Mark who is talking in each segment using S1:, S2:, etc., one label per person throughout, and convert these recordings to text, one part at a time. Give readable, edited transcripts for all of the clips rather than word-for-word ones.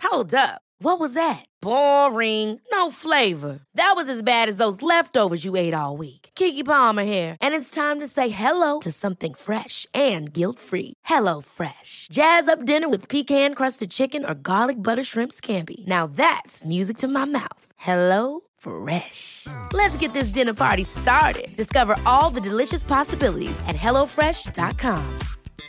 S1: Hold up. What was that? Boring. No flavor. That was as bad as those leftovers you ate all week. Keke Palmer here, and it's time to say hello to something fresh and guilt-free. Hello Fresh. Jazz up dinner with pecan-crusted chicken or garlic butter shrimp scampi. Now that's music to my mouth. Hello Fresh. Let's get this dinner party started. Discover all the delicious possibilities at hellofresh.com.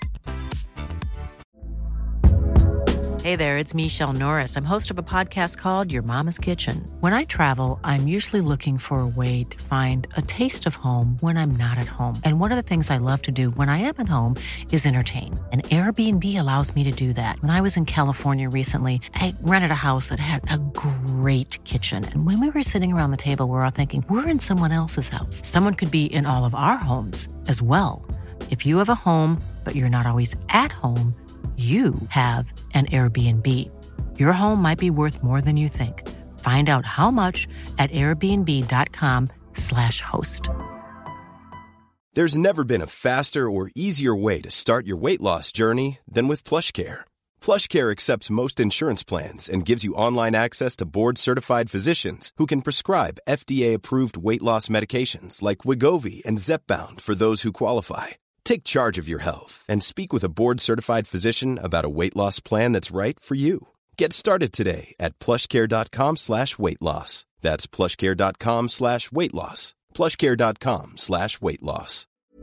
S2: Hey there, it's Michelle Norris. I'm host of a podcast called Your Mama's Kitchen. When I travel, I'm usually looking for a way to find a taste of home when I'm not at home. And one of the things I love to do when I am at home is entertain. And Airbnb allows me to do that. When I was in California recently, I rented a house that had a great kitchen. And when we were sitting around the table, we were all thinking, we're in someone else's house. Someone could be in all of our homes as well. If you have a home, but you're not always at home, you have an Airbnb. Your home might be worth more than you think. Find out how much at airbnb.com/host.
S3: There's never been a faster or easier way to start your weight loss journey than with PlushCare. PlushCare accepts most insurance plans and gives you online access to board-certified physicians who can prescribe FDA-approved weight loss medications like Wegovy and Zepbound for those who qualify. Take charge of your health and speak with a board-certified physician about a weight loss plan that's right for you. Get started today at plushcare.com/weightloss. That's plushcare.com/weightloss. plushcare.com/weightloss.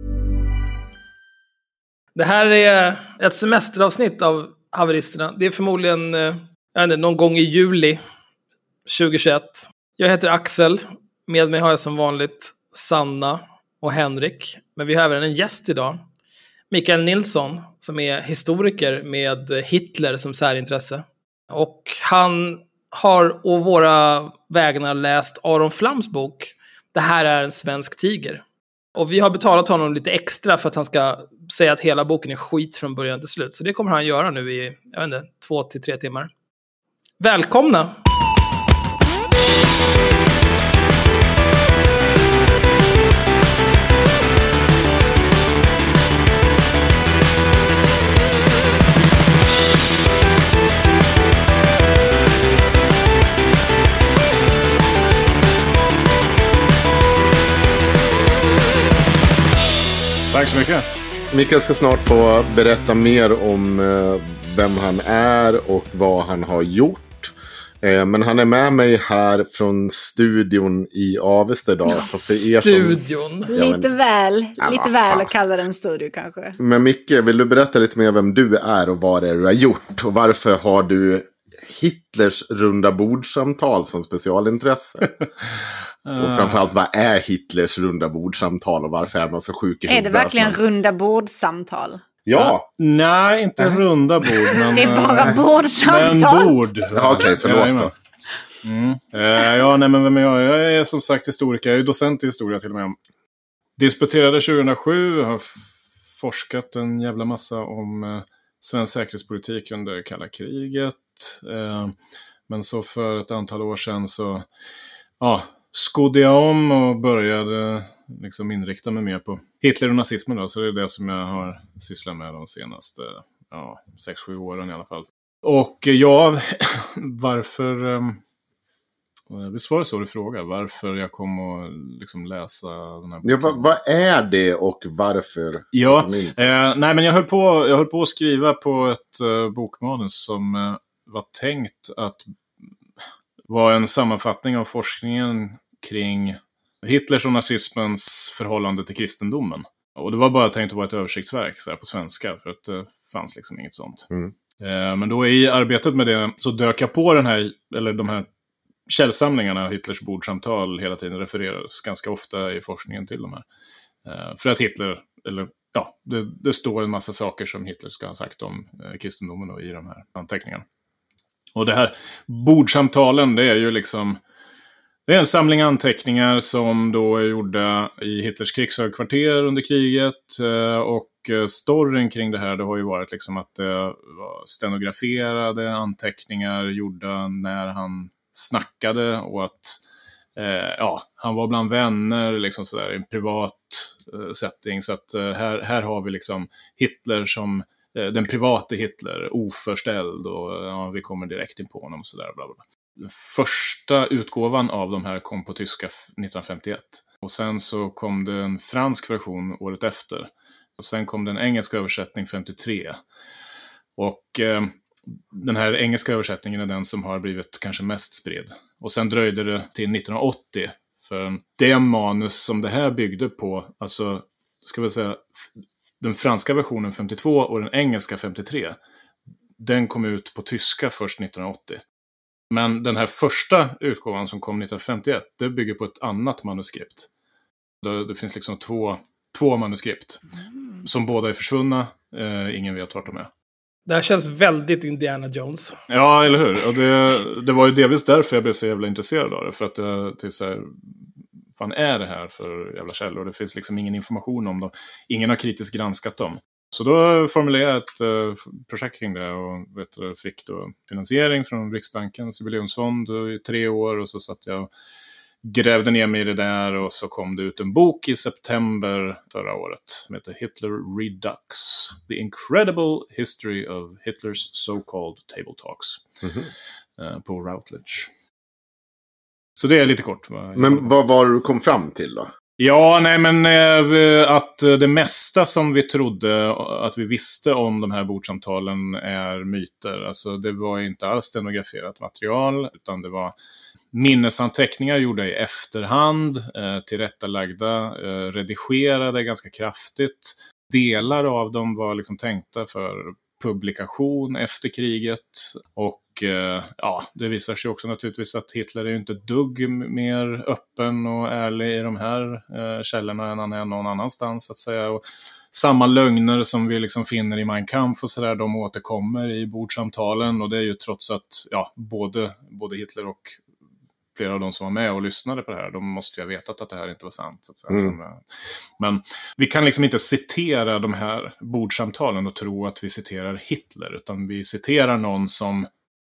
S4: Det här är ett semesteravsnitt av Haveristerna. Det är förmodligen jag vet inte, någon gång i juli 2021. Jag heter Axel. Med mig har jag som vanligt Sanna och Henrik. Men vi har även en gäst idag. Mikael Nilsson, som är historiker med Hitler som särintresse. Och han har å våra vägnar läst Aron Flams bok Det här är en svensk tiger. Och vi har betalat honom lite extra för att han ska säga att hela boken är skit från början till slut. Så det kommer han göra nu i, 2 till 3 timmar. Välkomna!
S5: Tack så mycket.
S6: Mikael ska snart få berätta mer om vem han är och vad han har gjort. Men han är med mig här från studion i Avesta idag. Ja, så för er
S4: studion.
S7: Lite väl att kalla den studio kanske.
S6: Men Micke, vill du berätta lite mer vem du är och vad det är du har gjort? Och varför har du Hitlers runda bordsamtal som specialintresse? Och framförallt, vad är Hitlers runda bordsamtal och varför är man så sjuk i huvudet?
S7: Är det verkligen runda bordsamtal?
S6: Ja.
S5: Nej, inte runda bord. Men,
S7: det är bara bordsamtal.
S5: Men bord.
S6: Ja, okej, förlåt då.
S5: Ja, nej, men vem är jag? Jag är som sagt historiker. Jag är docent i historia till och med. Disputerade 2007. Har forskat en jävla massa om svensk säkerhetspolitik under kalla kriget. Men så för ett antal år sedan så skodde jag om och började liksom inrikta mig mer på Hitler och nazismen då, så det är det som jag har sysslat med de senaste 6-7 åren i alla fall. Och varför visst var det så du frågade, varför jag kom och liksom läsa den här boken.
S6: Ja, vad är det och varför?
S5: Ja, nej men jag höll på att skriva på ett bokmanus som var tänkt att vara en sammanfattning av forskningen kring Hitlers och nazismens förhållande till kristendomen. Och det var bara tänkt att vara ett översiktsverk så här på svenska, för att det fanns liksom inget sånt. Men då i arbetet med det så dök jag på de här källsamlingarna. Hitlers bordsamtal hela tiden refereras ganska ofta i forskningen till de här. För att Hitler, det står en massa saker som Hitler ska ha sagt om kristendomen då, i de här anteckningarna. Och det här bordsamtalen, det är ju liksom, det är en samling anteckningar som då är gjorda i Hitlers krigshögkvarter under kriget. Och storyn kring det här, det har ju varit liksom att det var stenograferade anteckningar gjorda när han snackade, och att han var bland vänner liksom sådär, i en privat setting. Så att här har vi liksom Hitler som den private Hitler, oförställd och vi kommer direkt in på honom och sådär. Bla bla. Den första utgåvan av de här kom på tyska 1951. Och sen så kom det en fransk version året efter. Och sen kom det en engelsk översättning 53. Och den här engelska översättningen är den som har blivit kanske mest spridd. Och sen dröjde det till 1980. För det manus som det här byggde på, alltså ska vi säga den franska versionen 52 och den engelska 53, den kom ut på tyska först 1980. Men den här första utgåvan som kom 1951, det bygger på ett annat manuskript. Det finns liksom två manuskript som båda är försvunna. Ingen vet vart de är.
S4: Det här känns väldigt Indiana Jones.
S5: Ja, eller hur? Och det var ju delvis därför jag blev så jävla intresserad av det. För att det så här, fan är det här för jävla källor? Det finns liksom ingen information om dem. Ingen har kritiskt granskat dem. Så då formulerade jag ett projekt kring det och fick då finansiering från Riksbankens jubileumsfond i 3 år. Och så satt jag och grävde ner mig i det där och så kom det ut en bok i september förra året som heter Hitler Redux. The Incredible History of Hitler's So-Called Table Talks. På Routledge. Så det är lite kort.
S6: Men vad var du kom fram till då?
S5: Ja, nej men att det mesta som vi trodde att vi visste om de här bordsamtalen är myter. Alltså det var inte alls stenograferat material utan det var minnesanteckningar gjorda i efterhand, tillrättalagda, redigerade ganska kraftigt. Delar av dem var liksom tänkta för publikation efter kriget och det visar sig också naturligtvis att Hitler är ju inte dugg mer öppen och ärlig i de här källorna än han är någon annanstans så att säga. Och samma lögner som vi liksom finner i Mein Kampf och sådär, de återkommer i bordsamtalen och det är ju trots att både Hitler och flera av de som var med och lyssnade på det här, de måste ju ha vetat att det här inte var sant. Så att säga. Men vi kan liksom inte citera de här bordsamtalen och tro att vi citerar Hitler, utan vi citerar någon som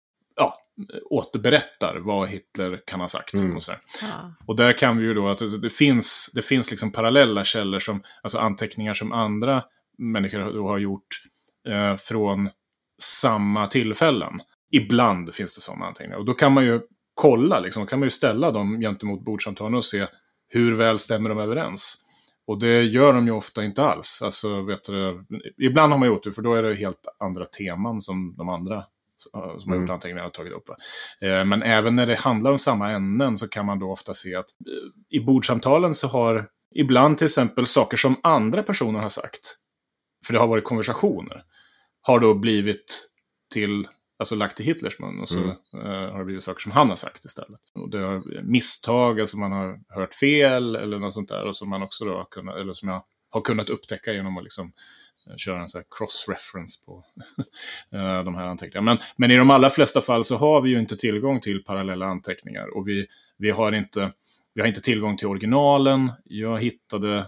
S5: återberättar vad Hitler kan ha sagt. Och där kan vi ju då att det finns liksom parallella källor som, alltså anteckningar som andra människor har gjort från samma tillfällen. Ibland finns det sådana anteckningar. Och då kan man ju kolla, liksom, kan man ju ställa dem gentemot bordsamtalen och se hur väl stämmer de överens. Och det gör de ju ofta inte alls. Alltså, ibland har man gjort det, för då är det helt andra teman som de andra som har gjort anteckningar har tagit upp. Men även när det handlar om samma ämnen så kan man då ofta se att i bordsamtalen så har ibland till exempel saker som andra personer har sagt, för det har varit konversationer, har då blivit lagt till Hitlers mun och så har det blivit saker som han har sagt istället. Och det har misstag, alltså man har hört fel eller något sånt där och som man också då har kunnat, eller som jag har kunnat upptäcka genom att liksom köra en sån här cross-reference på de här anteckningarna. Men i de allra flesta fall så har vi ju inte tillgång till parallella anteckningar och vi har inte tillgång till originalen. Jag hittade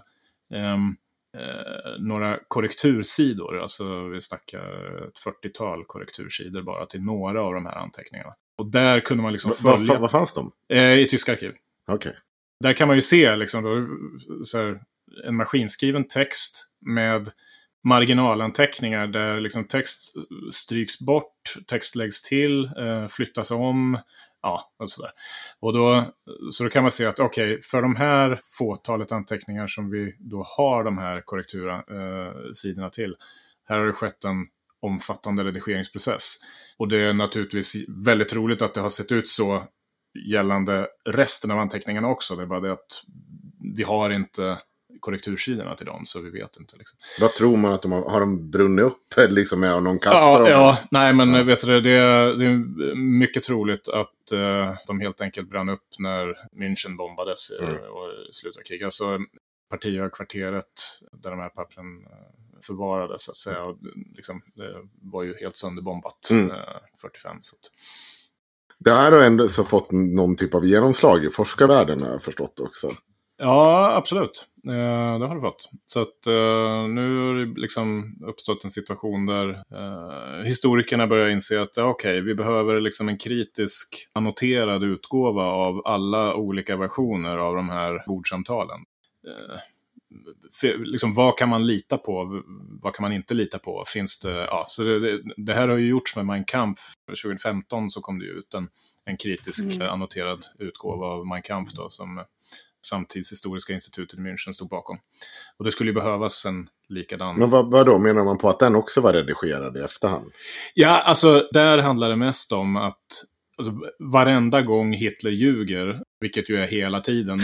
S5: några korrektursidor, alltså vi snackar ett 40-tal korrektursidor bara till några av de här anteckningarna. Och där kunde man liksom följa...
S6: Vad fanns de?
S5: I tyska arkiv.
S6: Okej.
S5: Där kan man ju se liksom då, så här, en maskinskriven text med marginalanteckningar där liksom text stryks bort, text läggs till, flyttas om, och sådär. Och så då kan man se att för de här fåtalet anteckningar som vi då har de här korrektura sidorna till, här har det skett en omfattande redigeringsprocess. Och det är naturligtvis väldigt roligt att det har sett ut så gällande resten av anteckningarna också. Det är bara det att vi har inte korrektursidorna till dem, så vi vet inte. Liksom.
S6: Vad tror man att har de brunnit upp liksom, med någon kastar dem?
S5: Vet du, det är mycket troligt att de helt enkelt brann upp när München bombades och slutet av kriget. Alltså partihögkvarteret där de här pappren förvarades, så att säga. Och, liksom, det var ju helt sönderbombat 45. Så att...
S6: Det här har ändå så fått någon typ av genomslag i forskarvärlden, har jag förstått också.
S5: Ja, absolut. Det har det fått. Så att nu har det liksom uppstått en situation där historikerna börjar inse att vi behöver liksom en kritisk annoterad utgåva av alla olika versioner av de här bordsamtalen. liksom, vad kan man lita på? Vad kan man inte lita på? Finns det, ja, så det här har ju gjorts med Mein Kampf. 2015 så kom det ut en kritisk annoterad utgåva av Mein Kampf då, som Samtidshistoriska institutet i München stod bakom. Och det skulle ju behövas en likadan.
S6: Men vad då menar man på att den också var redigerad i efterhand?
S5: Ja, alltså där handlar det mest om att varenda gång Hitler ljuger, vilket ju är hela tiden,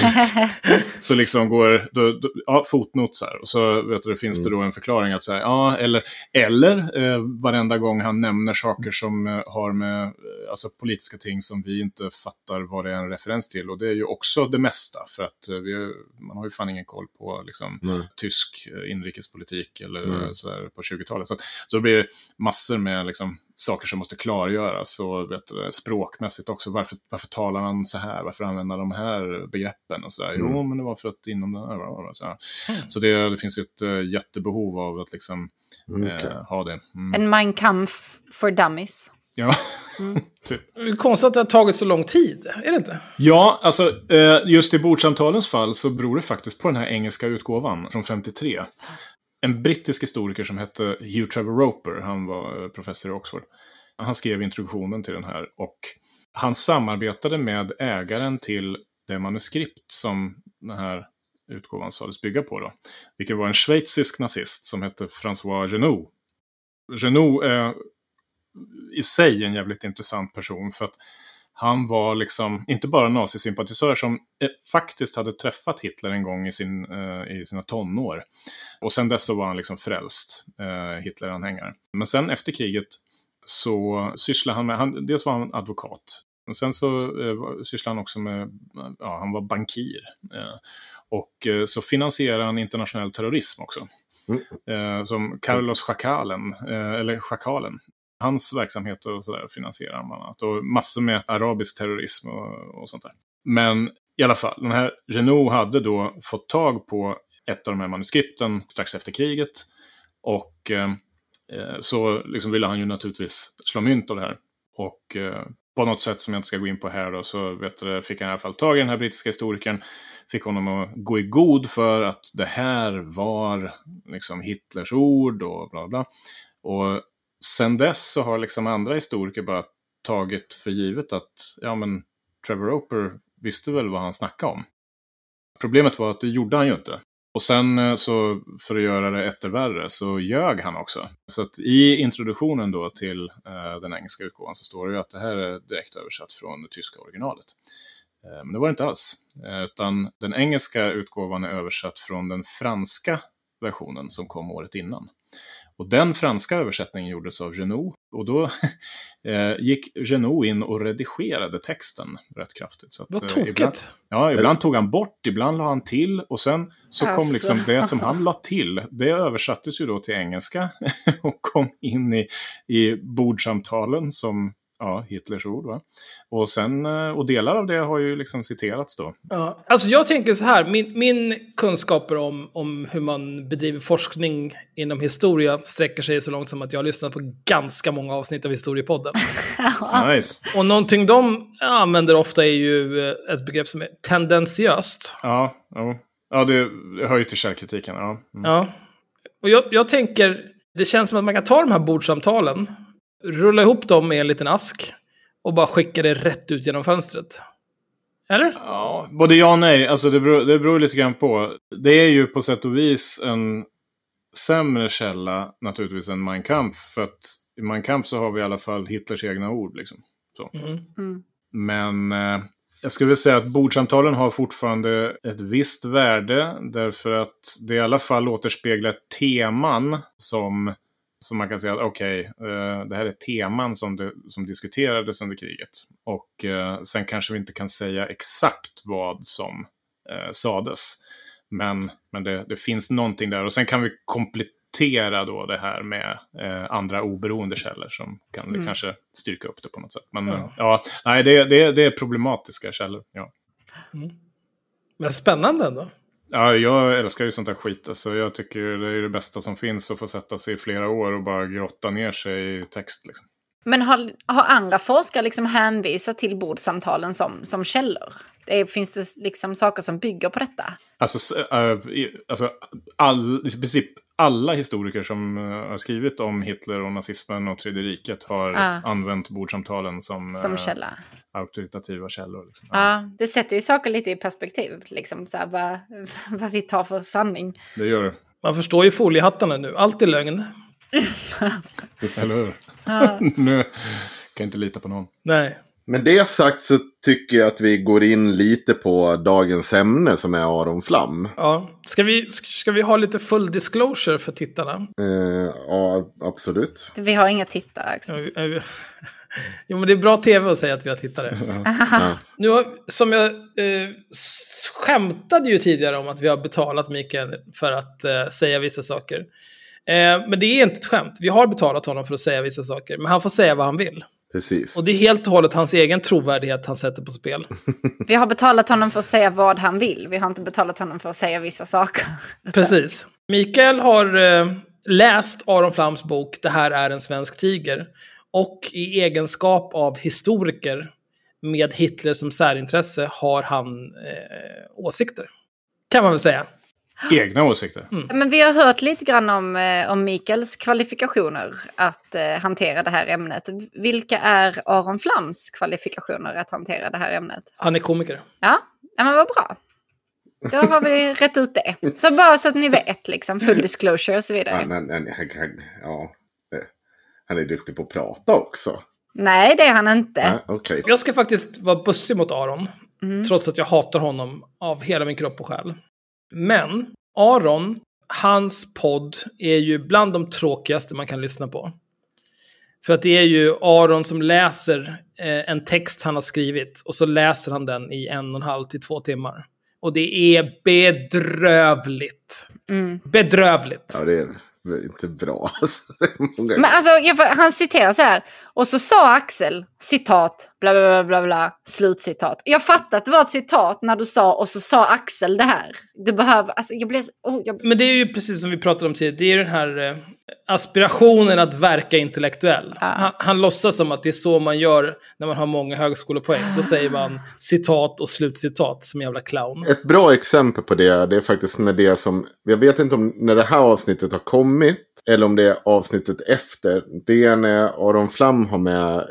S5: så liksom går fotnot så här, och så finns det då en förklaring att säga eller varenda gång han nämner saker som har med politiska ting som vi inte fattar vad det är en referens till, och det är ju också det mesta, för att man har ju fan ingen koll på liksom tysk inrikespolitik eller så där på 20-talet, så blir det massor med liksom saker som måste klargöras, och språkmässigt också, varför talar han så här, varför använder de här begreppen och sådär. Jo, men det var för att inom den här så det finns ju ett jättebehov av att liksom ha det.
S7: En Mein Kampf for dummies.
S5: Ja, typ.
S4: Det är konstigt att det har tagit så lång tid, är det inte?
S5: Ja, alltså just i bordsamtalens fall så beror det faktiskt på den här engelska utgåvan från 53. En brittisk historiker som hette Hugh Trevor Roper, han var professor i Oxford. Han skrev introduktionen till den här, och han samarbetade med ägaren till det manuskript som den här utgåvan sades bygga på då. Vilket var en schweizisk nazist som hette François Genoux. Genoux är i sig en jävligt intressant person, för att han var liksom inte bara nazisympatisör som faktiskt hade träffat Hitler en gång i sina tonår. Och sen dess så var han liksom frälst Hitleranhängare. Men sen efter kriget så sysslade han med, dels var han advokat. Men sen så sysslade han också med, han var bankir. Och så finansierade han internationell terrorism också. Som Carlos Schakalen, eller Schakalen. Hans verksamheter och sådär finansierar han bland annat. Och massor med arabisk terrorism och sånt där. Men i alla fall, den här Genoux hade då fått tag på ett av de här manuskripten strax efter kriget. Och så liksom ville han ju naturligtvis slå mynt av det här. Och på något sätt som jag inte ska gå in på här då, så fick han i alla fall tag i den här brittiska historikern. Fick honom att gå i god för att det här var liksom Hitlers ord och bla bla. Och sen dess så har liksom andra historiker bara tagit för givet att Trevor Roper visste väl vad han snackade om. Problemet var att det gjorde han ju inte. Och sen så för att göra det ettervärre så ljög han också. Så att i introduktionen då till den engelska utgåvan så står det ju att det här är direkt översatt från det tyska originalet. Men det var det inte alls. Utan den engelska utgåvan är översatt från den franska versionen som kom året innan. Och den franska översättningen gjordes av Genoux. Och då gick Genoux in och redigerade texten rätt kraftigt. Så
S4: vad tokigt.
S5: Ibland tog han bort, ibland la han till. Och sen så kom liksom det som han la till. Det översattes ju då till engelska. Och kom in i bordsamtalen som Hitlers ord, va? Och sen, och delar av det har ju liksom citerats då.
S4: Ja, alltså jag tänker så här, min kunskaper om hur man bedriver forskning inom historia sträcker sig så långt som att jag har lyssnat på ganska många avsnitt av Historiepodden.
S5: Nice.
S4: Och någonting de använder ofta är ju ett begrepp som är tendensiöst.
S5: Ja, det hör ju till källkritiken. Ja.
S4: Ja, och jag tänker, det känns som att man kan ta de här bordsamtalen, rulla ihop dem med en liten ask och bara skicka det rätt ut genom fönstret. Eller?
S5: Ja, både ja och nej. Alltså det beror lite grann på. Det är ju på sätt och vis en sämre källa naturligtvis än Mein Kampf. För att i Mein Kampf så har vi i alla fall Hitlers egna ord. Liksom. Så. Men jag skulle vilja säga att bordsamtalen har fortfarande ett visst värde. Därför att det i alla fall återspeglar teman som man kan säga att det här är teman som diskuterades under kriget. Och sen kanske vi inte kan säga exakt vad som sades. Men det finns någonting där. Och sen kan vi komplettera då det här med andra oberoende källor som kan kanske styrka upp det på något sätt. Men det är problematiska källor. Ja.
S4: Men spännande ändå.
S5: Ja, jag älskar ju sånt här skit. Alltså, jag tycker det är det bästa som finns att få sätta sig i flera år och bara grotta ner sig i text. Liksom.
S7: Men har andra forskare liksom hänvisat till bordsamtalen som källor? Finns det liksom saker som bygger på detta?
S5: I princip alla historiker som har skrivit om Hitler och nazismen och Tredje riket har använt bordsamtalen som
S7: källa.
S5: Auktoritativa källor. Liksom.
S7: Ja, det sätter ju saker lite i perspektiv. Liksom, så här, vad vi tar för sanning.
S5: Det gör det.
S4: Man förstår ju foliehattarna nu. Allt är lögn.
S5: Eller hur? Ja. Nu kan jag inte lita på någon.
S4: Nej.
S6: Men det sagt så tycker jag att vi går in lite på dagens ämne som är Aron Flam.
S4: Ja. Ska vi ha lite full disclosure för tittarna?
S6: Ja, absolut.
S7: Vi har inga tittare.
S4: Jo, men det är bra tv att säga att vi har tittare. Nu som jag skämtade ju tidigare om att vi har betalat Mikael för att säga vissa saker. Men det är inte ett skämt. Vi har betalat honom för att säga vissa saker. Men han får säga vad han vill.
S6: Precis.
S4: Och det är helt och hållet hans egen trovärdighet han sätter på spel.
S7: Vi har betalat honom för att säga vad han vill. Vi har inte betalat honom för att säga vissa saker.
S4: Precis. Mikael har läst Aron Flams bok Det här är en svensk tiger. Och i egenskap av historiker med Hitler som särintresse har han åsikter. Kan man väl säga.
S5: Egna åsikter.
S7: Men vi har hört lite grann om Mikaels kvalifikationer att hantera det här ämnet. Vilka är Aron Flams kvalifikationer att hantera det här ämnet?
S4: Han är komiker.
S7: Ja, men vad bra. Då har vi rätt ut det. Så bara så att ni vet, liksom, full disclosure och så vidare.
S6: Han är duktig på att prata också.
S7: Nej, det är han inte.
S6: Okay.
S4: Jag ska faktiskt vara bussig mot Aron. Trots att jag hatar honom av hela min kropp och själ. Men Aron, hans podd är ju bland de tråkigaste man kan lyssna på. För att det är ju Aron som läser en text han har skrivit. Och så läser han den i 1,5 till 2 timmar. Och det är bedrövligt. Bedrövligt.
S6: Ja, det är inte bra.
S7: Men alltså, han citerar så här. Och så sa Axel, citat, bla bla bla bla, slutcitat. Jag fattar att det var ett citat när du sa, och så sa Axel det här. Du behöver, alltså jag blev...
S4: Men det är ju precis som vi pratade om tidigare. Det är den här aspirationen att verka intellektuell. Han låtsas som att det är så man gör när man har många högskolepoäng. Då säger man citat och slutcitat som en jävla clown.
S6: Ett bra exempel på det är faktiskt när det som... Jag vet inte om när det här avsnittet har kommit eller om det är avsnittet efter. Det är när Aron Flam har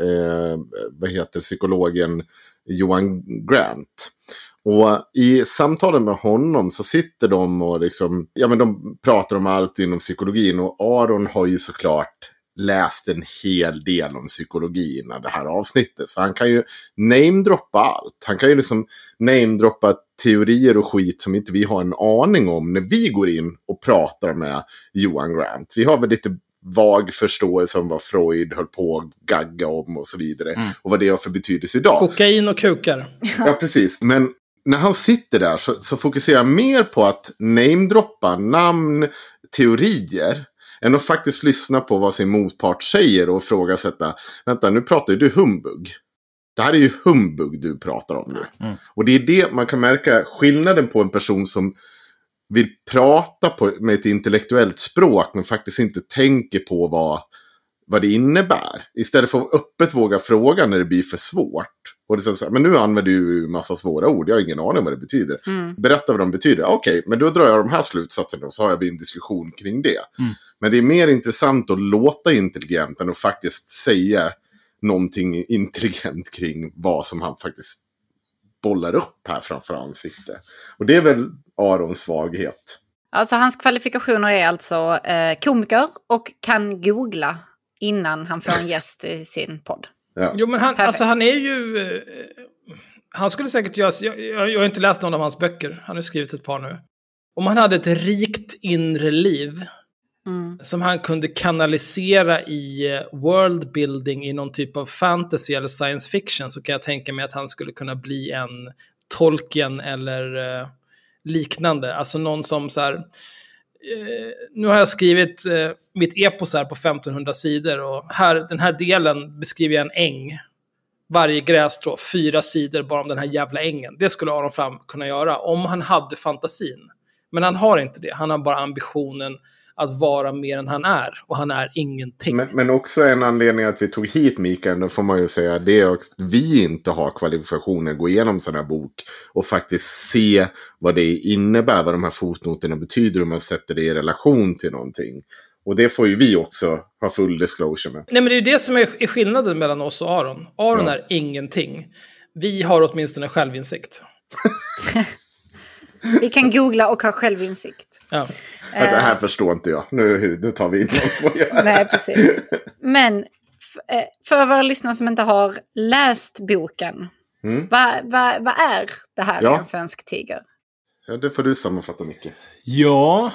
S6: med psykologen Johan Grant. Och i samtalen med honom så sitter de och liksom, de pratar om allt inom psykologin. Och Aron har ju såklart läst en hel del om psykologin av det här avsnittet. Så han kan ju namedroppa allt. Han kan ju liksom namedroppa teorier och skit som inte vi har en aning om när vi går in och pratar med Johan Grant. Vi har väl lite vag förståelse om vad Freud höll på att gagga om och så vidare. Och vad det har för betydelse idag.
S4: Kokain och kukar.
S6: Ja, precis. Men när han sitter där så fokuserar han mer på att namedroppa namn, teorier, än att faktiskt lyssna på vad sin motpart säger och ifrågasätta. Vänta, nu pratar ju du humbug. Det här är ju humbug du pratar om nu. Och det är det man kan märka skillnaden på en person som vill prata med ett intellektuellt språk men faktiskt inte tänker på vad det innebär. Istället för att öppet våga fråga när det blir för svårt. Och det är så här, men nu använder du en massa svåra ord. Jag har ingen aning vad det betyder. Berätta vad de betyder. Okej, men då drar jag de här slutsatserna och så har jag en diskussion kring det. Men det är mer intressant att låta intelligent än att faktiskt säga någonting intelligent kring vad som han faktiskt bollar upp här framför ansiktet. Och det är väl Arons svaghet.
S7: Alltså hans kvalifikationer är alltså komiker och kan googla innan han får en gäst i sin podd.
S6: Ja.
S4: Jo, men han är ju... Han skulle säkert göra... Jag har inte läst någon av hans böcker. Han har skrivit ett par nu. Om han hade ett rikt inre liv som han kunde kanalisera i worldbuilding i någon typ av fantasy eller science fiction, så kan jag tänka mig att han skulle kunna bli en Tolkien eller liknande. Alltså någon som så här... Nu har jag skrivit mitt epos här på 1500 sidor och den här delen beskriver jag en äng. Varje grässtrå, 4 sidor bara om den här jävla ängen. Det skulle Aron Flam kunna göra om han hade fantasin. Men han har inte det. Han har bara ambitionen att vara mer än han är. Och han är ingenting.
S6: Men också en anledning att vi tog hit Mikael, då får man ju säga, det är att vi inte har kvalifikationer att gå igenom sån här bok och faktiskt se vad det innebär, vad de här fotnoterna betyder om man sätter det i relation till någonting. Och det får ju vi också ha full disclosure med.
S4: Nej, men det är ju det som är skillnaden mellan oss och Aron. Aron är ingenting. Vi har åtminstone självinsikt.
S7: Vi kan googla och ha självinsikt.
S4: Ja.
S6: Det här förstår inte jag. Nu tar vi in något på det.
S7: Nej, precis. Men för våra lyssnare som inte har läst boken. Vad är det här med en svensk tiger?
S6: Ja, det får du sammanfatta, Micke.
S5: Ja,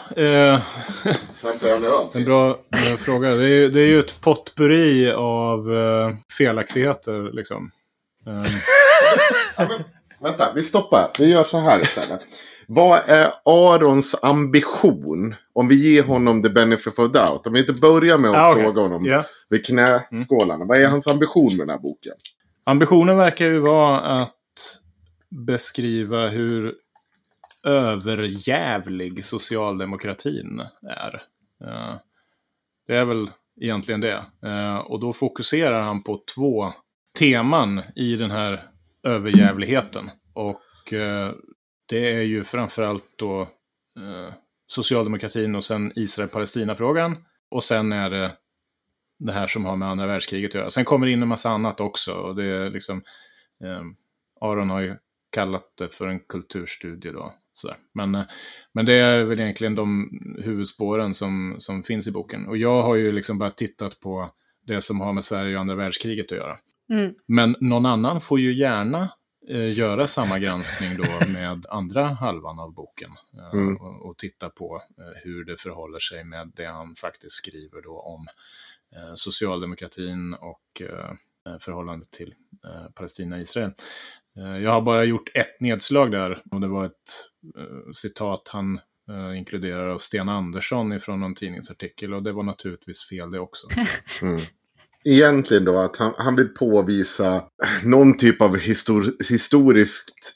S5: en bra fråga. Det är ju ett potpurri av felaktigheter liksom.
S6: Ja, men, vänta, vi stoppar. Vi gör så här istället. Vad är Arons ambition om vi ger honom the benefit of doubt? Om vi inte börjar med att fråga honom vid knäskålarna. Vad är hans ambition med den här boken?
S5: Ambitionen verkar ju vara att beskriva hur överjävlig socialdemokratin är. Det är väl egentligen det. Och då fokuserar han på 2 teman i den här överjävligheten. Och det är ju framförallt då socialdemokratin och sen Israel-Palestina-frågan. Och sen är det här som har med andra världskriget att göra. Sen kommer det in en massa annat också. Och det är liksom, Aron har ju kallat det för en kulturstudie då. Sådär. Men det är väl egentligen de huvudspåren som finns i boken. Och jag har ju liksom bara tittat på det som har med Sverige och andra världskriget att göra. Men någon annan får ju gärna göra samma granskning då med andra halvan av boken. Och titta på hur det förhåller sig med det han faktiskt skriver då om socialdemokratin och förhållandet till Palestina-Israel. Jag har bara gjort ett nedslag där, och det var ett citat han inkluderar av Sten Andersson ifrån någon tidningsartikel, och det var naturligtvis fel det också.
S6: Egentligen då att han vill påvisa någon typ av historiskt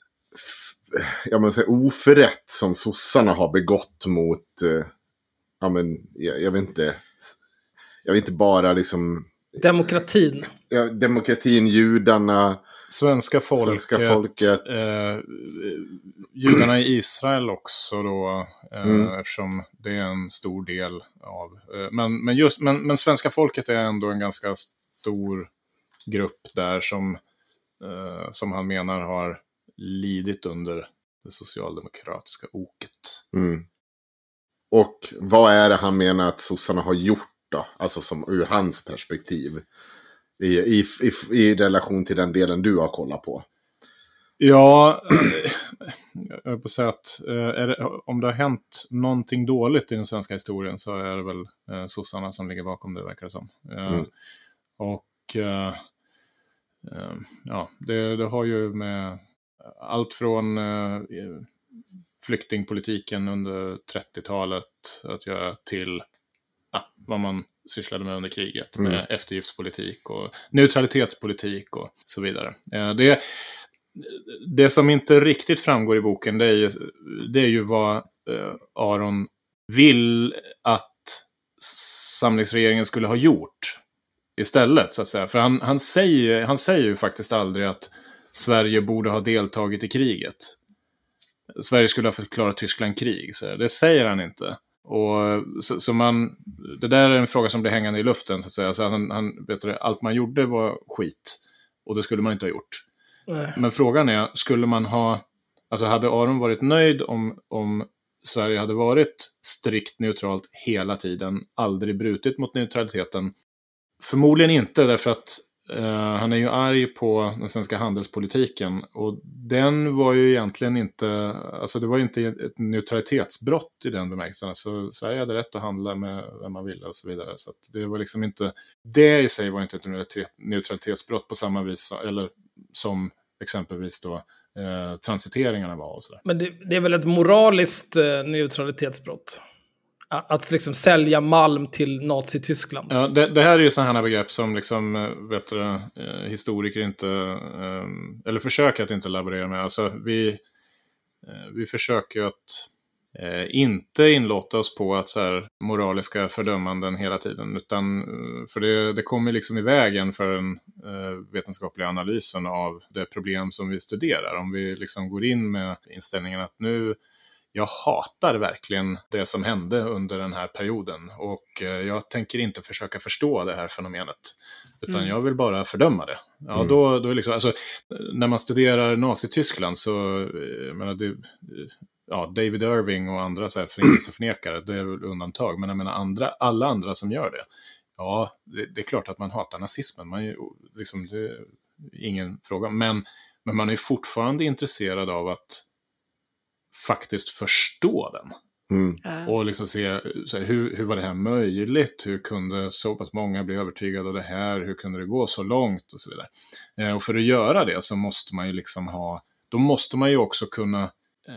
S6: oförrätt som sossarna har begått mot jag vet inte bara liksom
S4: demokratin.
S6: Ja, demokratin, judarna,
S5: Svenska folket. Judarna i Israel också då, eftersom det är en stor del av. Men svenska folket är ändå en ganska stor grupp där som han menar har lidit under det socialdemokratiska oket.
S6: Och vad är det han menar att sossarna har gjort då? Alltså som ur hans perspektiv. I relation till den delen du har kollat på.
S5: Ja, jag vill säga att om det har hänt någonting dåligt i den svenska historien så är det väl sossarna som ligger bakom det, verkar det som. Och det har ju med allt från flyktingpolitiken under 30-talet att göra till vad man sysslade med under kriget, med eftergiftspolitik och neutralitetspolitik och så vidare. Det som inte riktigt framgår i boken, det är ju vad Aron vill att samlingsregeringen skulle ha gjort istället, så att säga. För han säger ju faktiskt aldrig att Sverige borde ha deltagit i kriget. Sverige skulle ha förklarat Tyskland krig, så det säger han inte. Och det där är en fråga som blir hängande i luften, så att säga. Så han vet du, allt man gjorde var skit, och det skulle man inte ha gjort. Men frågan är, hade Aron varit nöjd om Sverige hade varit strikt neutralt hela tiden, aldrig brutit mot neutraliteten? Förmodligen inte, därför att han är ju arg på den svenska handelspolitiken, och den var ju egentligen inte, alltså det var ju inte ett neutralitetsbrott i den bemärkelsen. Alltså Sverige hade rätt att handla med vem man ville och så vidare, så att det var liksom inte, det i sig var inte ett neutralitetsbrott på samma vis, eller som exempelvis då transiteringarna var och sådär.
S4: Men det är väl ett moraliskt neutralitetsbrott? Att liksom sälja malm till Nazi-Tyskland.
S5: Ja, det här är ju sådana här begrepp som liksom, historiker inte, eller försöker att inte laborera med. Alltså vi försöker att inte inlåta oss på att så här, moraliska fördömanden hela tiden, utan för det kommer liksom i vägen för den vetenskapliga analysen av det problem som vi studerar. Om vi liksom går in med inställningen att jag hatar verkligen det som hände under den här perioden och jag tänker inte försöka förstå det här fenomenet, utan jag vill bara fördöma det. Ja, då är liksom, alltså, när man studerar Nazityskland så menar det, David Irving och andra så här förintelseförnekare, det är väl undantag, men jag menar alla andra som gör det. Ja, det är klart att man hatar nazismen, liksom, det är ingen fråga, men man är fortfarande intresserad av att faktiskt förstå den. Och liksom se så här, hur var det här möjligt? Hur kunde så pass många bli övertygade av det här? Hur kunde det gå så långt? Och så vidare. Och för att göra det så måste man ju liksom då måste man ju också kunna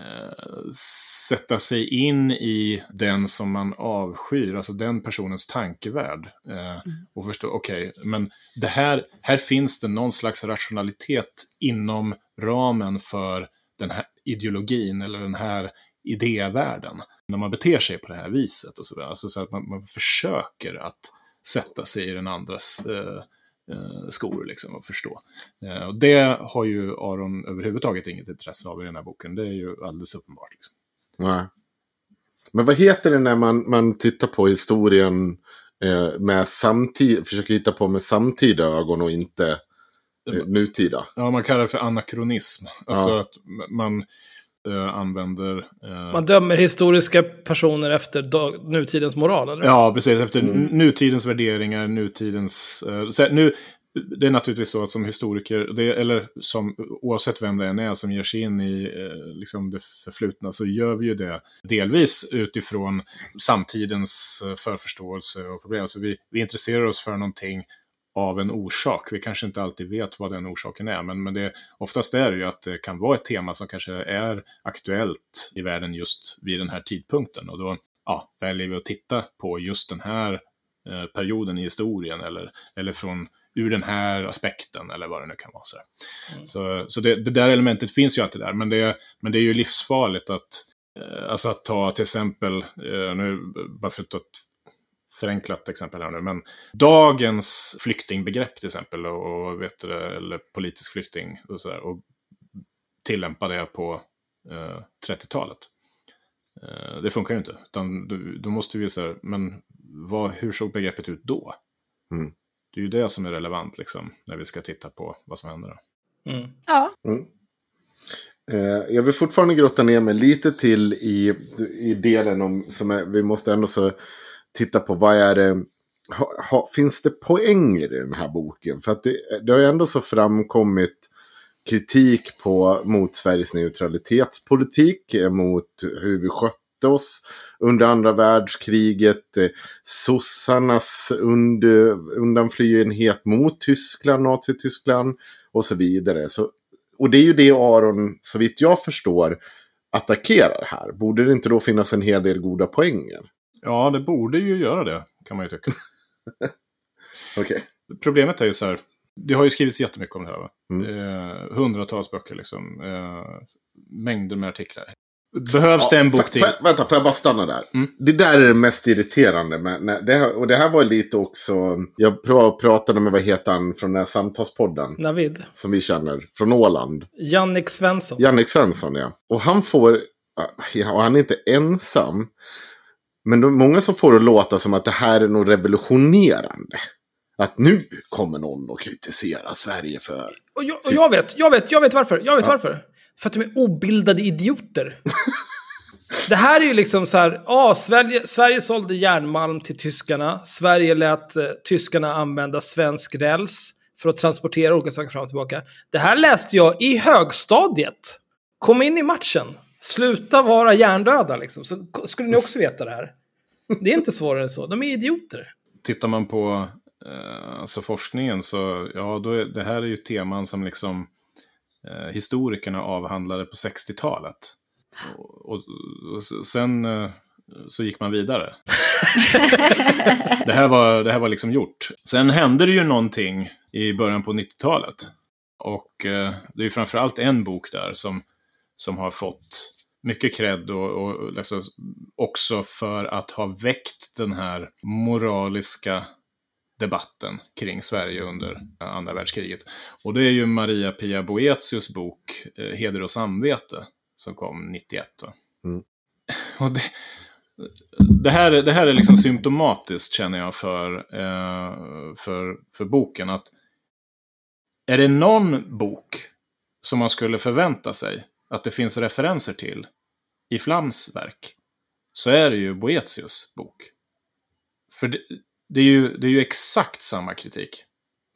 S5: sätta sig in i den som man avskyr, alltså den personens tankevärld, och förstå, okej, men det här finns det någon slags rationalitet inom ramen för den här ideologin eller den här idévärlden när man beter sig på det här viset och så vidare. Alltså så att man försöker att sätta sig i den andras skor liksom, och förstå. Och det har ju Aron överhuvudtaget inget intresse av i den här boken. Det är ju alldeles uppenbart. Liksom.
S6: Nej. Men vad heter det när man tittar på historien med försöker hitta på med samtida ögon och inte nutida?
S5: Ja, man kallar det för anakronism. Alltså att man använder...
S4: Man dömer historiska personer efter nutidens moral, eller?
S5: Ja, precis. Efter nutidens värderingar, nutidens... det är naturligtvis så att som historiker, eller som, oavsett vem det än är som ger sig in i liksom det förflutna, så gör vi ju det delvis utifrån samtidens förförståelse och problem. Så vi intresserar oss för någonting av en orsak. Vi kanske inte alltid vet vad den orsaken är, men oftast är det ju att det kan vara ett tema som kanske är aktuellt i världen just vid den här tidpunkten. Och då väljer vi att titta på just den här perioden i historien eller ur den här aspekten eller vad det nu kan vara. Så det där elementet finns ju alltid där, men det är ju livsfarligt att ta till exempel, nu bara för att ta ett förenklat exempel här nu, men dagens flyktingbegrepp till exempel eller politisk flykting och så där, och tillämpa det på 30-talet. Det funkar ju inte, utan då måste vi säga, men hur såg begreppet ut då? Det är ju det som är relevant liksom, när vi ska titta på vad som händer då.
S6: Jag vill fortfarande grotta ner mig lite till i delen om vi måste ändå så titta på vad är det, finns det poänger i den här boken? För att det har ju ändå så framkommit kritik mot Sveriges neutralitetspolitik, mot hur vi skötte oss under andra världskriget, sossarnas undanflygenhet mot Tyskland, Nazityskland och så vidare. Och det är ju det Aron, så vitt jag förstår, attackerar här. Borde det inte då finnas en hel del goda poänger?
S5: Ja, det borde ju göra det, kan man ju tycka.
S6: Okay.
S5: Problemet är ju så här, det har ju skrivits jättemycket om det här, va? Hundratals böcker liksom, mängder med artiklar. Behövs det en bok till?
S6: Vänta, får jag bara stanna där? Det där är det mest irriterande och det här var lite också, jag pratade med, vad heter han från den här samtalspodden?
S4: Navid.
S6: Som vi känner, från Åland.
S4: Jannik Svensson, ja. Och han och han är inte ensam, men många som får det låta som att det här är något revolutionerande. Att nu kommer någon att kritisera Sverige för... Och jag vet varför. För att de är obildade idioter. Det här är ju liksom så här... Sverige sålde järnmalm till tyskarna. Sverige lät tyskarna använda svensk räls för att transportera olika saker fram och tillbaka. Det här läste jag i högstadiet. Kom in i matchen. Sluta vara hjärndöda liksom. Så skulle ni också veta det här. Det är inte svårare än så. De är idioter.
S5: Tittar man på alltså forskningen så det här är ju teman som liksom historikerna avhandlade på 60-talet. Och sen så gick man vidare. Det här var liksom gjort. Sen hände det ju någonting i början på 90-talet. Och det är ju framförallt en bok där som har fått mycket cred och liksom också för att ha väckt den här moraliska debatten kring Sverige under andra världskriget. Och det är ju Maria-Pia Boëthius bok Heder och samvete som kom 91. Och det här är liksom symptomatiskt, känner jag, för boken. Att är det någon bok som man skulle förvänta sig att det finns referenser till i Flams verk, så är det ju Boëthius bok. För det är ju exakt samma kritik.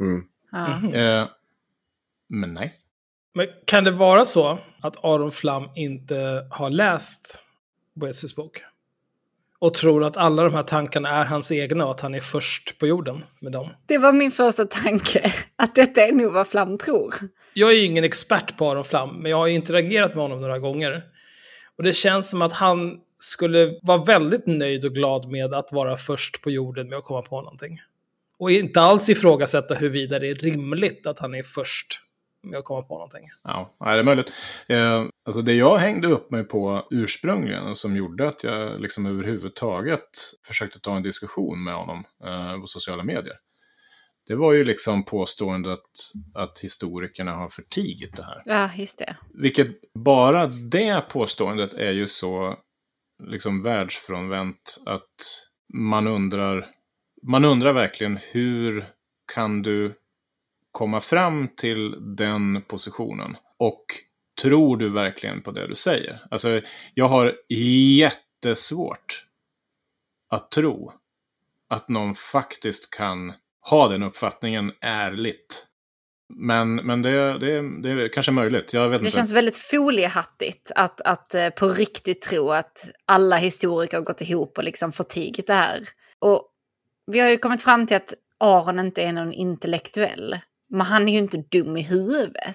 S5: Men nej.
S4: Men kan det vara så att Aron Flam inte har läst Boëthius bok? Och tror att alla de här tankarna är hans egna och att han är först på jorden med dem?
S7: Det var min första tanke. Att detta är nog vad Flam tror.
S4: Jag är ju ingen expert på Aron Flam, men jag har interagerat med honom några gånger. Och det känns som att han skulle vara väldigt nöjd och glad med att vara först på jorden med att komma på någonting. Och inte alls ifrågasätta huruvida det är rimligt att han är först med att komma på någonting.
S5: Ja, det är möjligt. Alltså det jag hängde upp mig på ursprungligen som gjorde att jag liksom överhuvudtaget försökte ta en diskussion med honom på sociala medier. Det var ju liksom påståendet att historikerna har förtigit det här.
S7: Ja, just det.
S5: Vilket bara det påståendet är ju så liksom världsfrånvänt att man undrar verkligen, hur kan du komma fram till den positionen? Och tror du verkligen på det du säger? Alltså, jag har jättesvårt att tro att någon faktiskt kan ha den uppfattningen ärligt. Men det är kanske möjligt. Jag vet inte.
S7: Det känns väldigt foliehattigt att på riktigt tro att alla historiker har gått ihop och liksom förtigit det här. Och vi har ju kommit fram till att Aron inte är någon intellektuell. Men han är ju inte dum i huvudet.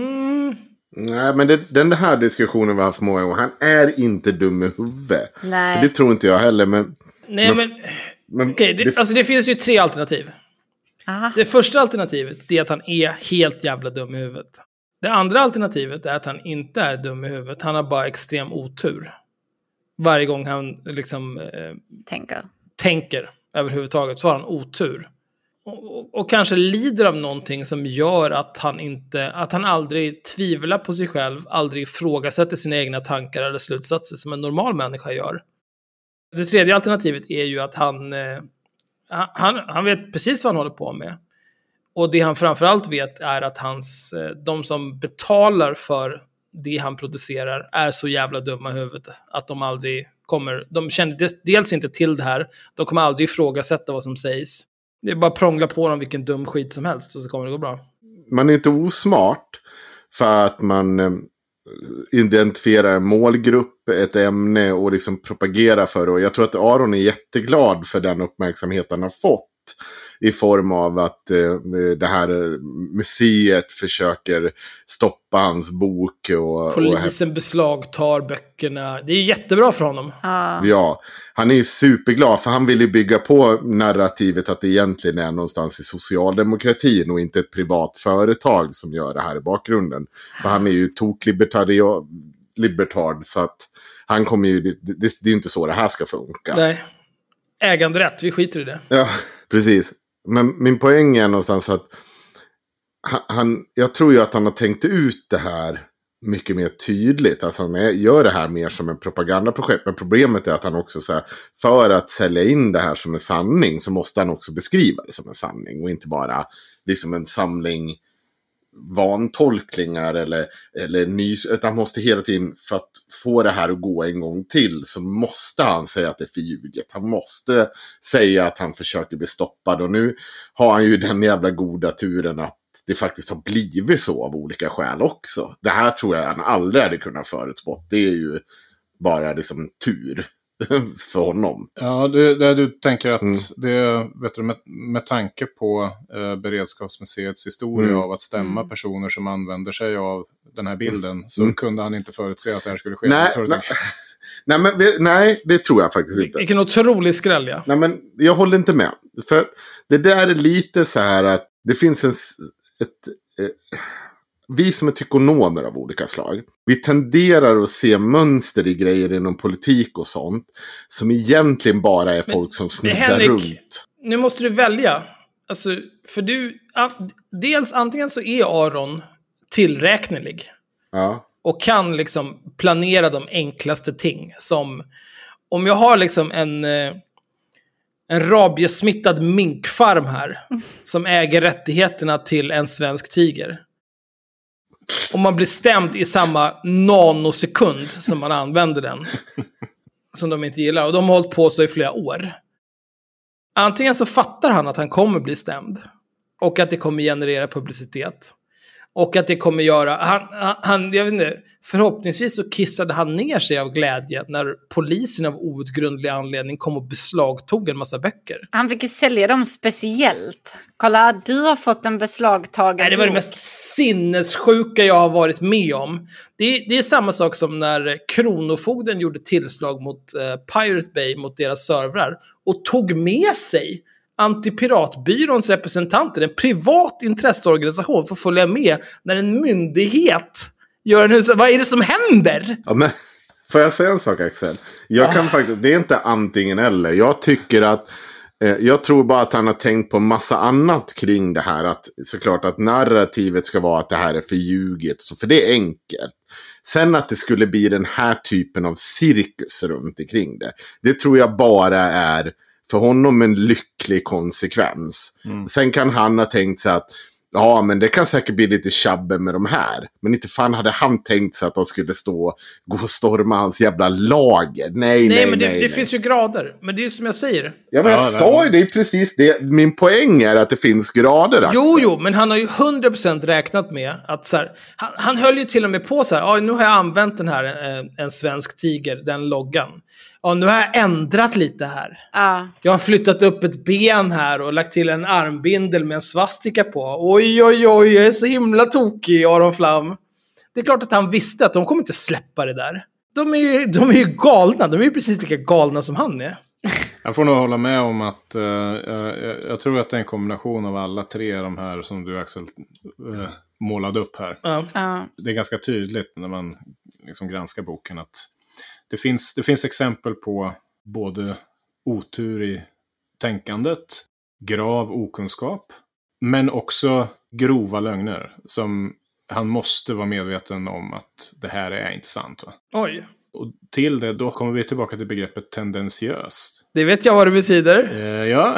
S6: Nej, men den här diskussionen vi har haft många gånger. Han är inte dum i huvudet.
S7: Nej.
S6: Det tror inte jag heller, men...
S4: Men okej, det finns ju 3 alternativ.
S7: Aha.
S4: Det första alternativet är att han är helt jävla dum i huvudet. Det andra alternativet är att han inte är dum i huvudet. Han har bara extrem otur. Varje gång han liksom tänker överhuvudtaget så har han otur. Och kanske lider av någonting som gör att han aldrig tvivlar på sig själv, aldrig ifrågasätter sina egna tankar eller slutsatser som en normal människa gör. Det tredje alternativet är ju att han vet precis vad han håller på med. Och det han framförallt vet är att de som betalar för det han producerar är så jävla dumma i huvudet att de aldrig kommer, de känner dels inte till det här, de kommer aldrig ifrågasätta vad som sägs. Det är bara att prångla på dem vilken dum skit som helst och så kommer det gå bra.
S6: Man är inte osmart för att man identifierar en målgrupp, ett ämne och liksom propagerar för det. Och jag tror att Aron är jätteglad för den uppmärksamhet han har fått i form av att det här museet försöker stoppa hans bok.
S4: Polisen beslagtar böckerna. Det är jättebra för honom.
S6: Ja, han är ju superglad för han vill ju bygga på narrativet att det egentligen är någonstans i socialdemokratin och inte ett privat företag som gör det här i bakgrunden. För han är ju libertard så att han kommer ju, det är ju inte så det här ska funka.
S4: Nej, äganderätt, vi skiter i det.
S6: Ja, precis. Men min poäng är någonstans att jag tror ju att han har tänkt ut det här mycket mer tydligt. Alltså han gör det här mer som en propagandaprojekt. Men problemet är att han också så här, för att sälja in det här som en sanning så måste han också beskriva det som en sanning. Och inte bara liksom en samling vantolkningar eller nys. Utan han måste hela tiden, för att få det här att gå en gång till, så måste han säga att det är förljuget. Han måste säga att han försöker bli stoppad. Och nu har han ju den jävla goda turen att det faktiskt har blivit så av olika skäl också. Det här tror jag han aldrig hade kunnat förutspått. Det är ju bara liksom tur för honom.
S5: Ja, det du tänker att det, vet du, med tanke på Beredskapsmuseets historia av att stämma personer som använder sig av den här bilden så kunde han inte förutse att det här skulle ske.
S6: Nej, det tror jag faktiskt inte.
S4: Vilken otrolig skräll, ja.
S6: Nej, men jag håller inte med. För det där är lite så här att det finns vi som är tykonomer av olika slag, vi tenderar att se mönster i grejer inom politik och sånt som egentligen bara är folk som snuddar runt.
S4: Nu måste du välja. Alltså, för dels antingen så är Aron tillräknelig.
S6: Ja.
S4: Och kan liksom planera de enklaste ting. Som om jag har liksom en rabiesmittad minkfarm här. Som äger rättigheterna till en svensk tiger. Och man blir stämd i samma nanosekund som man använder den. Som de inte gillar. Och de har hållit på så i flera år. Antingen så fattar han att han kommer bli stämd. Och att det kommer generera publicitet. Och att det kommer göra... Han, jag vet inte, förhoppningsvis så kissade han ner sig av glädje när polisen av outgrundlig anledning kom och beslagtog en massa böcker. Han
S7: fick ju sälja dem speciellt. Kolla, du har fått en beslagtagen.
S4: Nej, det var det mest sinnessjuka jag har varit med om. Det är samma sak som när Kronofogden gjorde tillslag mot Pirate Bay, mot deras servrar. Och tog med sig Antipiratbyråns representanter, en privat intresseorganisation, för att följa med när en myndighet gör en hus. Vad är det som händer?
S6: Ja, men får jag säga en sak, Axel? Jag kan faktiskt, det är inte antingen eller. Jag tycker att jag tror bara att han har tänkt på massa annat kring det här. Att såklart att narrativet ska vara att det här är förljuget, så för det är enkelt. Sen att det skulle bli den här typen av cirkus runt omkring det. Det tror jag bara är för honom en lycklig konsekvens. Sen kan han ha tänkt sig att ja, men det kan säkert bli lite tjabbe med de här. Men inte fan hade han tänkt sig att de skulle gå och storma hans jävla lager. Nej,
S4: men det finns ju grader. Men det är ju som jag säger.
S6: Ja, men jag sa ju det precis det. Min poäng är att det finns grader. Axel.
S4: Jo, men han har ju 100% räknat med att så här, han höll ju till och med på så här, nu har jag använt den här, en svensk tiger, den loggan. Ja, nu har jag ändrat lite här. Jag har flyttat upp ett ben här och lagt till en armbindel med en svastika på. Oj, jag är så himla tokig, Aron Flam. Det är klart att han visste att de kommer inte släppa det där. De är ju galna. De är ju precis lika galna som han är.
S5: Jag får nog hålla med om att jag tror att det är en kombination av alla tre de här som du, Axel, målade upp här. Det är ganska tydligt när man liksom granskar boken att det finns exempel på både otur i tänkandet, grav okunskap, men också grova lögner som han måste vara medveten om att det här är inte sant. Va?
S4: Oj.
S5: Och till det, då kommer vi tillbaka till begreppet tendentiöst.
S4: Det vet jag vad det betyder.
S5: Ja.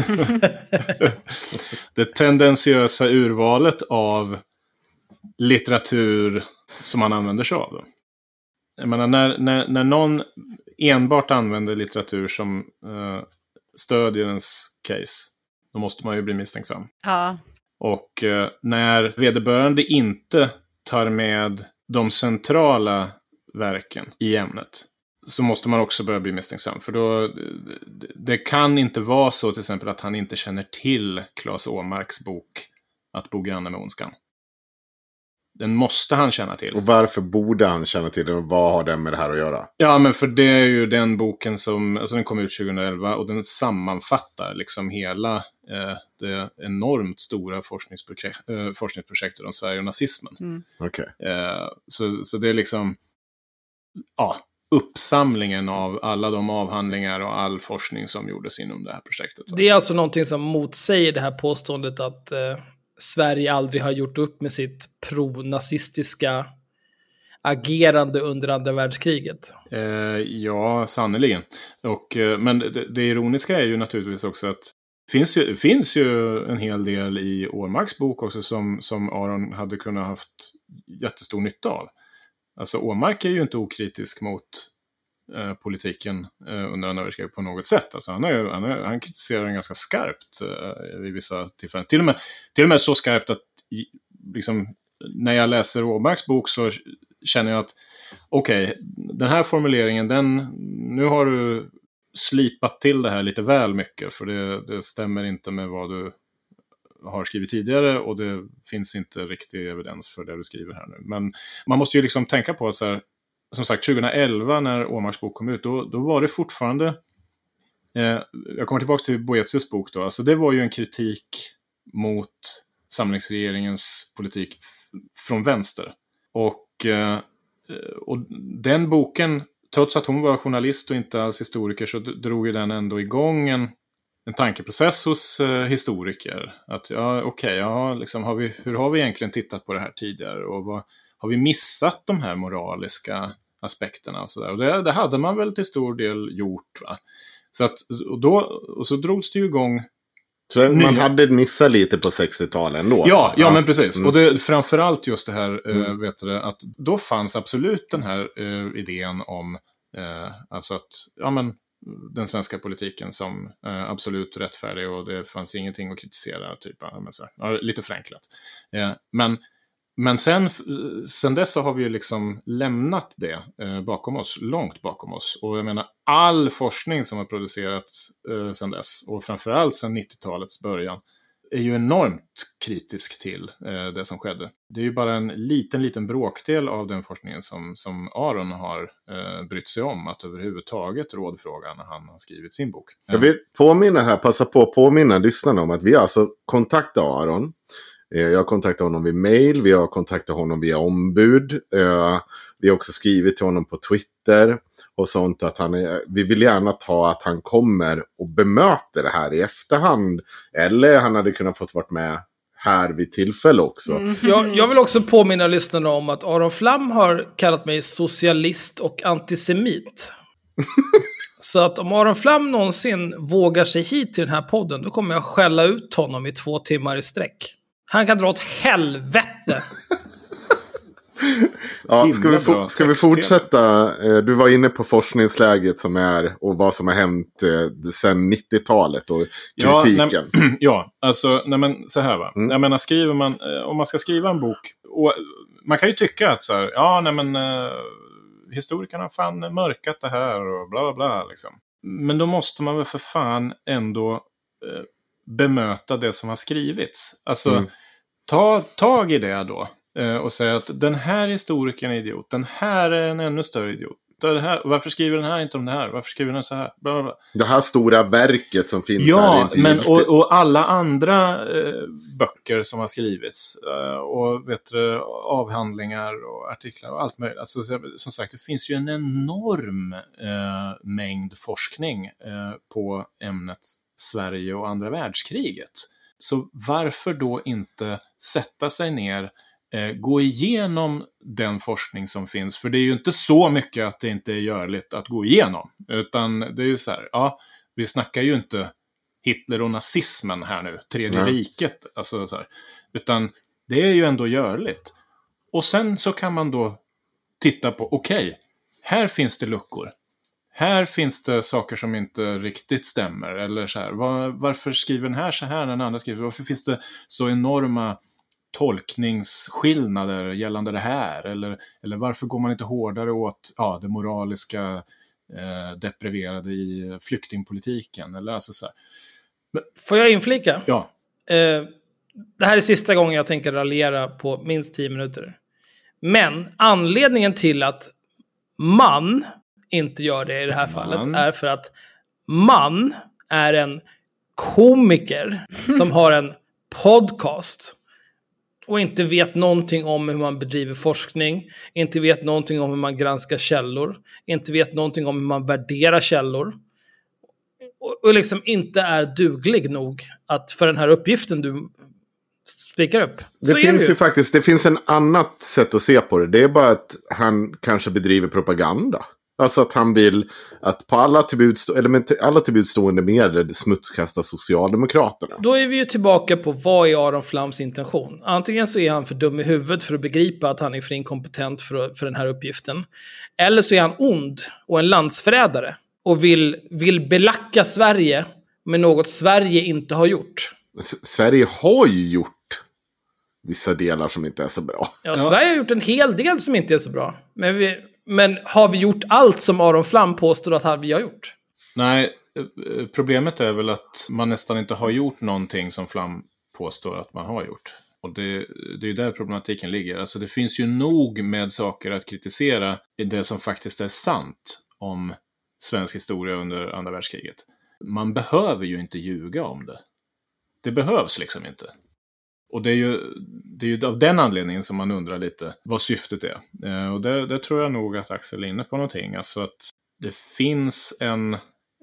S5: Det tendentiösa urvalet av litteratur som man använder sig av. Då. Jag menar, när någon enbart använder litteratur som stödjer ens case, då måste man ju bli misstänksam.
S7: Ja.
S5: Och när vederbörande inte tar med de centrala verken i ämnet, så måste man också börja bli misstänksam. För då, det kan inte vara så till exempel att han inte känner till Claes Åmarks bok Att bo granne med ondskan. Den måste han känna till.
S6: Och varför borde han känna till den? Och vad har den med det här att göra?
S5: Ja, men för det är ju den boken som, alltså den kom ut 2011 och den sammanfattar liksom hela det enormt stora forskningsprojektet om Sverige och nazismen.
S6: Okay.
S5: Så det är liksom uppsamlingen av alla de avhandlingar och all forskning som gjordes inom det här projektet.
S4: Det är alltså någonting som motsäger det här påståendet att Sverige aldrig har gjort upp med sitt pro-nazistiska agerande under andra världskriget.
S5: Ja, sannoliken. Men det ironiska är ju naturligtvis också att det finns ju en hel del i Åmarks bok också som Aron hade kunnat haft jättestor nytta av. Alltså Åmark är ju inte okritisk mot politiken under andra världskriget på något sätt. Alltså han kritiserar den ganska skarpt vid vissa tillfällen. Till och med så skarpt att liksom, när jag läser Åmarks bok så känner jag att okej, den här formuleringen, nu har du slipat till det här lite väl mycket, för det stämmer inte med vad du har skrivit tidigare och det finns inte riktig evidens för det du skriver här nu. Men man måste ju liksom tänka på så här, som sagt 2011 när Åmarks bok kom ut, då var det fortfarande jag kommer tillbaka till Boetius bok då, alltså det var ju en kritik mot samlingsregeringens politik från vänster. Och den boken, trots att hon var journalist och inte alls historiker, så drog ju den ändå igång en tankeprocess hos historiker. Att liksom, hur har vi egentligen tittat på det här tidigare? Och har vi missat de här moraliska aspekterna och sådär? Och det hade man väl till stor del gjort, va? Så att, och så drogs det ju igång.
S6: Så man hade missat lite på 60-talen då?
S5: Ja, men precis. Och det, framförallt just det här, vet du, att då fanns absolut den här idén om alltså att, den svenska politiken som absolut rättfärdig, och det fanns ingenting att kritisera, typ, lite förenklat. Men sen dess så har vi ju liksom lämnat det bakom oss, långt bakom oss. Och jag menar, all forskning som har producerats sen dess, och framförallt sen 90-talets början, är ju enormt kritisk till det som skedde. Det är ju bara en liten bråkdel av den forskningen som Aron har brytt sig om att överhuvudtaget rådfråga när han har skrivit sin bok.
S6: Jag vill passa på att påminna lyssnarna om att vi alltså kontaktat Aron. Jag har kontaktat honom vid mail, vi har kontaktat honom via ombud. Vi har också skrivit till honom på Twitter och sånt, att vi vill gärna ta att han kommer och bemöter det här i efterhand. Eller han hade kunnat fått vara med här vid tillfälle också.
S4: Jag vill också påminna lyssnarna om att Aron Flam har kallat mig socialist och antisemit. Så att om Aron Flam någonsin vågar sig hit till den här podden, då kommer jag skälla ut honom i 2 timmar i sträck. Han kan dra åt helvete.
S6: Ja, ska vi fortsätta? Du var inne på forskningsläget som är och vad som har hänt sedan 90-talet och kritiken.
S5: Så här, va. Jag menar, skriver man, om man ska skriva en bok, och man kan ju tycka att så här, historikerna har fan mörkat det här och bla bla bla liksom. Men då måste man väl för fan ändå bemöta det som har skrivits. Alltså, ta tag i det då. Och säga att den här historikern är idiot. Den här är en ännu större idiot. Varför skriver den här inte om det här? Varför skriver den så här? Bla bla bla.
S6: Det här stora verket som finns här är inte
S5: men och alla andra böcker som har skrivits. Och avhandlingar och artiklar och allt möjligt. Alltså, som sagt, det finns ju en enorm mängd forskning på ämnet Sverige och andra världskriget. Så varför då inte sätta sig ner, gå igenom den forskning som finns? För det är ju inte så mycket att det inte är görligt att gå igenom. Utan det är ju så här, vi snackar ju inte Hitler och nazismen här nu, Tredje riket, alltså så här. Utan det är ju ändå görligt. Och sen så kan man då titta på, okej, här finns det luckor. Här finns det saker som inte riktigt stämmer. Eller så här, varför skriver den här så här när den andra skriver? Varför finns det så enorma tolkningsskillnader gällande det här? Eller varför går man inte hårdare åt det moraliska depriverade i flyktingpolitiken? Eller alltså så här. Men,
S4: får jag inflika?
S5: Ja.
S4: Det här är sista gången jag tänker raljera på minst 10 minuter. Men anledningen till att man inte gör det i det här fallet är för att man är en komiker som har en podcast och inte vet någonting om hur man bedriver forskning, inte vet någonting om hur man granskar källor, inte vet någonting om hur man värderar källor och liksom inte är duglig nog att för den här uppgiften du spikar upp.
S6: Det finns ju faktiskt, det finns en annat sätt att se på det. Det är bara att han kanske bedriver propaganda. Alltså att han vill att på alla tillbudstående medel smutskasta Socialdemokraterna.
S4: Då är vi ju tillbaka på vad är Aron Flams intention. Antingen så är han för dum i huvudet för att begripa att han är för inkompetent för den här uppgiften. Eller så är han ond och en landsförrädare. Och vill belacka Sverige med något Sverige inte har gjort.
S6: Sverige har ju gjort vissa delar som inte är så bra.
S4: Ja, Sverige har gjort en hel del som inte är så bra. Men har vi gjort allt som Aron Flam påstår att vi har gjort?
S5: Nej, problemet är väl att man nästan inte har gjort någonting som Flam påstår att man har gjort. Och det är ju där problematiken ligger. Alltså det finns ju nog med saker att kritisera i det som faktiskt är sant om svensk historia under andra världskriget. Man behöver ju inte ljuga om det. Det behövs liksom inte. Och det är ju av den anledningen som man undrar lite vad syftet är. Och det tror jag nog att Axel är inne på någonting. Alltså att det finns en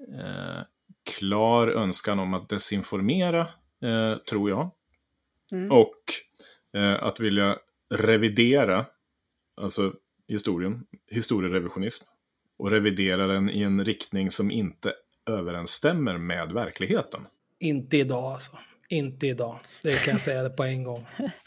S5: klar önskan om att desinformera, tror jag. Och att vilja revidera, alltså historierevisionism. Och revidera den i en riktning som inte överensstämmer med verkligheten.
S4: Inte idag alltså. Inte idag. Det kan jag säga det på en gång.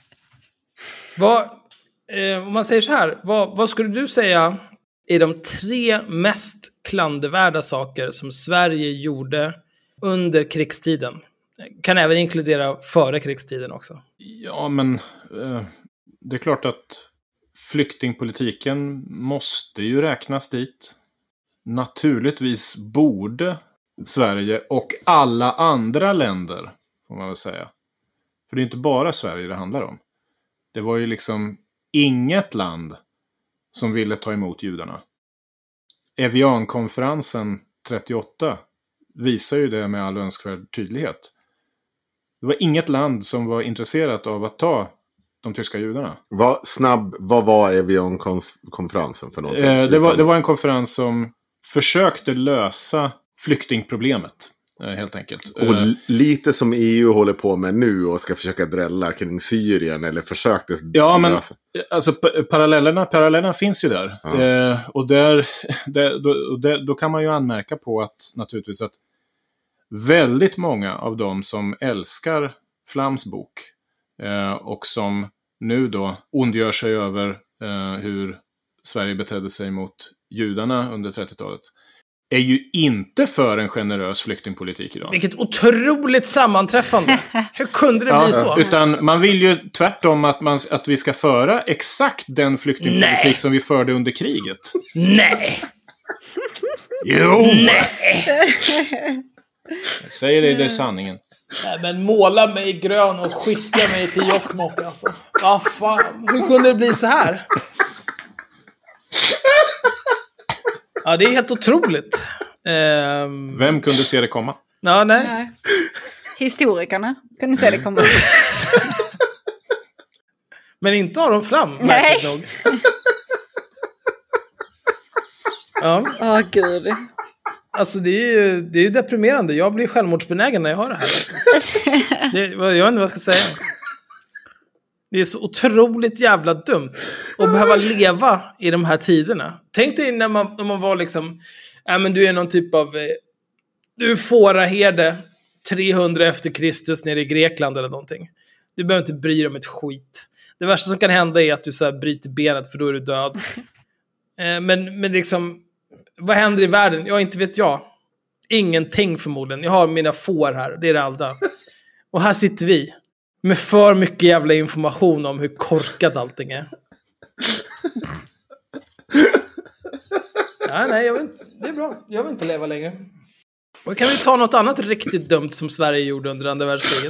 S4: Om man säger så här. Vad skulle du säga är de 3 mest klandervärda saker som Sverige gjorde under krigstiden? Kan även inkludera före krigstiden också.
S5: Ja, men det är klart att flyktingpolitiken måste ju räknas dit. Naturligtvis borde Sverige och alla andra länder, får man väl säga. För det är inte bara Sverige det handlar om. Det var ju liksom inget land som ville ta emot judarna. Evian-konferensen 38 visar ju det med all önskvärd tydlighet. Det var inget land som var intresserat av att ta de tyska judarna.
S6: Vad var Evian-konferensen för någonting?
S5: Det var en konferens som försökte lösa flyktingproblemet, helt enkelt.
S6: Och lite som EU håller på med nu och ska försöka drälla kring Syrien, eller försökte lösa.
S5: Ja, men alltså parallellerna finns ju där. Ja. Och då kan man ju anmärka på att naturligtvis att väldigt många av dem som älskar Flams bok och som nu då ondgör sig över hur Sverige betedde sig mot judarna under 30-talet är ju inte för en generös flyktingpolitik idag.
S4: Vilket otroligt sammanträffande. Hur kunde det bli så?
S5: Utan man vill ju tvärtom att vi ska föra exakt den flyktingpolitik som vi förde under kriget.
S4: Nej!
S5: Jo!
S4: Nej!
S5: Jag säger det är sanningen.
S4: Nej, men måla mig grön och skicka mig till Jokkmokk alltså. Vad fan, hur kunde det bli så här? Ja, det är helt otroligt.
S5: Vem kunde se det komma?
S4: Ja, nej.
S7: Historikerna kunde se det komma.
S4: Men inte har de fram, märkligt nog. Ja.
S7: Åh, gud.
S4: Alltså det är ju deprimerande. Jag blir självmordsbenägen när jag hör det här. Alltså. Jag vet inte vad jag ska säga. Det är så otroligt jävla dumt att behöva leva i de här tiderna. Tänk dig när man var liksom, men du är någon typ av, du är fåraherde 300 efter Kristus nere i Grekland eller någonting. Du behöver inte bry dig om ett skit. Det värsta som kan hända är att du så här bryter benet, för då är du död. Men liksom, vad händer i världen? Ja, inte vet jag. Ingenting förmodligen. Jag har mina får här, det är det alla. Och här sitter vi med för mycket jävla information om hur korkat allting är. Nej, det är bra. Jag vill inte leva längre. Och kan vi ta något annat riktigt dumt som Sverige gjorde under andra världskriget?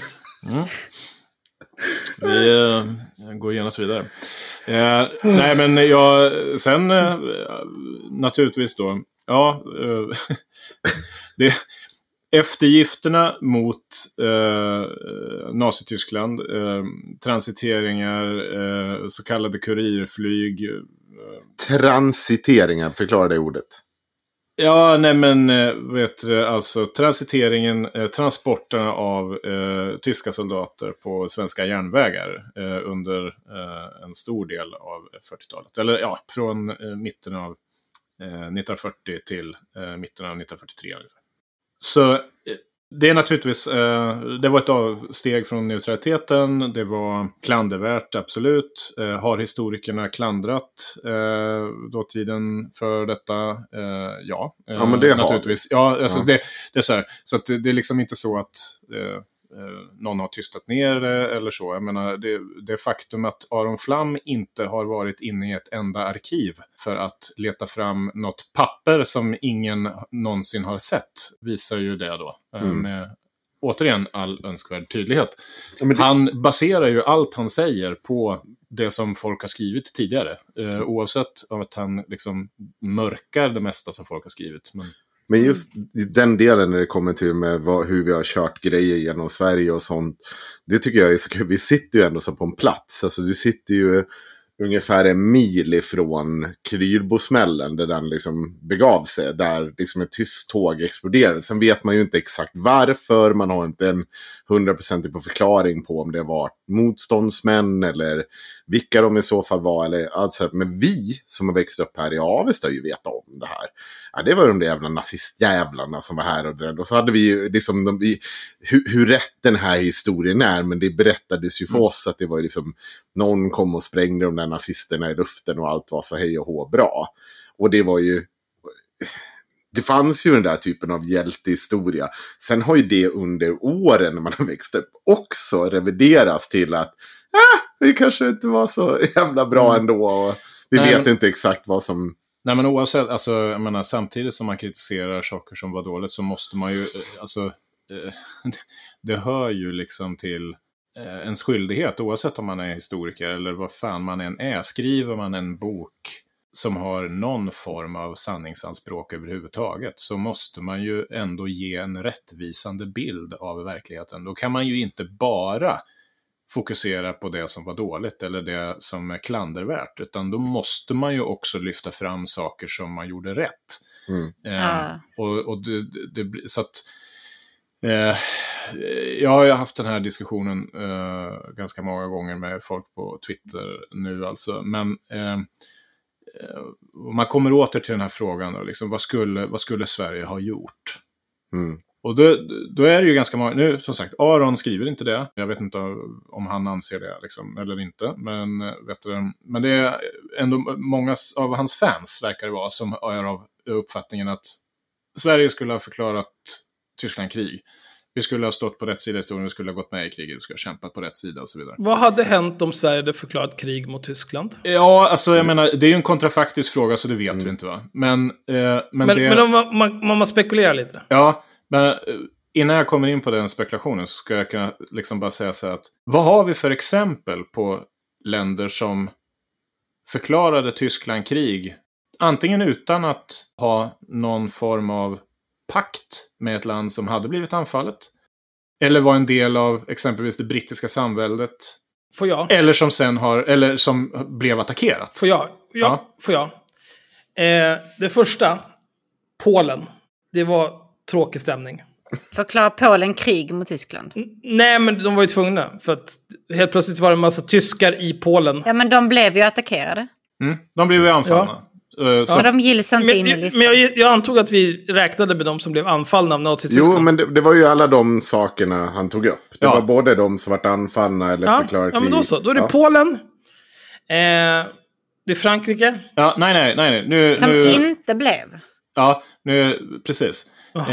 S5: Vi går genast vidare. Nej, men sen naturligtvis då, eftergifterna mot Nazityskland, transiteringar, så kallade kurirflyg.
S6: Transiteringar, förklara det ordet.
S5: Ja, nej men alltså transiteringen, transporterna av tyska soldater på svenska järnvägar under en stor del av 40-talet. Eller ja, från mitten av 1940 till mitten av 1943 ungefär. Så det är naturligtvis, det var ett avsteg från neutraliteten, det var klandervärt, absolut. Har historikerna klandrat dåtiden för detta? Ja,
S6: men det
S5: naturligtvis. Ja, alltså det är så här, så att det är liksom inte så att någon har tystat ner eller så. Jag menar, det faktum att Aron Flam inte har varit inne i ett enda arkiv för att leta fram något papper som ingen någonsin har sett visar ju det då. Med återigen all önskvärd tydlighet. Han baserar ju allt han säger på det som folk har skrivit tidigare. Oavsett att han liksom mörkar det mesta som folk har skrivit. Men
S6: Men just den delen när det kommer till med hur vi har kört grejer genom Sverige och sånt. Det tycker jag är så kul. Vi sitter ju ändå så på en plats. Alltså du sitter ju ungefär 1 mil ifrån Krylbosmällen där den liksom begav sig. Där liksom ett tyst tåg exploderade. Sen vet man ju inte exakt varför. Man har inte en 100% på förklaring på om det var motståndsmän eller vilka de i så fall var. Eller alltså, men vi som har växt upp här i Avesta ju vet om det här. Ja, det var de där jävla nazistjävlarna som var här. Och så hade vi ju liksom hur rätt den här historien är. Men det berättades ju för oss att det var liksom någon kom och sprängde de där nazisterna i luften och allt var så hej och hå bra. Och det var ju... Det fanns ju den där typen av hjältehistoria. Sen har ju det under åren när man har växt upp också reviderats till att vi kanske inte var så jävla bra ändå. Och vi vet inte exakt vad som...
S5: Nej, men oavsett, alltså, jag menar, samtidigt som man kritiserar saker som var dåligt så måste man ju, alltså, det hör ju liksom till ens skyldighet, oavsett om man är historiker eller vad fan man än är. Skriver man en bok som har någon form av sanningsanspråk överhuvudtaget så måste man ju ändå ge en rättvisande bild av verkligheten. Då kan man ju inte bara fokusera på det som var dåligt eller det som är klandervärt, utan då måste man ju också lyfta fram saker som man gjorde rätt. Och så att jag har ju haft den här diskussionen ganska många gånger med folk på Twitter nu alltså, men man kommer åter till den här frågan då, liksom, vad skulle Sverige ha gjort? Och då är det ju ganska många, nu som sagt, Aron skriver inte det. Jag vet inte om han anser det liksom, eller inte. Men det är ändå många av hans fans verkar det vara som är av uppfattningen att Sverige skulle ha förklarat Tyskland krig. Vi skulle ha stått på rätt sida i historien, vi skulle ha gått med i kriget, vi skulle ha kämpat på rätt sida och så vidare.
S4: Vad hade hänt om Sverige hade förklarat krig mot Tyskland?
S5: Ja, alltså jag menar, det är ju en kontrafaktisk fråga så det vet vi inte va. Men
S4: om man spekulerar lite.
S5: Ja, men innan jag kommer in på den spekulationen så ska jag kunna liksom bara säga så att vad har vi för exempel på länder som förklarade Tyskland krig antingen utan att ha någon form av pakt med ett land som hade blivit anfallet eller var en del av exempelvis det brittiska samväldet.
S4: Får jag?
S5: Eller som sen eller som blev attackerat.
S4: Får jag? Får jag? Det första, Polen. Det var tråkig stämning.
S7: Förklarar Polen krig mot Tyskland?
S4: Nej, men de var ju tvungna. För att helt plötsligt var det en massa tyskar i Polen.
S7: Ja, men de blev ju attackerade.
S5: De blev ju anfallna.
S7: Så de gills inte in i listan.
S4: Men jag antog att vi räknade med de som blev anfallna av Nazi-Tyskland.
S6: Jo, men det var ju alla de sakerna han tog upp. Det var både de som var anfallna eller förklarade krig.
S4: Ja, men då så. Då är det Polen. Det är Frankrike.
S5: Ja, nej. Nu,
S7: som inte blev.
S5: Ja, precis.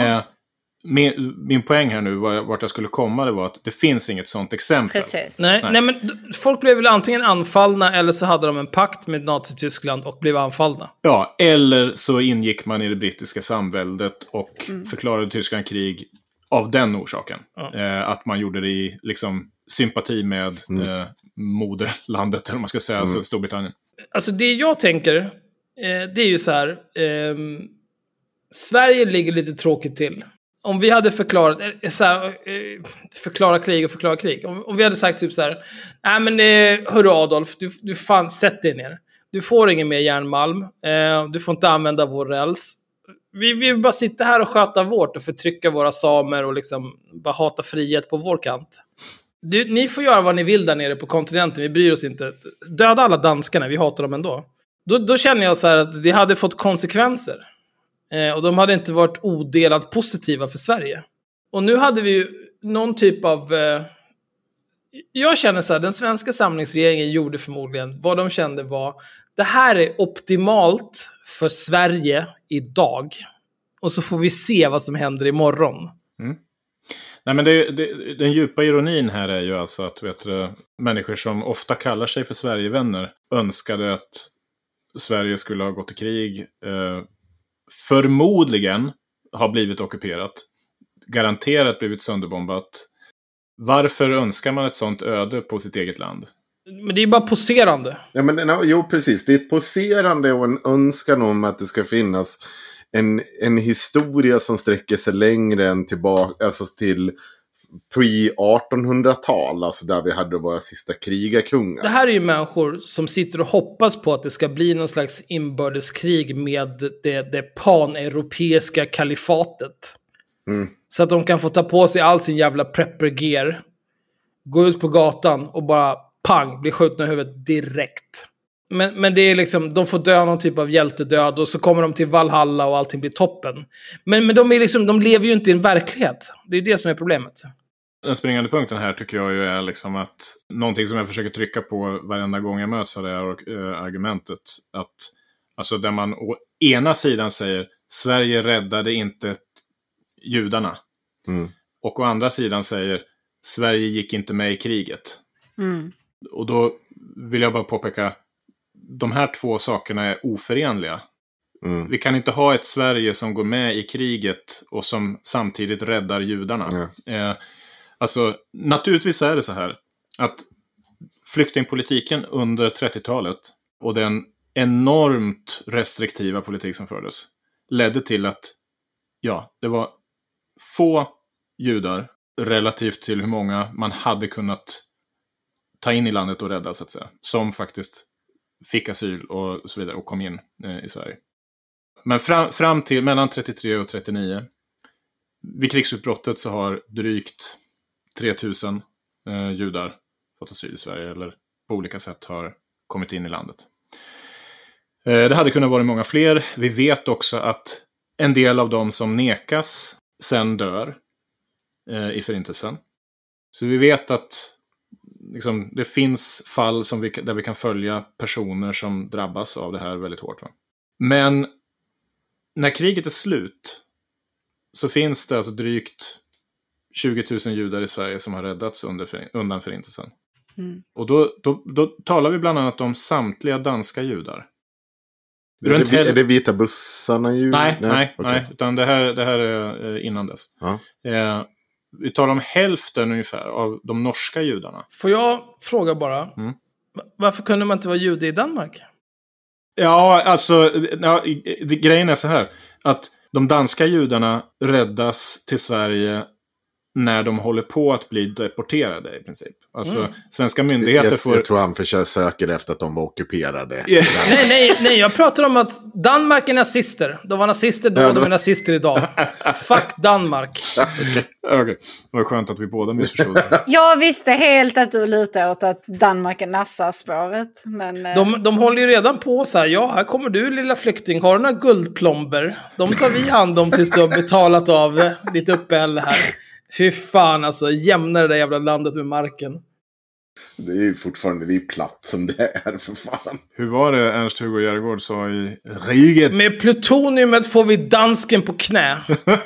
S5: Min poäng här nu, vart jag skulle komma, det var att det finns inget sånt exempel.
S7: Precis.
S4: Nej, men folk blev väl antingen anfallna eller så hade de en pakt med Nazi-Tyskland och blev anfallna.
S5: Ja, eller så ingick man i det brittiska samväldet och förklarade Tyskland krig av den orsaken. Att man gjorde det i liksom sympati med moderlandet, eller man ska säga, alltså Storbritannien.
S4: Alltså det jag tänker, det är ju så här, Sverige ligger lite tråkigt till. Om vi hade förklarat förklara krig. Om vi hade sagt typ så här, nej men hörru Adolf, du fan sätt dig ner. Du får ingen mer järnmalm. Du får inte använda vår räls. Vi vill bara sitta här och sköta vårt och förtrycka våra samer och liksom bara hata frihet på vår kant. Ni får göra vad ni vill där nere på kontinenten. Vi bryr oss inte. Döda alla danskarna, vi hatar dem ändå. Då känner jag så här att det hade fått konsekvenser. Och de hade inte varit odelat positiva för Sverige. Och nu hade vi ju någon typ av... jag känner så här, den svenska samlingsregeringen gjorde förmodligen vad de kände var: det här är optimalt för Sverige idag. Och så får vi se vad som händer imorgon.
S5: Nej, men den djupa ironin här är ju alltså att människor som ofta kallar sig för Sverigevänner önskade att Sverige skulle ha gått i krig, förmodligen har blivit ockuperat, garanterat blivit sönderbombat. Varför önskar man ett sånt öde på sitt eget land?
S4: Men det är ju bara poserande.
S6: Ja, men, jo, precis. Det är ett poserande och en önskan om att det ska finnas en historia som sträcker sig längre än tillbaka, alltså till pre-1800-tal, alltså där vi hade våra sista krigarkungar.
S4: Det här är ju människor som sitter och hoppas på att det ska bli någon slags inbördeskrig med det pan-europeiska kalifatet. Så att de kan få ta på sig all sin jävla prepper-gear, gå ut på gatan och bara pang, bli skjutna i huvudet direkt. Men det är liksom, de får dö någon typ av hjältedöd och så kommer de till Valhalla och allting blir toppen. Men de är liksom, de lever ju inte i en verklighet. Det är det som är problemet.
S5: Den springande punkten här tycker jag ju är liksom att någonting som jag försöker trycka på varenda gång jag möts av det här argumentet, att alltså där man å ena sidan säger Sverige räddade inte judarna, och å andra sidan säger Sverige gick inte med i kriget. Och då vill jag bara påpeka, de här två sakerna är oförenliga. Vi kan inte ha ett Sverige som går med i kriget och som samtidigt räddar judarna. Alltså, naturligtvis är det så här att flyktingpolitiken under 30-talet och den enormt restriktiva politik som fördes ledde till att det var få judar relativt till hur många man hade kunnat ta in i landet och rädda, så att säga, som faktiskt fick asyl och så vidare och kom in i Sverige. Men fram till mellan 33 och 39 vid krigsutbrottet så har drygt 3000 judar fått asyl i Sverige eller på olika sätt har kommit in i landet. Det hade kunnat vara många fler. Vi vet också att en del av dem som nekas sen dör i förintelsen. Så vi vet att liksom, det finns fall där vi kan följa personer som drabbas av det här väldigt hårt. Va? Men när kriget är slut så finns det alltså drygt 20 000 judar i Sverige som har räddats undan förintelsen. Och då talar vi bland annat om samtliga danska judar.
S6: Är det vita bussarna judar?
S5: Nej, utan det här är innan dess. Vi talar om hälften ungefär av de norska judarna.
S4: Får jag fråga bara, varför kunde man inte vara jude i Danmark?
S5: Ja, alltså, grejen är så här, att de danska judarna räddas till Sverige när de håller på att bli deporterade i princip. Alltså, svenska myndigheter får...
S6: Jag tror han söker efter att de var ockuperade.
S5: Yeah.
S4: Nej, jag pratar om att Danmark är nazister. De var nazister då, de är nazister idag. Fuck Danmark.
S5: Okej. Det var skönt att vi båda missförstod.
S7: Jag visste helt att du lutar åt att Danmark är nassarspåret. Men...
S4: De håller ju redan på så här, här kommer du lilla flykting, har du några guldplomber? De tar vi hand om tills du har betalat av ditt uppehälle här. Fy fan alltså, jämna det där jävla landet med marken.
S6: Det är ju fortfarande, det är platt som det är, för fan.
S5: Hur var det Ernst-Hugo Järegård sa i Riget?
S4: Med plutoniumet får vi dansken på knä.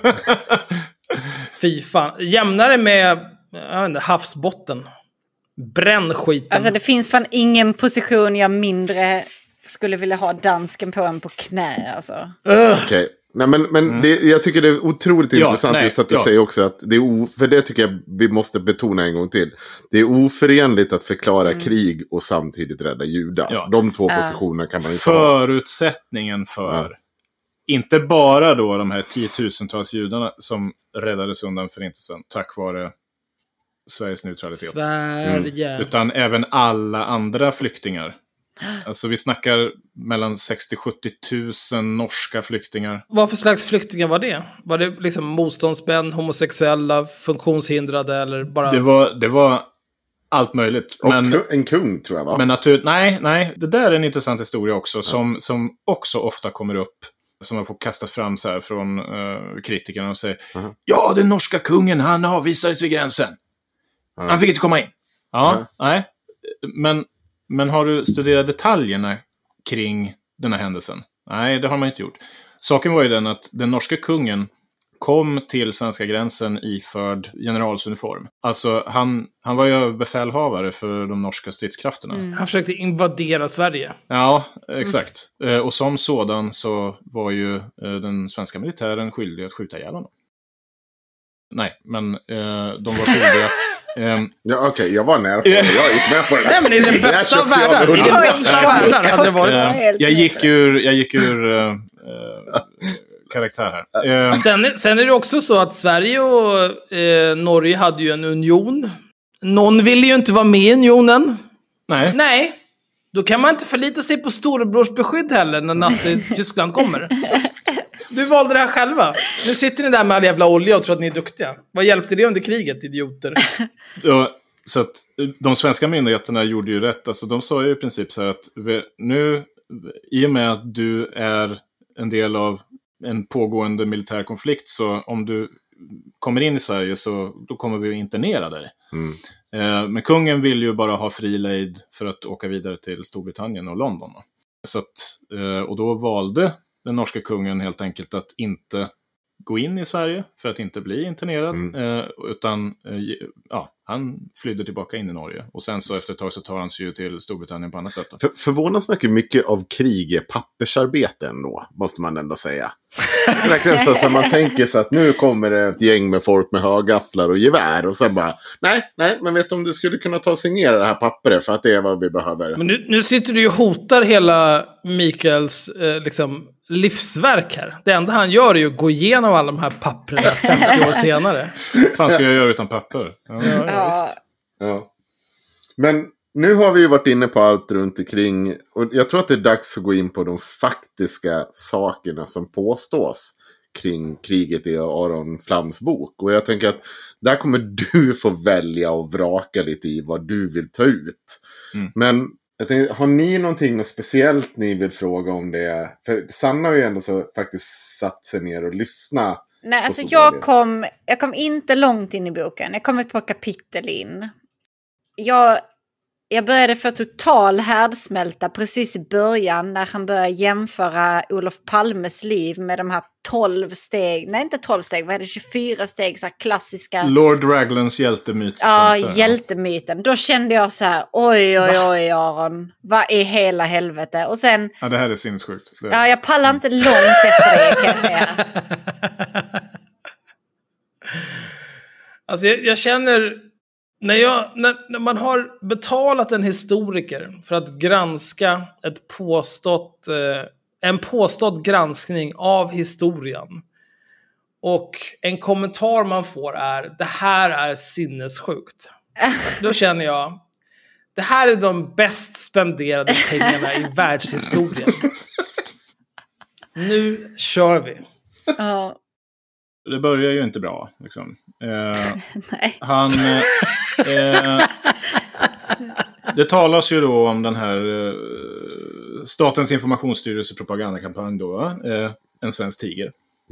S4: Fy fan, jämna det med, jag vet inte, havsbotten. Bränn skiten.
S7: Alltså det finns fan ingen position jag mindre skulle vilja ha dansken på än på knä, alltså.
S6: Okej. Nej, men jag tycker det är otroligt intressant just att du säger också att det är för det tycker jag vi måste betona en gång till. Det är oförenligt att förklara krig och samtidigt rädda judar. Ja. De två positionerna kan man inte
S5: Förutsättningen för inte bara då de här 10-tusentals judarna som räddades undan förintelsen tack vare Sveriges neutralitet.
S4: Sverige.
S5: Utan även alla andra flyktingar. Alltså vi snackar mellan 60-70 000 norska flyktingar.
S4: Vad för slags flyktingar var det? Var det liksom motståndsmän, homosexuella, funktionshindrade eller bara...
S5: Det var allt möjligt.
S6: Och en kung tror jag, va?
S5: Men nej, det där är en intressant historia också som också ofta kommer upp, som man får kasta fram så här från kritikerna och säger ja, den norska kungen, han avvisades vid gränsen. Han fick inte komma in. Nej. Men har du studerat detaljerna kring den här händelsen? Nej, det har man inte gjort. Saken var ju den att den norska kungen kom till svenska gränsen iförd generalsuniform. Alltså, han var ju befälhavare för de norska stridskrafterna.
S4: Han försökte invadera Sverige.
S5: Ja, exakt. Och som sådan så var ju den svenska militären skyldig att skjuta ihjäl honom. Nej, men de var skyldiga...
S6: Ja, okej, jag var nära på det. Jag gick med på det.
S4: Nej, men i den bästa av världar. I den bästa av världar hade det varit så.
S5: Jag gick ur karaktär här.
S4: Sen är det också så att Sverige och Norge hade ju en union. Någon ville ju inte vara med i unionen. Nej. Då kan man inte förlita sig på storebrors beskydd heller när Nazi-Tyskland kommer. Du valde det här själva. Nu sitter ni där med all jävla olja och tror att ni är duktiga. Vad hjälpte det under kriget, idioter?
S5: Så att de svenska myndigheterna gjorde ju rätt. Alltså de sa ju i princip så här att nu, i och med att du är en del av en pågående militär konflikt, så om du kommer in i Sverige så då kommer vi att internera dig. Men kungen vill ju bara ha fri lejd för att åka vidare till Storbritannien och London. Så att, och då valde den norska kungen helt enkelt att inte gå in i Sverige för att inte bli internerad, utan han flydde tillbaka in i Norge. Och sen så efter ett tag så tar han sig ju till Storbritannien på annat sätt.
S6: Förvånansvärt mycket av krig är pappersarbete ändå, måste man ändå säga. Verkligen så man tänker sig att nu kommer det ett gäng med folk med högafflar och gevär och sen bara, nej, men vet du om du skulle kunna ta och signera det här pappret för att det är vad vi behöver.
S4: Men nu sitter du ju och hotar hela Mikaels livsverk här. Det enda han gör är ju att gå igenom alla de här papperna 50 år senare.
S5: Fan ska jag göra utan papper?
S6: Ja. Men nu har vi ju varit inne på allt runt omkring. Och jag tror att det är dags att gå in på de faktiska sakerna som påstås kring kriget i Aron Flams bok. Och jag tänker att där kommer du få välja och vraka lite i vad du vill ta ut. Men jag tänkte, har ni någonting speciellt ni vill fråga om det? För Sanna har ju ändå så faktiskt satt sig ner och lyssna.
S7: Nej, alltså jag kom inte långt in i boken. Jag kom ett par kapitel in. Jag började få total härdsmälta precis i början när han började jämföra Olof Palmes liv med de här 12 steg. Nej, inte 12 steg. Vad är det? 24 steg, så här klassiska.
S5: Lord Raglans hjältemyt.
S7: Ja, hjältemyten. Då kände jag så här, oj Aron. Vad är hela helvete? Och sen...
S5: Ja, det här är sinnessjukt.
S7: Ja, jag pallar inte långt efter det, kan jag säga.
S4: Alltså jag känner... När man har betalat en historiker för att granska en påstådd granskning av historien, och en kommentar man får är det här är sinnessjukt, då känner jag det här är de bäst spenderade pengarna i världshistorien. Nu kör vi.
S7: Ja.
S5: Det börjar ju inte bra liksom.
S7: Nej.
S5: Det talas ju då om den här Statens informationsstyrelse propagandakampanj då, en svensk tiger.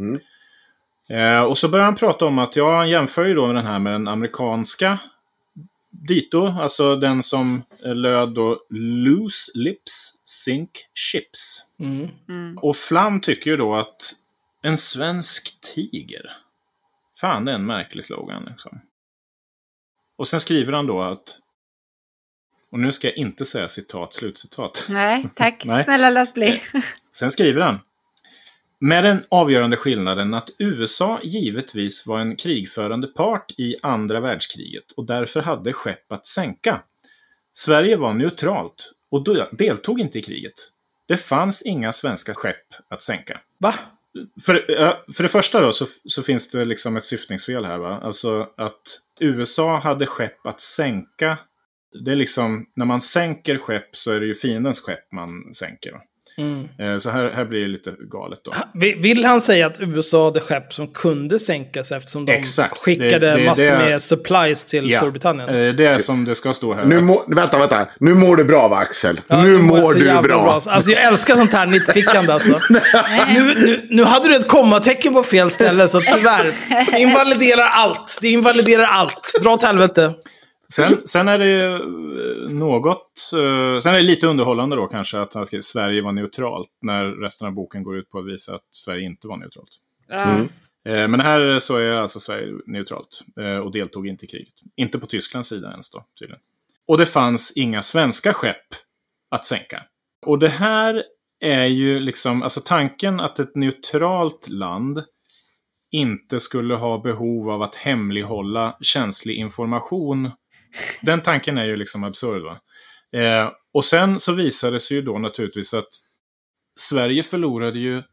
S5: Och så börjar han prata om att han jämför ju då med den här med den amerikanska dito, alltså den som löd då loose lips sink ships. Och Flam tycker ju då att en svensk tiger. Fan, det är en märklig slogan liksom. Och sen skriver han då att, och nu ska jag inte säga citat, slutcitat.
S7: Nej, tack. Nej. Snälla låt bli.
S5: Sen skriver han: med den avgörande skillnaden att USA givetvis var en krigförande part i andra världskriget och därför hade skepp att sänka. Sverige var neutralt och deltog inte i kriget. Det fanns inga svenska skepp att sänka.
S4: Va?
S5: För det första då så finns det liksom ett syftningsfel här, va? Alltså att USA hade skepp att sänka. Det är liksom, när man sänker skepp så är det ju fiendens skepp man sänker, va? Så här blir det lite galet då.
S4: Vill han säga att USA hade skepp som kunde sänkas eftersom de skickade massor med supplies till Storbritannien?
S5: Det är som det ska stå här.
S6: Vänta. Nu mår du bra, va, Axel? Ja, nu mår du bra.
S4: Alltså jag älskar sånt här nitpickande alltså. nu hade du ett kommatecken på fel ställe, så tyvärr. Det invaliderar allt. Dra åt helvete.
S5: Sen är det sen är det lite underhållande då kanske att han skriver Sverige var neutralt när resten av boken går ut på att visa att Sverige inte var neutralt. Men här så är alltså Sverige neutralt och deltog inte i kriget. Inte på Tysklands sida ens då, tydligen. Och det fanns inga svenska skepp att sänka. Och det här är ju liksom, alltså tanken att ett neutralt land inte skulle ha behov av att hemlighålla känslig information. Den tanken är ju liksom absurd, va? Och sen så visade det sig ju då naturligtvis att Sverige förlorade ju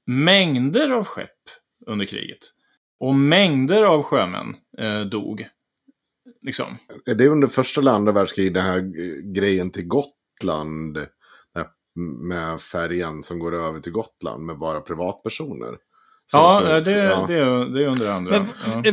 S5: mängder av skepp under kriget. Och mängder av sjömän dog. Liksom.
S6: Är det under första eller andra världskriget den här grejen till Gotland med färjan som går över till Gotland med bara privatpersoner?
S5: Det är under andra.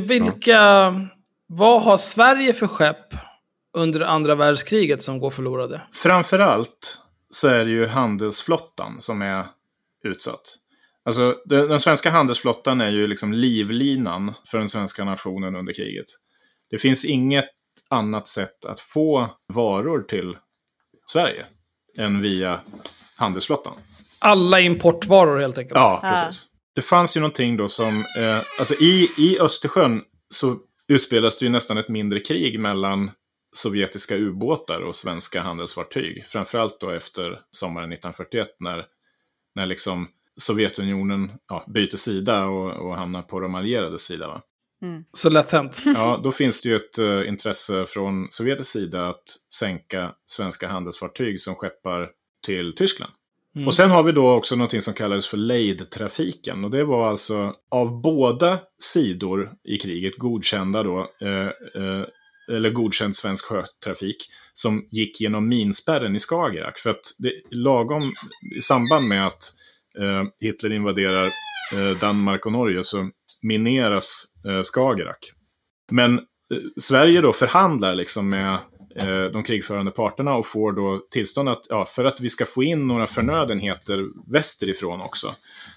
S4: Men vad har Sverige för skepp under andra världskriget som går förlorade?
S5: Framförallt så är det ju handelsflottan som är utsatt. Alltså den svenska handelsflottan är ju liksom livlinan för den svenska nationen under kriget. Det finns inget annat sätt att få varor till Sverige än via handelsflottan.
S4: Alla importvaror helt enkelt.
S5: Ja, precis. Det fanns ju någonting då som... alltså i Östersjön så utspelas det ju nästan ett mindre krig mellan sovjetiska ubåtar och svenska handelsfartyg. Framförallt då efter sommaren 1941 när liksom Sovjetunionen byter sida och hamnar på de allierades sida, va?
S4: Så lätt hänt.
S5: Ja, då finns det ju ett intresse från sovjetisk sida att sänka svenska handelsfartyg som skeppar till Tyskland. Och sen har vi då också något som kallades för lejdtrafiken. Och det var alltså av båda sidor i kriget godkända då, eller godkänd svensk sjötrafik som gick genom minspärren i Skagerrak. För att det lagom i samband med att Hitler invaderar Danmark och Norge så mineras Skagerrak. Men Sverige då förhandlar liksom med de krigförande parterna och får då tillstånd att, för att vi ska få in några förnödenheter västerifrån också,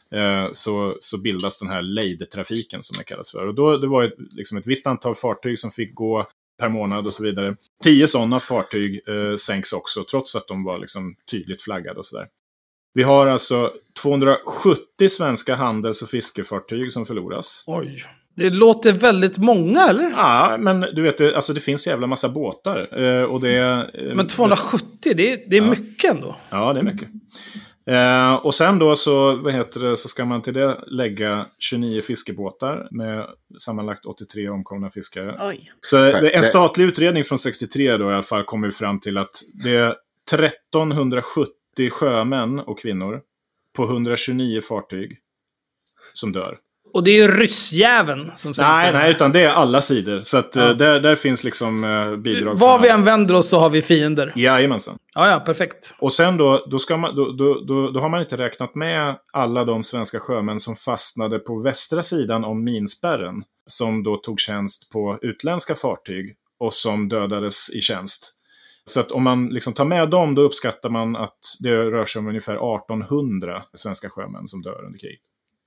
S5: så bildas den här lejdtrafiken som det kallas för. Och då det var liksom ett visst antal fartyg som fick gå per månad och så vidare. 10 sådana fartyg sänks också, trots att de var liksom tydligt flaggade och sådär. Vi har alltså 270 svenska handels- och fiskefartyg som förloras.
S4: Oj, det låter väldigt många, eller?
S5: Ja, men du vet, det finns jävla massa båtar. Och
S4: men 270, det är mycket ändå.
S5: Ja, det är mycket. Och sen då så ska man till det lägga 29 fiskebåtar med sammanlagt 83 omkomna fiskare.
S7: Oj.
S5: Så en statlig utredning från 63 då i alla fall kommer fram till att det är 1370 sjömän och kvinnor på 129 fartyg som dör.
S4: Och det är ju ryssjäveln som säger
S5: Nej, utan det är alla sidor. Så att där finns liksom bidrag.
S4: Var vi än vänder oss så har vi fiender.
S5: Jajamensan.
S4: Ja, perfekt.
S5: Och sen då har man inte räknat med alla de svenska sjömän som fastnade på västra sidan om minspärren, som då tog tjänst på utländska fartyg och som dödades i tjänst. Så att om man liksom tar med dem, då uppskattar man att det rör sig om ungefär 1800 svenska sjömän som dör under kriget.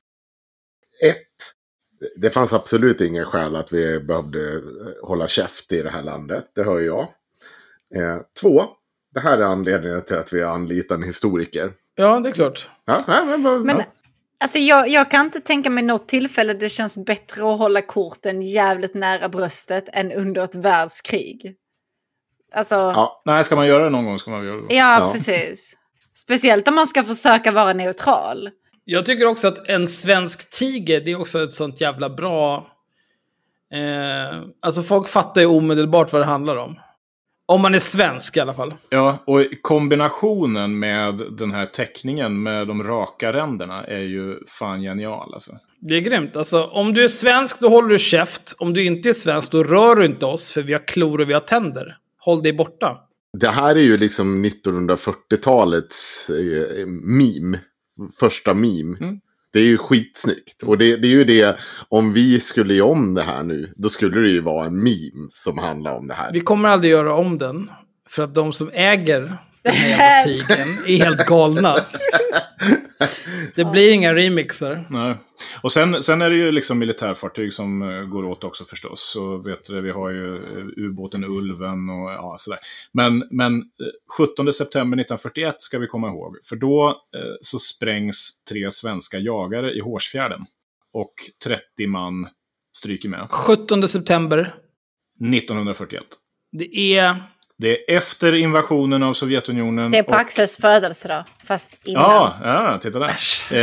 S6: 1. Det fanns absolut ingen skäl att vi behövde hålla käft i det här landet. Det hör jag. 2. Det här är anledningen till att vi anlitar en historiker.
S4: Ja, det är klart.
S6: Ja,
S7: men alltså jag kan inte tänka mig något tillfälle där det känns bättre att hålla korten jävligt nära bröstet än under ett världskrig. Alltså...
S5: Nej, ska man göra det någon gång ska man göra det.
S7: Ja, precis. Speciellt om man ska försöka vara neutral.
S4: Jag tycker också att en svensk tiger, det är också ett sånt jävla bra... alltså folk fattar ju omedelbart vad det handlar om. Om man är svensk i alla fall.
S5: Ja, och kombinationen med den här teckningen med de raka ränderna är ju fan genial alltså.
S4: Det är grymt. Alltså, om du är svensk då håller du käft. Om du inte är svensk då rör du inte oss för vi har klor och vi har tänder. Håll dig borta.
S6: Det här är ju liksom 1940-talets meme. Första meme. Det är ju skitsnyggt. Och det är ju det, om vi skulle göra om det här nu, då skulle det ju vara en meme som handlar om det här.
S4: Vi kommer aldrig göra om den. För att de som äger den här jävla tigern är helt galna. Det blir inga remixer.
S5: Nej. Och sen är det ju liksom militärfartyg som går åt också förstås. Och vet du, vi har ju ubåten Ulven och sådär. Men 17 september 1941 ska vi komma ihåg. För då så sprängs 3 svenska jagare i Hårsfjärden. Och 30 man stryker med.
S4: 17 september
S5: 1941. Det är efter invasionen av Sovjetunionen.
S7: Det är på Axels födelsedag, fast innan.
S5: Ja, titta där.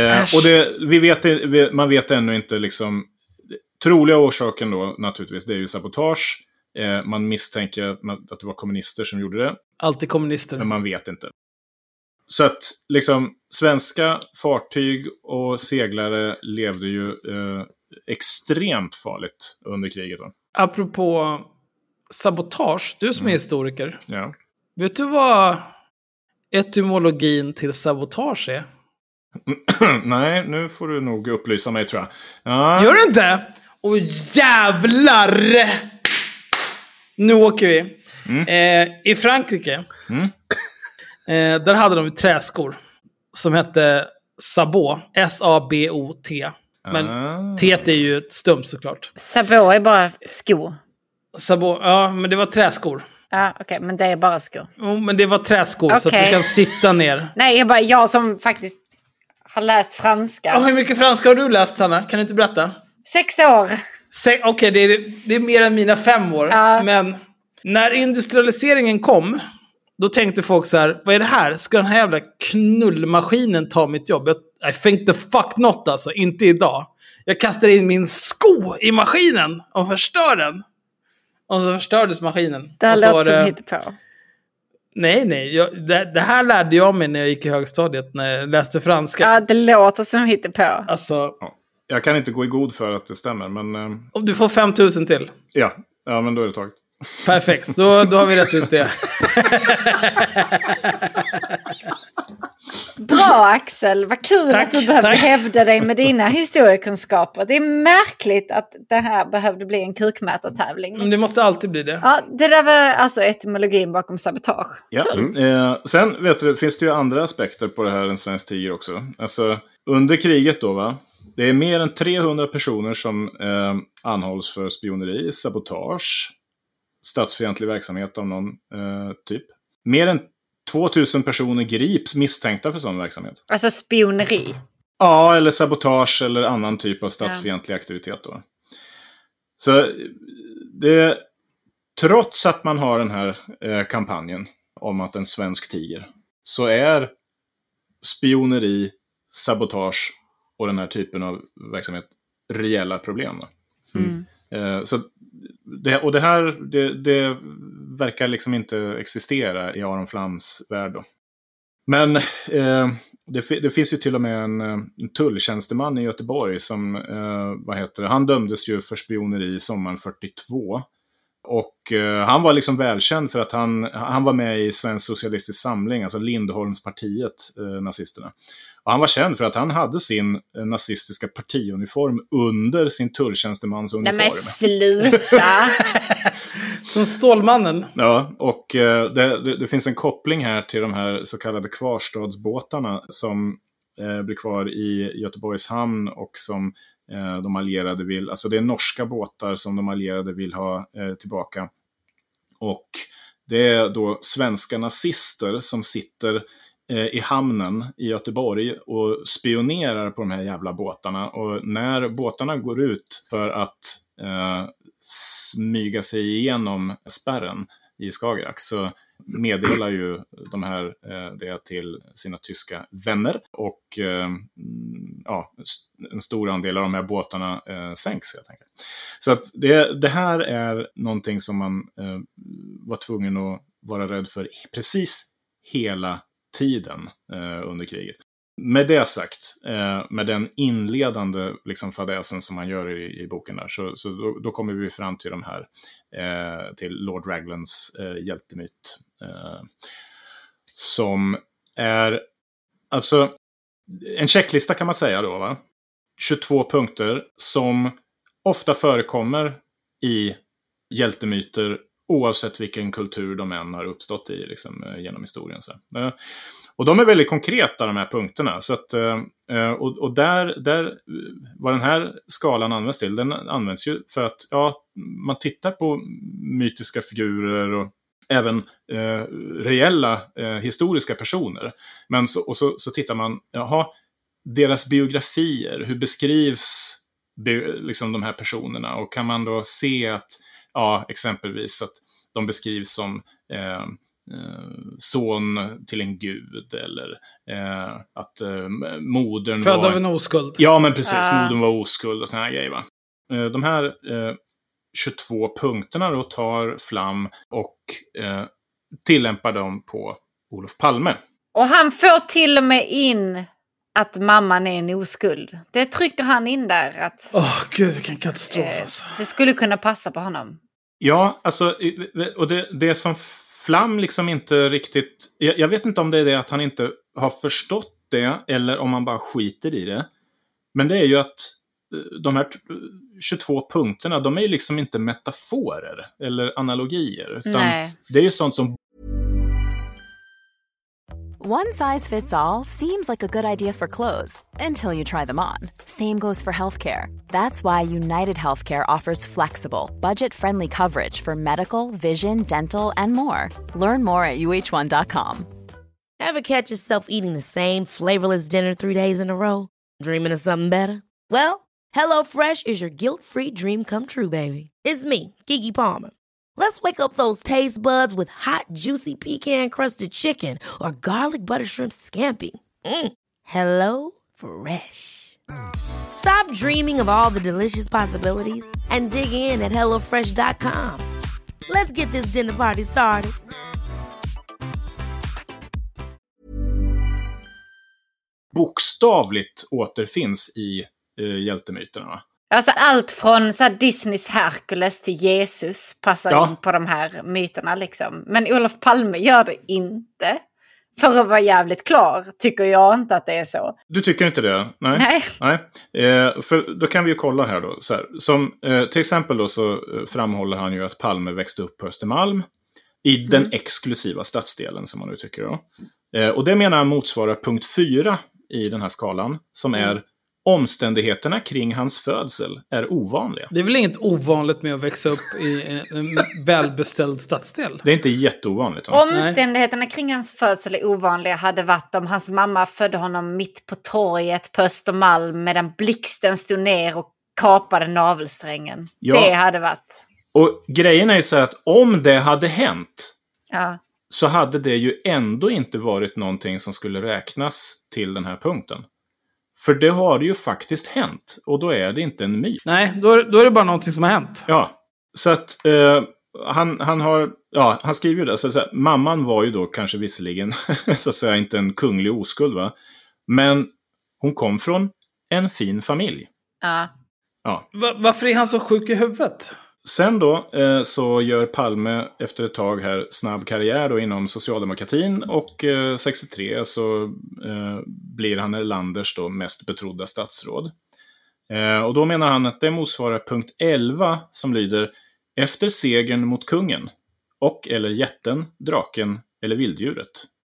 S5: Och man vet ännu inte liksom... Troliga orsaken då, naturligtvis, det är ju sabotage. Man misstänker att det var kommunister som gjorde det.
S4: Alltid kommunister.
S5: Men man vet inte. Så att liksom svenska fartyg och seglare levde ju extremt farligt under kriget. Va?
S4: Apropå sabotage, du som är historiker.
S5: Ja.
S4: Vet du vad etymologin till sabotage är?
S5: Nej, nu får du nog upplysa mig, tror jag. Ja.
S4: Gör det inte? Åh jävlar! Nu åker vi. I Frankrike, där hade de träskor som hette Sabot. S-A-B-O-T. Men T är ju ett stump såklart.
S7: Sabot är bara skor.
S4: Sabot, ja, men det var träskor.
S7: Ja, okej, men det är bara skor.
S4: Jo, men det var träskor så att du kan sitta ner.
S7: Nej, jag som faktiskt har läst franska.
S4: Hur mycket franska har du läst, Sanna? Kan du inte berätta?
S7: 6 år.
S4: Okej, det är mer än mina 5 år. Men när industrialiseringen kom, då tänkte folk så här: vad är det här? Ska den här jävla knullmaskinen ta mitt jobb? I think the fuck not, alltså. Inte idag. Jag kastar in min sko i maskinen och förstör den. Och så förstördes maskinen.
S7: Det här låter som hittepå.
S4: Nej. Det här lärde jag mig när jag gick i högstadiet, när jag läste franska.
S7: Ja, det låter som hittepå.
S4: Alltså,
S5: Ja. Jag kan inte gå i god för att det stämmer, men...
S4: Om du får 5 000 till.
S5: Ja, men då är det taget.
S4: Perfekt, då har vi rätt ut det.
S7: Bra, Axel, vad kul att du behövde hävda dig med dina historiekunskaper. Det är märkligt att det här behövde bli en kukmätartävling.
S4: Men det måste alltid bli det.
S7: Ja, det där var alltså etymologin bakom sabotage.
S5: Ja. Sen vet du, finns det ju andra aspekter på det här än svensk tiger också. Alltså, under kriget då, va? Det är mer än 300 personer som anhålls för spioneri, sabotage, statsfientlig verksamhet av någon typ. Mer än 2000 personer grips misstänkta för sån verksamhet.
S7: Alltså spioneri?
S5: Ja, eller sabotage eller annan typ av statsfientlig aktivitet då. Så det, trots att man har den här kampanjen om att en svensk tiger, så är spioneri, sabotage och den här typen av verksamhet reella problem. Så det här det verkar liksom inte existera i Aron Flams värld då. Men det finns ju till och med en tulltjänsteman i Göteborg som han dömdes ju för spioneri sommaren 42. Och han var liksom välkänd för att han var med i Svensk Socialistisk Samling, alltså Lindholmspartiet, nazisterna. Och han var känd för att han hade sin nazistiska partiuniform under sin tulltjänstemans uniform.
S7: Nej men sluta!
S4: Som Stålmannen.
S5: Ja, och det finns en koppling här till de här så kallade kvarstadsbåtarna som blir kvar i Göteborgs hamn och som de allierade vill, alltså det är norska båtar som de allierade vill ha tillbaka. Och det är då svenska nazister som sitter i hamnen i Göteborg och spionerar på de här jävla båtarna. Och när båtarna går ut för att smyga sig igenom spärren i Skagerrak så meddelar ju de här det till sina tyska vänner och en stor andel av de här båtarna sänks helt enkelt. Så att det här är någonting som man var tvungen att vara rädd för precis hela tiden under kriget. Med det sagt, med den inledande liksom fadäsen som han gör i boken där, så då kommer vi fram till de här till Lord Raglands hjältemyt som är alltså en checklista kan man säga då, va? 22 punkter som ofta förekommer i hjältemyter oavsett vilken kultur de än har uppstått i liksom, genom historien. Så. Och de är väldigt konkreta, de här punkterna. Så att, och där vad den här skalan används till, den används ju för att man tittar på mytiska figurer och även reella historiska personer. Men så tittar man, deras biografier, hur beskrivs liksom de här personerna, och kan man då se att exempelvis att de beskrivs som son till en gud, eller att modern
S4: född av en oskuld.
S5: Ja, men precis, modern var oskuld och såna här grejer, va? De här 22 punkterna då tar Flam och tillämpar dem på Olof Palme.
S7: Och han får till och med in att mamman är en oskuld. Det trycker han in där. Att,
S4: Gud, vilken katastrof alltså.
S7: Det skulle kunna passa på honom.
S5: Ja, alltså, och det som Flam liksom inte riktigt... Jag vet inte om det är det att han inte har förstått det, eller om han bara skiter i det. Men det är ju att de här 22 punkterna, de är ju liksom inte metaforer eller analogier. Utan det är ju sånt som...
S8: One size fits all seems like a good idea for clothes until you try them on. Same goes for healthcare. That's why United Healthcare offers flexible, budget-friendly coverage for medical, vision, dental, and more. Learn more at uh1.com.
S1: Ever catch yourself eating the same flavorless dinner 3 days in a row? Dreaming of something better? Well, HelloFresh is your guilt-free dream come true, baby. It's me, Keke Palmer. Let's wake up those taste buds with hot, juicy pecan-crusted chicken or garlic butter shrimp scampi. Hello Fresh. Stop dreaming of all the delicious possibilities and dig in at HelloFresh.com. Let's get this dinner party started.
S5: Bokstavligt återfinns i hjältemyterna.
S7: Alltså allt från så här Disneys Hercules till Jesus passar in på de här myterna liksom. Men Olof Palme gör det inte. För att vara jävligt klar tycker jag inte att det är så.
S5: Du tycker inte det? Nej. För då kan vi ju kolla här då. Så här, som, till exempel då så framhåller han ju att Palme växte upp på Östermalm. I den exklusiva stadsdelen som man nu tycker då. Och det menar han motsvarar punkt 4 i den här skalan. Som är omständigheterna kring hans födsel är ovanliga.
S4: Det är väl inget ovanligt med att växa upp i en välbeställd stadsdel?
S5: Det är inte jätteovanligt.
S7: Omständigheterna kring hans födsel är ovanliga hade varit om hans mamma födde honom mitt på torget på Östermalm medan blixten stod ner och kapade navelsträngen. Ja. Det hade varit.
S5: Och grejen är ju så att om det hade hänt så hade det ju ändå inte varit någonting som skulle räknas till den här punkten. För det har ju faktiskt hänt. Och då är det inte en myt.
S4: Nej, då är det bara någonting som har hänt.
S5: Ja, så att han skriver ju det. Så att mamman var ju då kanske visserligen så att säga inte en kunglig oskuld, va? Men hon kom från en fin familj. Ja.
S4: Varför är han så sjuk i huvudet?
S5: Sen då så gör Palme efter ett tag här snabb karriär då inom socialdemokratin och 63 så blir han Erlanders då mest betrodda statsråd. Och då menar han att det motsvarar punkt 11 som lyder efter segern mot kungen och eller jätten, draken eller vilddjuret.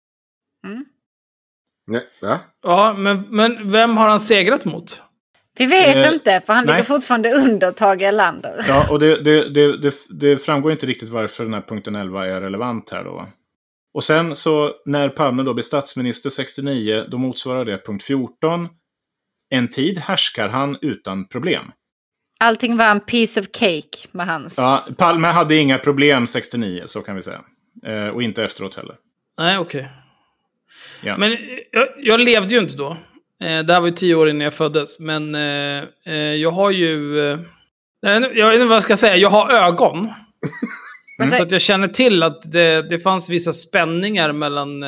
S6: Nej, va?
S4: Ja, men vem har han segrat mot?
S7: Vi vet inte, för han ligger fortfarande under Tage Erlander.
S5: Ja, och det framgår inte riktigt varför den här punkten 11 är relevant här då. Och sen så, när Palme då blir statsminister 69, då motsvarar det punkt 14. En tid härskar han utan problem.
S7: Allting var en piece of cake med hans.
S5: Ja, Palme hade inga problem 69, så kan vi säga. Och inte efteråt heller.
S4: Nej, okej.
S5: Ja.
S4: Men jag levde ju inte då. Det här var ju 10 år innan jag föddes. Men jag har ju... jag vet inte vad jag ska säga. Jag har ögon. Så att jag känner till att det fanns vissa spänningar mellan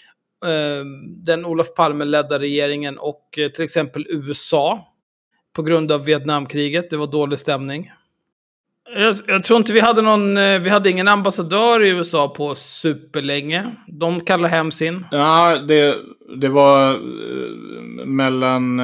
S4: den Olof Palme-ledda regeringen och till exempel USA. På grund av Vietnamkriget. Det var dålig stämning. Jag tror inte vi hade ingen ambassadör i USA på superlänge. De kallade hem sin.
S5: Ja, det var mellan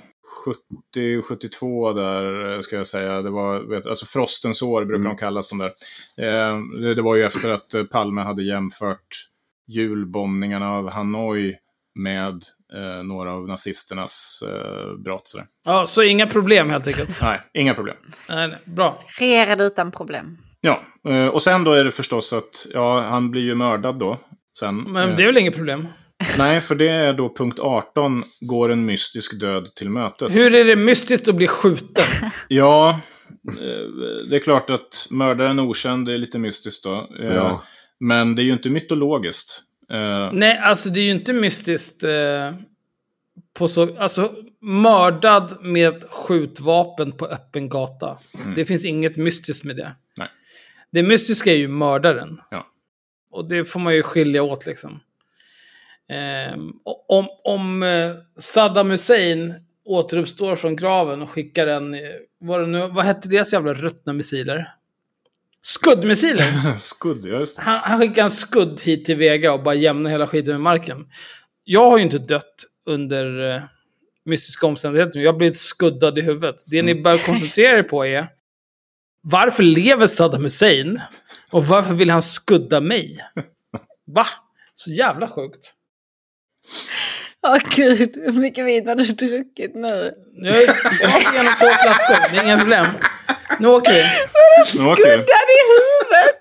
S5: 70 och 72 där ska jag säga. Det var alltså frostens år brukar de kallas de där. Det var ju efter att Palme hade jämfört julbombningarna av Hanoi med några av nazisternas brott. Sådär.
S4: Ja, så inga problem helt enkelt.
S5: Nej, inga problem.
S4: Nej, bra.
S7: Regerade utan problem.
S5: Ja, och sen då är det förstås att han blir ju mördad då. Sen,
S4: men det är väl inget problem?
S5: Nej, för det är då punkt 18, går en mystisk död till mötes.
S4: Hur är det mystiskt att bli skjuten?
S5: Ja, det är klart att mördaren okänd är lite mystiskt då.
S6: Ja.
S5: Men det är ju inte mytologiskt.
S4: Nej, alltså det är ju inte mystiskt på så... Alltså, mördad med skjutvapen på öppen gata. Det finns inget mystiskt med det.
S5: Nej.
S4: Det mystiska är ju mördaren.
S5: Ja.
S4: Och det får man ju skilja åt liksom. Om Saddam Hussein återuppstår från graven och skickar vad hette deras jävla ruttna missiler? Skuddmissiler.
S5: Skudd, ja just det.
S4: Han skickar en skudd hit till Vega och bara jämnar hela skiten med marken. Jag har ju inte dött under mystiska omständigheter. Jag har blivit skuddad i huvudet. Det ni bör koncentrera er på är: varför lever Saddam Hussein? Och varför vill han skudda mig? Va? Så jävla sjukt.
S7: Gud, hur mycket vin har du druckit nu?
S4: Jag är snart igenom 2 flaskor, det är inga problem. Nu åker vi.
S7: Skuddad i huvudet!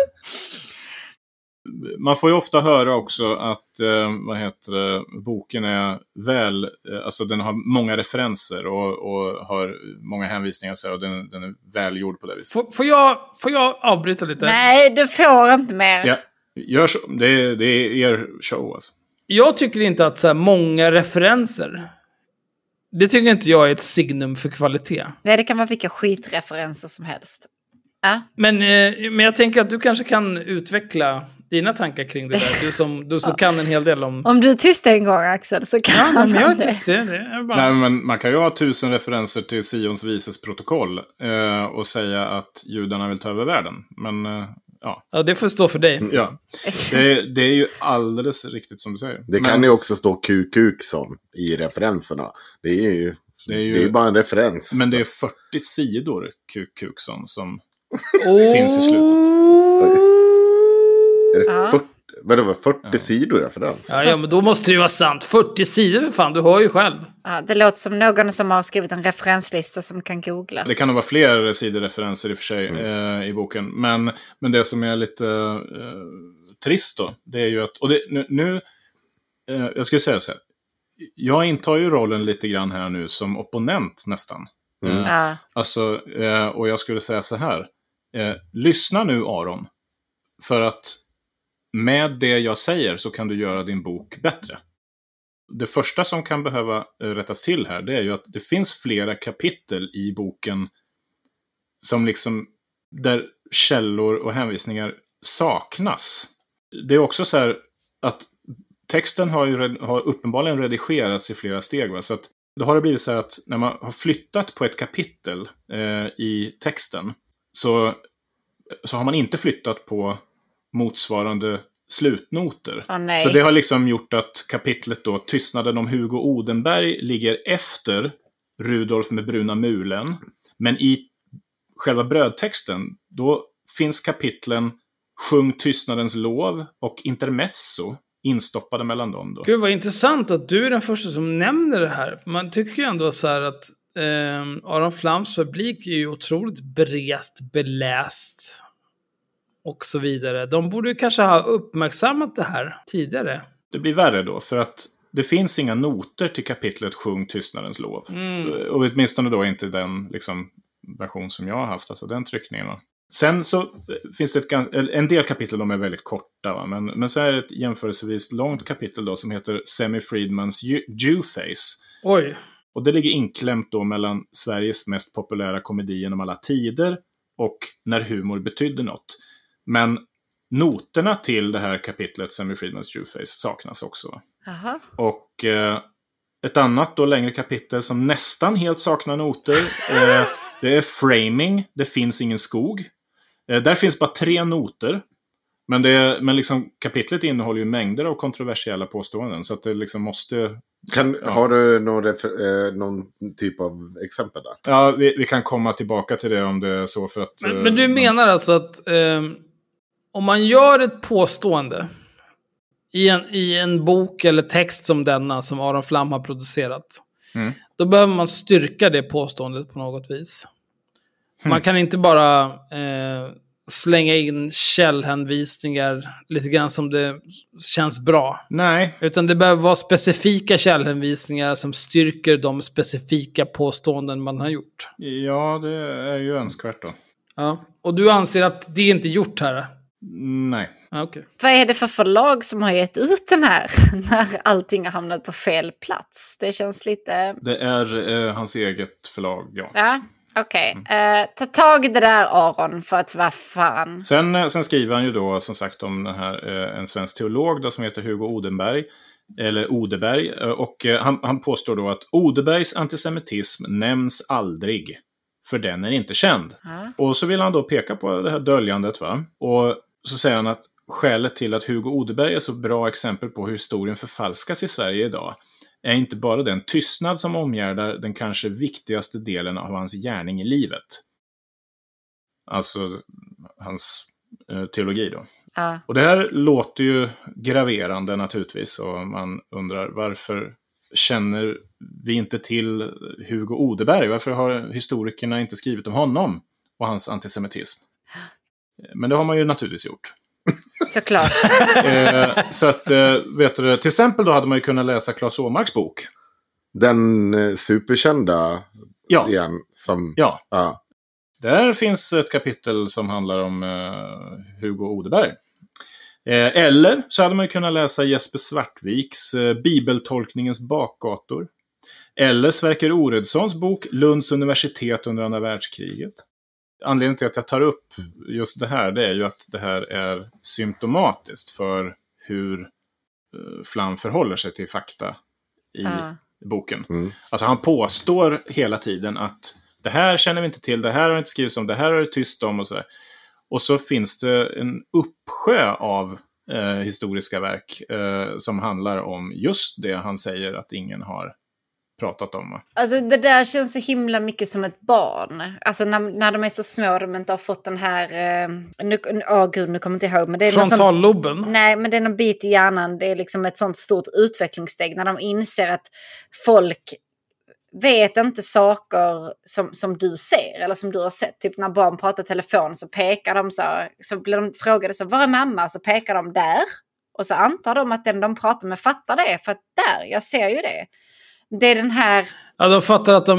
S5: Man får ju ofta höra också att boken är alltså den har många referenser och har många hänvisningar så, och den är välgjord på det viset.
S4: Får jag avbryta lite?
S7: Nej, du får inte mer.
S5: Ja, gör så. Det är er show alltså.
S4: Jag tycker inte att så här många referenser, det tycker inte jag är ett signum för kvalitet.
S7: Nej, det kan vara vilka skitreferenser som helst. Ja.
S4: Men jag tänker att du kanske kan utveckla dina tankar kring det där. Du som kan en hel del om...
S7: Om du är tyst en gång, Axel, så kan
S4: men jag är tyst. Det är bara...
S5: Nej, men man kan ju ha 1000 referenser till Sions vises protokoll och säga att judarna vill ta över världen. Men
S4: ja, det får stå för dig.
S5: Ja. Det är ju alldeles riktigt som du säger.
S6: Det kan ju också stå Kukukson i referenserna. Det är ju bara en referens.
S5: Men det är 40 sidor Kukukson som finns i slutet.
S6: Är det 40 sidor referens?
S4: Ja, men då måste det ju vara sant. 40 sidor, för fan, du hör ju själv.
S7: Ja, det låter som någon som har skrivit en referenslista som kan googla.
S5: Det kan nog vara fler sidor-referenser i och för sig i boken. Men det som är lite trist då, det är ju att... Och jag ska säga så här. Jag intar ju rollen lite grann här nu som opponent nästan. Alltså, och jag skulle säga så här. Lyssna nu, Aron. För att med det jag säger så kan du göra din bok bättre. Det första som kan behöva rättas till här, det är ju att det finns flera kapitel i boken som liksom, där källor och hänvisningar saknas. Det är också så här att texten har uppenbarligen redigerats i flera steg. Va? Så att då har det blivit så här att när man har flyttat på ett kapitel i texten så har man inte flyttat på motsvarande slutnoter. Så det har liksom gjort att kapitlet då, Tystnaden om Hugo Odenberg, ligger efter Rudolf med bruna mulen. Men i själva brödtexten, då finns kapitlen Sjung tystnadens lov och Intermezzo instoppade mellan dem då.
S4: Gud, vad intressant att du är den första som nämner det här. Man tycker ju ändå så här att Aron Flams publik är ju otroligt brett beläst och så vidare. De borde ju kanske ha uppmärksammat det här tidigare.
S5: Det blir värre då, för att det finns inga noter till kapitlet Sjung tystnadens lov. Och åtminstone då inte den liksom, version som jag har haft, alltså den tryckningen. Sen så finns det en del kapitel, de är väldigt korta, va? Men så är det ett jämförelsevis långt kapitel då som heter Semi Friedmans Jewface.
S4: Oj.
S5: Och det ligger inklämt då mellan Sveriges mest populära komedi genom alla tider och När humor betydde något. Men noterna till det här kapitlet Semi Friedmans Jewface saknas också.
S7: Aha.
S5: Och ett annat då längre kapitel som nästan helt saknar noter, det är Framing, det finns ingen skog. Där finns bara 3 noter. Men liksom, kapitlet innehåller ju mängder av kontroversiella påståenden. Så att det liksom måste...
S6: Har du någon typ av exempel där?
S5: Ja, vi kan komma tillbaka till det om det är så. För att,
S4: men du menar alltså att om man gör ett påstående i en bok eller text som denna som Aron Flam har producerat, då behöver man styrka det påståendet på något vis. Man kan inte bara slänga in källhänvisningar lite grann som det känns bra.
S5: Nej.
S4: Utan det behöver vara specifika källhänvisningar som styrker de specifika påståenden man har gjort.
S5: Ja, det är ju önskvärt då.
S4: Ja. Och du anser att det inte är gjort här?
S5: Nej.
S4: Okay.
S7: Vad är det för förlag som har gett ut den här när allting har hamnat på fel plats? Det känns lite...
S5: Det är hans eget förlag, ja.
S7: Ja. Okej. Ta tag i det där, Aron, för att vad fan.
S5: Sen skriver han ju då som sagt om den här, en svensk teolog då, som heter Hugo Odenberg. Eller Odeberg. Och han påstår då att Odebergs antisemitism nämns aldrig. För den är inte känd. Och så vill han då peka på det här döljandet, va? Och så säger han att skälet till att Hugo Odeberg är så bra exempel på hur historien förfalskas i Sverige idag är inte bara den tystnad som omgärdar den kanske viktigaste delen av hans gärning i livet. Alltså hans teologi då. Och det här låter ju graverande naturligtvis, och man undrar varför känner vi inte till Hugo Odeberg? Varför har historikerna inte skrivit om honom och hans antisemitism? Men det har man ju naturligtvis gjort.
S7: Såklart.
S5: Så att, vet du, till exempel då hade man ju kunnat läsa Claes Åmarks bok.
S6: Den superkända igen. Som,
S5: ja. Där finns ett kapitel som handlar om Hugo Odeberg. Eller så hade man ju kunnat läsa Jesper Svartviks Bibeltolkningens bakgator. Eller Sverker Oredssons bok Lunds universitet under andra världskriget. Anledningen till att jag tar upp just det här, det är ju att det här är symptomatiskt för hur Flam förhåller sig till fakta i boken. Alltså han påstår hela tiden att det här känner vi inte till, det här har inte skrivits om, det här har det tyst om och sådär. Och så finns det en uppsjö av historiska verk som handlar om just det han säger att ingen har pratat om.
S7: Alltså det där känns så himla mycket som ett barn. Alltså när de är så små, de inte har fått den här nu kommer jag inte ihåg, men det är
S4: frontalloben.
S7: Nej, men det är någon bit i hjärnan. Det är liksom ett sånt stort utvecklingssteg när de inser att folk vet inte saker som du ser eller som du har sett. Typ när barn pratar telefon så pekar de så blir de frågade så, var är mamma? Så pekar de där. Och så antar de att den de pratar med fattar det. För att där, jag ser ju det. Det är den här...
S4: Ja, de fattar att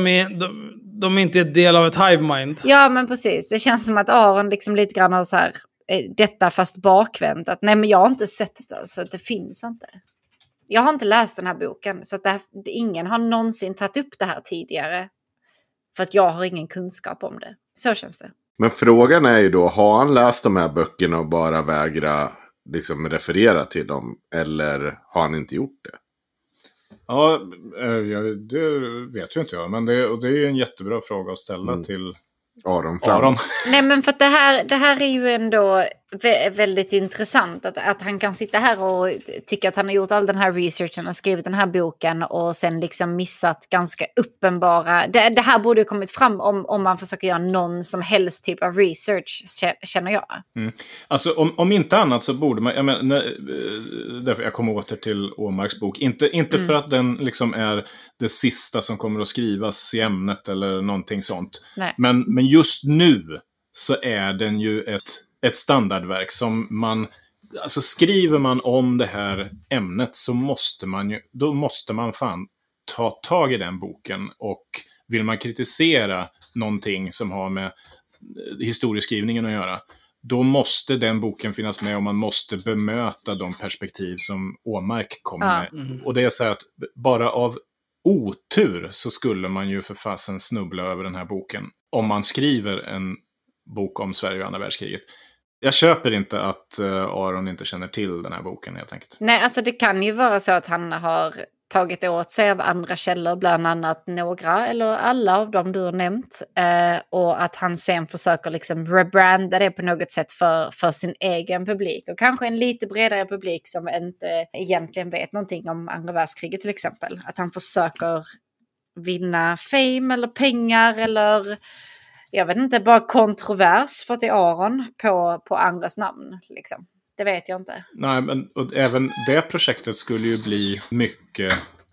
S4: de inte är del av ett hive mind.
S7: Ja, men precis. Det känns som att Aron liksom lite grann har så här, detta fast bakvänt. Att nej, men jag har inte sett det, så det finns inte. Jag har inte läst den här boken, så att ingen har någonsin tagit upp det här tidigare. För att jag har ingen kunskap om det. Så känns det.
S6: Men frågan är ju då, har han läst de här böckerna och bara vägra liksom referera till dem? Eller har han inte gjort det?
S5: Ja, det vet ju inte jag. Men det är ju en jättebra fråga att ställa till Aron.
S7: Nej, men för att det här är ju ändå väldigt intressant. Att han kan sitta här och tycka att han har gjort all den här researchen och skrivit den här boken och sen liksom missat ganska uppenbara... Det här borde ju kommit fram om man försöker göra någon som helst typ av research, känner jag.
S5: Alltså om inte annat så borde man... därför jag kommer åter till Åmarks bok. Inte för att den liksom är det sista som kommer att skrivas i ämnet eller någonting sånt. Men just nu så är den ju ett standardverk som man, alltså skriver man om det här ämnet så måste man fan ta tag i den boken, och vill man kritisera någonting som har med historieskrivningen att göra, då måste den boken finnas med och man måste bemöta de perspektiv som Åmark kommer med. Och det är så här att bara av otur så skulle man ju för fasen snubbla över den här boken om man skriver en bok om Sverige och andra världskriget. Jag köper inte att Aron inte känner till den här boken helt enkelt.
S7: Nej, alltså det kan ju vara så att han har tagit åt sig av andra källor, bland annat några eller alla av dem du har nämnt. Och att han sen försöker liksom rebranda det på något sätt för sin egen publik. Och kanske en lite bredare publik som inte egentligen vet någonting om andra världskriget till exempel. Att han försöker vinna fame eller pengar eller... Jag vet inte, bara kontrovers för att det är Aron på andras namn. Liksom. Det vet jag inte.
S5: Nej, men och även det projektet skulle ju bli mycket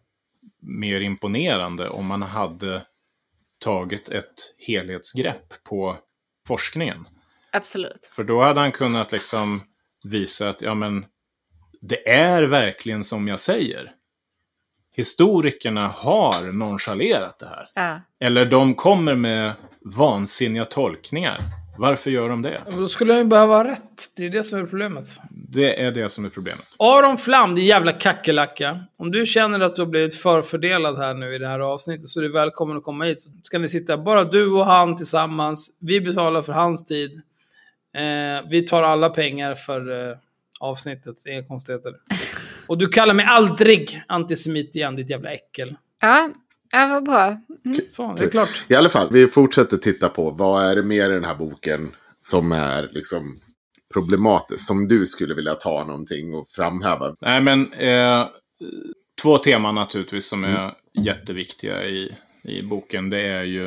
S5: mer imponerande om man hade tagit ett helhetsgrepp på forskningen.
S7: Absolut.
S5: För då hade han kunnat liksom visa att ja, men det är verkligen som jag säger. Historikerna har nonchalerat det här. Eller de kommer med vansinniga tolkningar. Varför gör de det?
S4: Då skulle jag ju behöva ha rätt. Det är det som är problemet.
S5: Det är det som är problemet.
S4: Aron Flam, din jävla kackerlacka. Om du känner att du har blivit förfördelad här nu i det här avsnittet, så är du välkommen att komma hit. Så ska ni sitta bara du och han tillsammans. Vi betalar för hans tid. Vi tar alla pengar för avsnittet. Det är konstigheter. Och du kallar mig aldrig antisemit igen, ditt jävla äckel.
S7: Ja, vad bra.
S4: Så, det är klart.
S6: I alla fall, vi fortsätter titta på vad är det mer i den här boken som är liksom problematiskt, som du skulle vilja ta någonting och framhäva.
S5: Nej, men 2 teman naturligtvis som är jätteviktiga i boken. Det är ju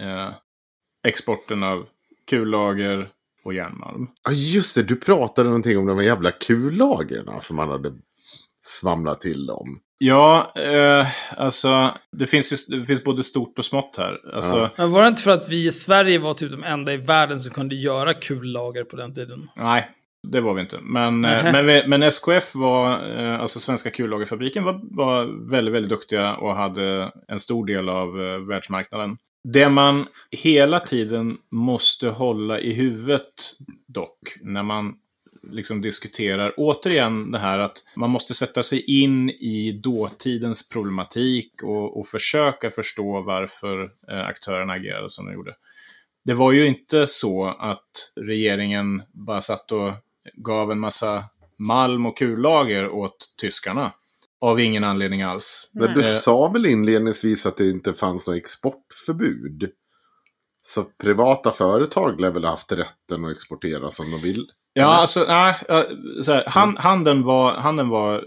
S5: exporten av kullager och järnmalm.
S6: Ja, just det. Du pratade någonting om de här jävla kullagren som man hade svamlat till dem.
S5: Ja, alltså det finns både stort och smått här. Alltså,
S4: Men var det inte för att vi i Sverige var typ de enda i världen som kunde göra kullager på den tiden?
S5: Nej, det var vi inte. Men SKF var, alltså Svenska kullagerfabriken var väldigt, väldigt duktiga och hade en stor del av världsmarknaden. Det man hela tiden måste hålla i huvudet dock, när man liksom diskuterar återigen det här att man måste sätta sig in i dåtidens problematik och försöka förstå varför aktörerna agerade som de gjorde. Det var ju inte så att regeringen bara satt och gav en massa malm och kullager åt tyskarna. Av ingen anledning alls.
S6: Men du sa väl inledningsvis att det inte fanns något exportförbud? Så privata företag lär väl ha haft rätten att exportera som de vill?
S5: Ja, alltså, nej, så här, handeln var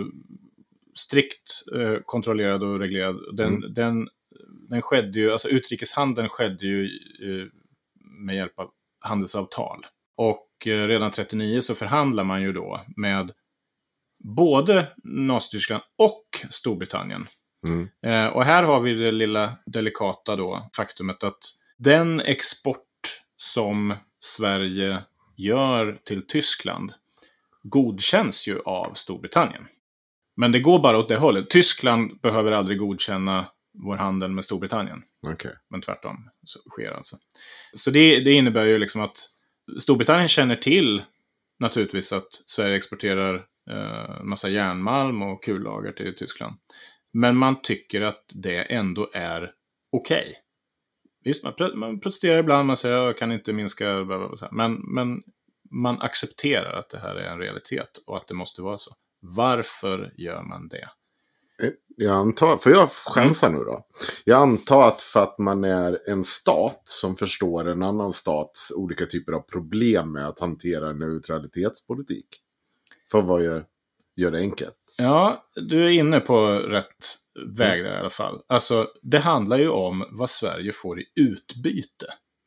S5: strikt kontrollerad och reglerad. Den skedde ju, alltså utrikeshandeln skedde ju med hjälp av handelsavtal. Och redan 1939 så förhandlar man ju då med både Nazityskland och Storbritannien. Och här har vi det lilla delikata då, faktumet att den export som Sverige gör till Tyskland godkänns ju av Storbritannien. Men det går bara åt det hållet. Tyskland behöver aldrig godkänna vår handel med Storbritannien.
S6: Okay.
S5: Men tvärtom så sker alltså. Så det innebär ju liksom att Storbritannien känner till naturligtvis att Sverige exporterar massa järnmalm och kullager till Tyskland. Men man tycker att det ändå är okej. Visst, man protesterar ibland, man säger att jag kan inte minska, men man accepterar att det här är en realitet och att det måste vara så. Varför gör man det?
S6: Jag antar, för jag chansar nu då. Jag antar att för att man är en stat som förstår en annan stats olika typer av problem med att hantera neutralitetspolitik. För vad gör det enkelt?
S5: Ja, du är inne på rätt väg där i alla fall. Alltså, det handlar ju om vad Sverige får i utbyte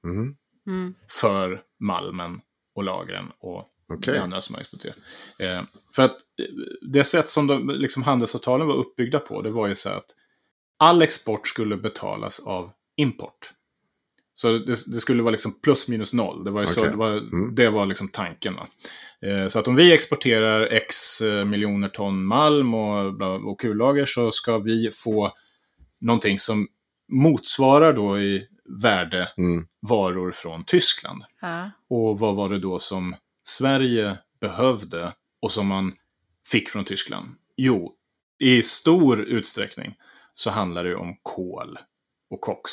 S5: för malmen och lagren och det andra som har exporterat. För att det sätt som liksom handelsavtalen var uppbyggda på, det var ju så att all export skulle betalas av import. Så det skulle vara liksom plus minus noll. Det var ju så, det var liksom tanken. Va? Så att om vi exporterar x miljoner ton malm och kullager, så ska vi få någonting som motsvarar då i värde varor från Tyskland. Och vad var det då som Sverige behövde och som man fick från Tyskland? Jo, i stor utsträckning så handlar det om kol och koks.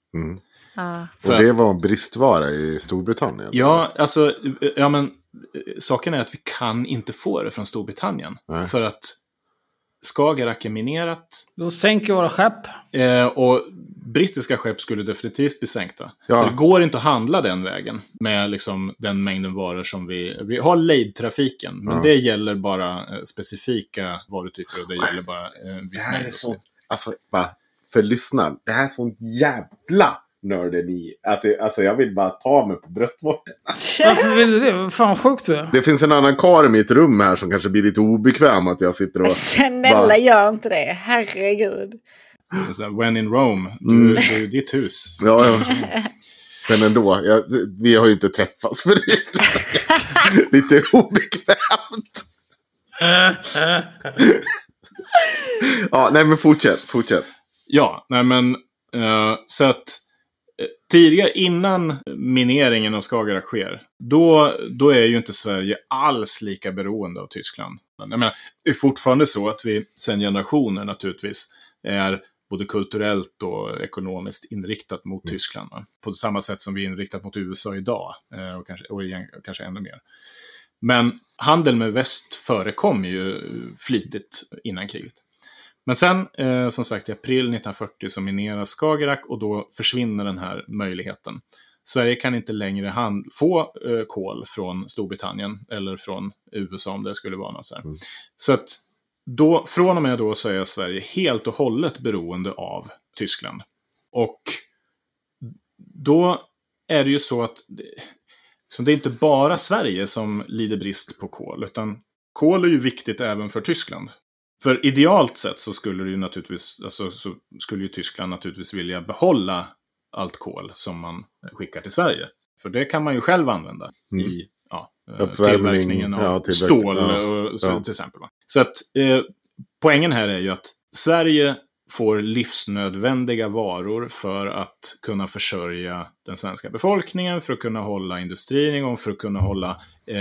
S6: Och det var bristvara i Storbritannien?
S5: Ja, alltså, ja, men saken är att vi kan inte få det från Storbritannien. Nej. För att Skagerrak är minerat.
S4: Då sänker våra skepp.
S5: Och brittiska skepp skulle definitivt bli sänkta. Ja. Så det går inte att handla den vägen med liksom den mängden varor som vi har lejdtrafiken. Men det gäller bara specifika varutyper och det gäller bara viss mängd.
S6: Alltså, för lyssnaren, det här är sånt jävla nörderi. Alltså jag vill bara ta mig på bröstvårtan.
S4: Varför vill du det? Vad fan sjukt du är.
S6: Det finns en annan kar i mitt rum här som kanske blir lite obekväm att jag sitter och...
S7: Snälla, gör inte det. Herregud.
S5: When in Rome. Du är ditt hus.
S6: Ja. Men ändå, vi har ju inte träffats förut. Lite obekvämt. Ja, nej men fortsätt.
S5: Ja, nej men så att tidigare, innan mineringen av Skagerrak sker, då är ju inte Sverige alls lika beroende av Tyskland. Jag menar, det är fortfarande så att vi sedan generationer naturligtvis är både kulturellt och ekonomiskt inriktat mot Tyskland. Va? På samma sätt som vi är inriktat mot USA idag. Och kanske ännu mer. Men handel med väst förekom ju flitigt innan kriget. Men sen, som sagt, i april 1940 så mineras Skagerrak och då försvinner den här möjligheten. Sverige kan inte längre få kol från Storbritannien eller från USA om det skulle vara något så här. Så att från och med då så är Sverige helt och hållet beroende av Tyskland. Och då är det ju så att det är inte bara Sverige som lider brist på kol, utan kol är ju viktigt även för Tyskland. För idealt sett så skulle det ju naturligtvis, alltså, så skulle ju Tyskland naturligtvis vilja behålla allt kol som man skickar till Sverige. För det kan man ju själv använda i tillverkningen av stål till exempel. Så att poängen här är ju att Sverige får livsnödvändiga varor för att kunna försörja den svenska befolkningen, för att kunna hålla industrin igång, för att kunna hålla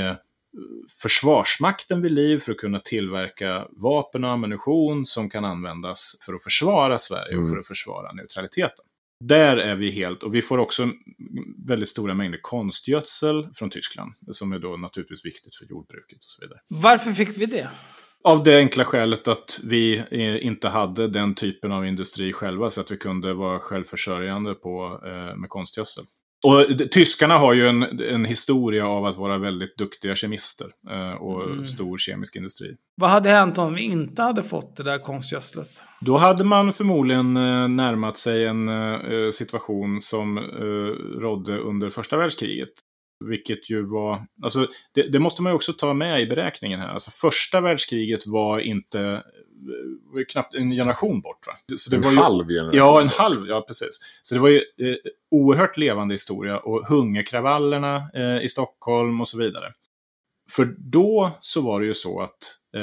S5: försvarsmakten vid liv, för att kunna tillverka vapen och ammunition som kan användas för att försvara Sverige och för att försvara neutraliteten. Där är vi helt, och vi får också väldigt stora mängder konstgödsel från Tyskland, som är då naturligtvis viktigt för jordbruket och så vidare.
S4: Varför fick vi det?
S5: Av det enkla skälet att vi inte hade den typen av industri själva, så att vi kunde vara självförsörjande med konstgödsel. Och tyskarna har ju en historia av att vara väldigt duktiga kemister och stor kemisk industri.
S4: Vad hade hänt om vi inte hade fått det där konstgödslet?
S5: Då hade man förmodligen närmat sig en situation som rådde under första världskriget. Vilket ju var, alltså det måste man ju också ta med i beräkningen här. Alltså första världskriget var inte knappt en generation bort, va? Så det var ju,
S6: halv generation.
S5: Ja, en halv, ja precis. Så det var ju oerhört levande historia, och hungerkravallerna i Stockholm och så vidare. För då så var det ju så att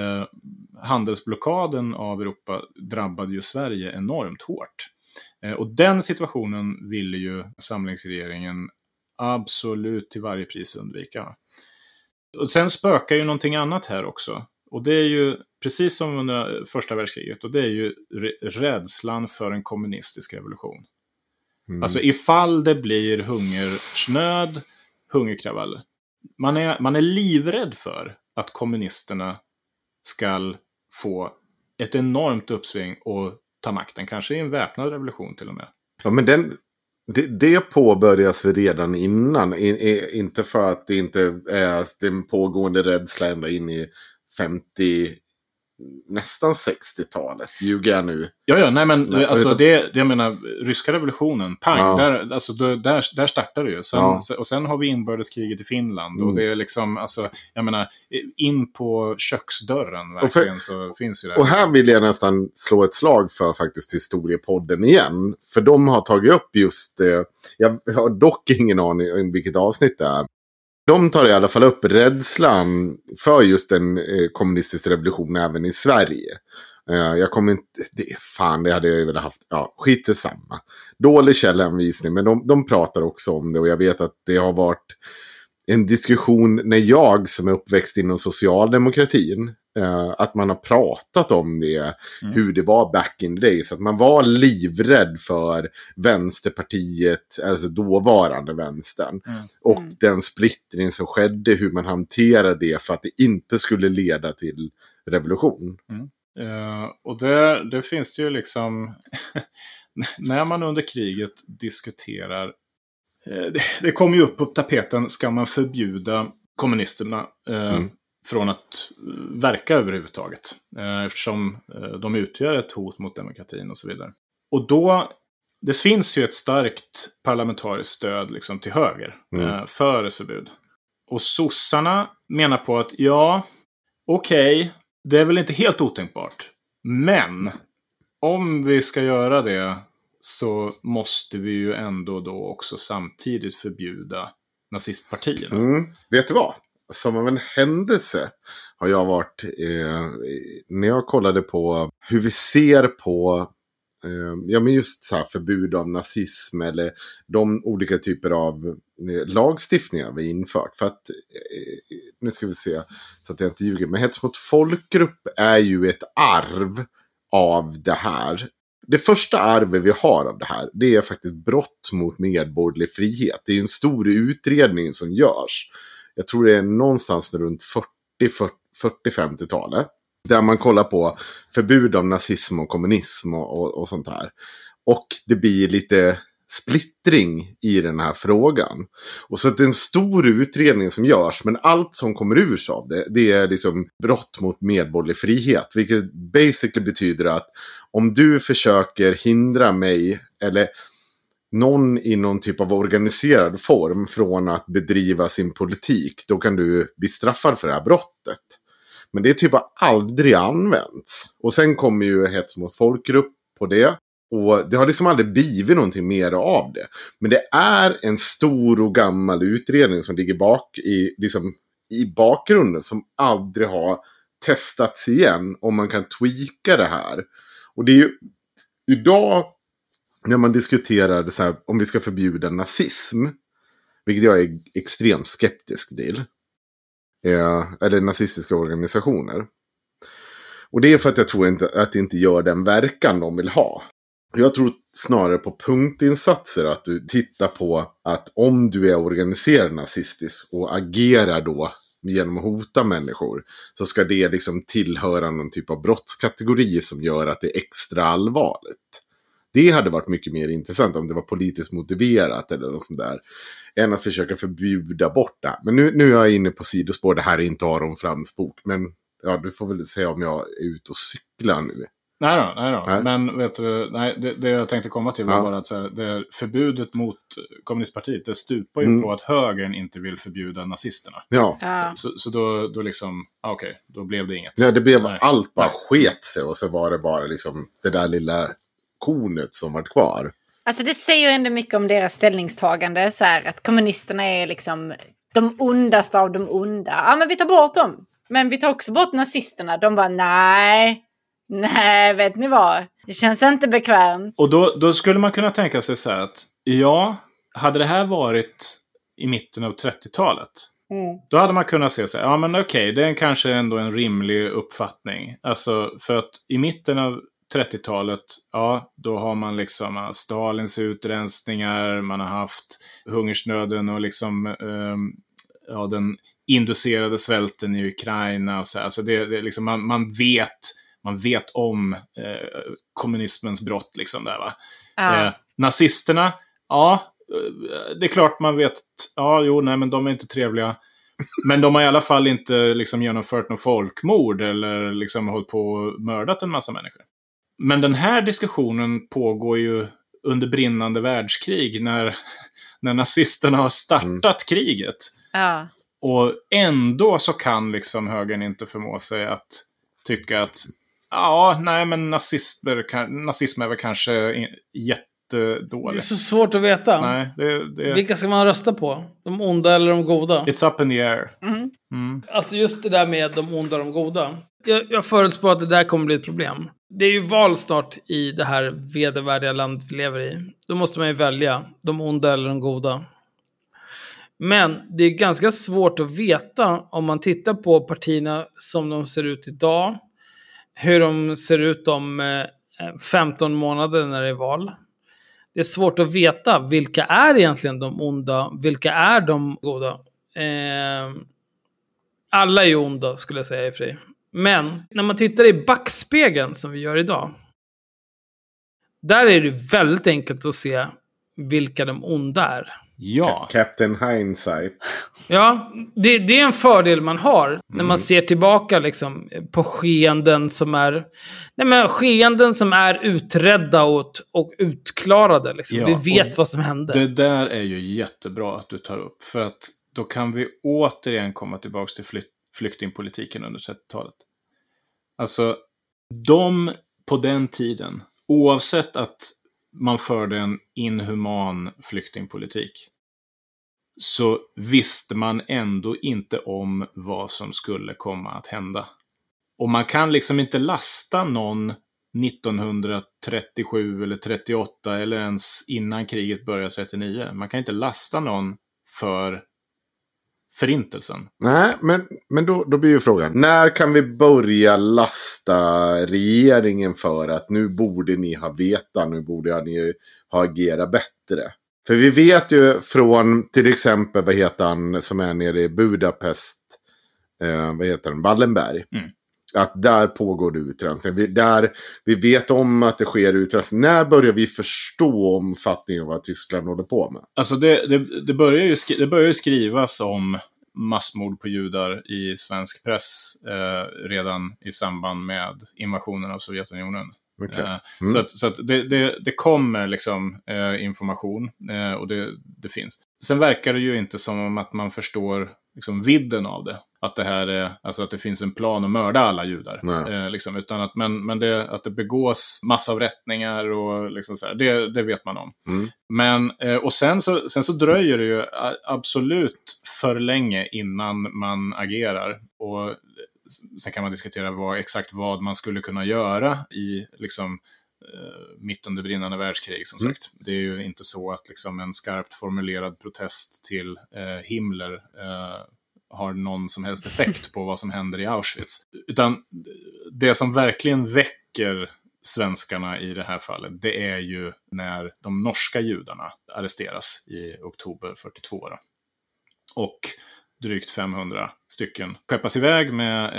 S5: handelsblockaden av Europa drabbade ju Sverige enormt hårt. Och den situationen ville ju samlingsregeringen absolut till varje pris undvika. Och sen spökar ju någonting annat här också. Och det är ju precis som under första världskriget. Och det är ju rädslan för en kommunistisk revolution. Alltså ifall det blir hungersnöd, hungerkravaller. Man är livrädd för att kommunisterna ska få ett enormt uppsving och ta makten. Kanske i en väpnad revolution till och med.
S6: Ja, men det påbörjas redan innan. Inte för att det inte är den pågående rädsla ända in i 50, nästan 60-talet. Ljuger jag nu?
S5: Ja, nej men alltså det jag menar, ryska revolutionen, pang, där startar det ju. Och sen har vi inbördeskriget i Finland. Och det är liksom, alltså, jag menar, in på köksdörren verkligen så finns ju det.
S6: Och här vill jag nästan slå ett slag för faktiskt Historiepodden igen. För de har tagit upp just det. Jag har dock ingen aning om vilket avsnitt det är. De tar i alla fall upp rädslan för just en kommunistisk revolution även i Sverige. Jag kommer inte... det hade jag ju väl haft... Ja, skit är samma. Dålig källhänvisning, men de pratar också om det. Och jag vet att det har varit en diskussion när jag som är uppväxt inom socialdemokratin, att man har pratat om det, hur det var back in the days. Att man var livrädd för Vänsterpartiet, alltså dåvarande vänstern. Och den splittring som skedde, hur man hanterade det för att det inte skulle leda till revolution.
S5: Och det finns det ju liksom... när man under kriget diskuterar... det kommer ju upp på tapeten, ska man förbjuda kommunisterna från att verka överhuvudtaget. Eftersom de utgör ett hot mot demokratin och så vidare. Och då, det finns ju ett starkt parlamentariskt stöd liksom till höger för ett förbud. Och sossarna menar på att okej, det är väl inte helt otänkbart. Men om vi ska göra det så måste vi ju ändå då också samtidigt förbjuda nazistpartierna.
S6: Vet du vad? Som av en händelse har jag varit, när jag kollade på hur vi ser på ja, men just så här förbud av nazism eller de olika typer av lagstiftningar vi infört. För att, nu ska vi se så att jag inte ljuger, men hets mot folkgrupp är ju ett arv av det här. Det första arvet vi har av det här, det är faktiskt brott mot medborgerlig frihet. Det är ju en stor utredning som görs. Jag tror det är någonstans runt 40-50-talet. Där man kollar på förbud av nazism och kommunism och sånt här. Och det blir lite splittring i den här frågan. Och så att det är en stor utredning som görs, men allt som kommer ur sig av det är liksom brott mot medborgerlig frihet. Vilket basically betyder att om du försöker hindra mig eller någon i någon typ av organiserad form från att bedriva sin politik, då kan du bli straffad för det här brottet. Men det typ har aldrig använts. Och sen kommer ju hets mot folkgrupp på det. Och det har liksom aldrig blivit någonting mer av det. Men det är en stor och gammal utredning som ligger i bakgrunden som aldrig har testats igen. Om man kan tweaka det här. Och det är ju idag när man diskuterar det så här, om vi ska förbjuda nazism. Vilket jag är extremt skeptisk till. Eller nazistiska organisationer. Och det är för att jag tror inte att det inte gör den verkan de vill ha. Jag tror snarare på punktinsatser, att du tittar på att om du är organiserad nazistisk och agerar då genom att hota människor, så ska det liksom tillhöra någon typ av brottskategori som gör att det är extra allvarligt. Det hade varit mycket mer intressant om det var politiskt motiverat eller något sånt där, än att försöka förbjuda bort det. Men nu är jag inne på sidospår, det här är inte Aron Frams bok, men ja, du får väl säga om jag är ute och cyklar nu.
S5: Nej då. Men vet du, det jag tänkte komma till var bara att så här, det förbudet mot kommunistpartiet, det stupar ju på att högern inte vill förbjuda nazisterna.
S6: Ja.
S5: Så då liksom, okej, då blev det inget.
S6: Ja, det blev allt bara sket sig, och så var det bara liksom det där lilla kornet som var kvar.
S7: Alltså det säger ju ändå mycket om deras ställningstagande, så här, att kommunisterna är liksom de ondaste av de onda. Ja, men vi tar bort dem. Men vi tar också bort nazisterna. De bara, nej, vet ni vad? Det känns inte bekvämt.
S5: Och då skulle man kunna tänka sig så här att, ja, hade det här varit i mitten av 30-talet, då hade man kunnat se så här, ja men okej, det är kanske ändå en rimlig uppfattning. Alltså, för att i mitten av 30-talet, ja, då har man liksom Stalins utrensningar, man har haft hungersnöden och liksom den inducerade svälten i Ukraina och så här. Alltså det liksom, man vet om kommunismens brott liksom där, va. Nazisterna, ja, det är klart man vet, men de är inte trevliga. Men de har i alla fall inte liksom genomfört något folkmord eller liksom hållit på och mördat en massa människor. Men den här diskussionen pågår ju under brinnande världskrig när nazisterna har startat kriget.
S7: Ja.
S5: Och ändå så kan liksom högern inte förmå sig att tycka att men nazism är väl kanske jättedåligt.
S4: Det är så svårt att veta.
S5: Nej,
S4: vilka ska man rösta på? De onda eller de goda?
S5: It's up in the air.
S4: Alltså just det där med de onda och de goda. Jag förutspår att det där kommer bli ett problem. Det är ju val snart i det här vedervärdiga land vi lever i. Då måste man ju välja de onda eller de goda. Men det är ganska svårt att veta om man tittar på partierna som de ser ut idag. Hur de ser ut om 15 månader när det är val. Det är svårt att veta vilka är egentligen de onda, vilka är de goda. Alla är ju onda, skulle jag säga i fri. Men när man tittar i backspegeln som vi gör idag, där är det väldigt enkelt att se vilka de onda är.
S5: Ja.
S6: Captain Hindsight.
S4: Ja, det är en fördel man har när man ser tillbaka liksom, på skeenden som är utredda och utklarade. Liksom.
S5: Ja,
S4: vi vet vad som hände.
S5: Det där är ju jättebra att du tar upp. För att då kan vi återigen komma tillbaka till flyktingpolitiken under 30-talet. Alltså, de på den tiden, oavsett att man förde en inhuman flyktingpolitik, så visste man ändå inte om vad som skulle komma att hända. Och man kan liksom inte lasta någon 1937 eller 38 eller ens innan kriget började 39. Man kan inte lasta någon för förintelsen.
S6: Nej, men då blir ju frågan. När kan vi börja lasta regeringen för att nu borde ni ha vetat, nu borde ni ha agerat bättre? För vi vet ju från till exempel, vad heter han som är nere i Budapest, vad heter han, Wallenberg. Att där pågår det utrensning. Vi vet om att det sker utrensning. När börjar vi förstå omfattningen av vad Tyskland håller på med?
S5: Alltså det börjar ju skrivas om massmord på judar i svensk press redan i samband med invasionen av Sovjetunionen.
S6: Okay.
S5: Så att det kommer liksom information och det finns. Sen verkar det ju inte som att man förstår liksom vidden av det. Att det här är, alltså att det finns en plan att mörda alla judar. Liksom, utan att, att det begås massavrättningar och liksom så här, det vet man om. Men, och sen så dröjer det ju absolut för länge innan man agerar. Och sen kan man diskutera exakt vad man skulle kunna göra i liksom mitt under brinnande världskrig, som sagt. Det är ju inte så att liksom en skarpt formulerad protest till Himmler har någon som helst effekt på vad som händer i Auschwitz. Utan det som verkligen väcker svenskarna i det här fallet, det är ju när de norska judarna arresteras i oktober 42. Och drygt 500 stycken skeppas iväg med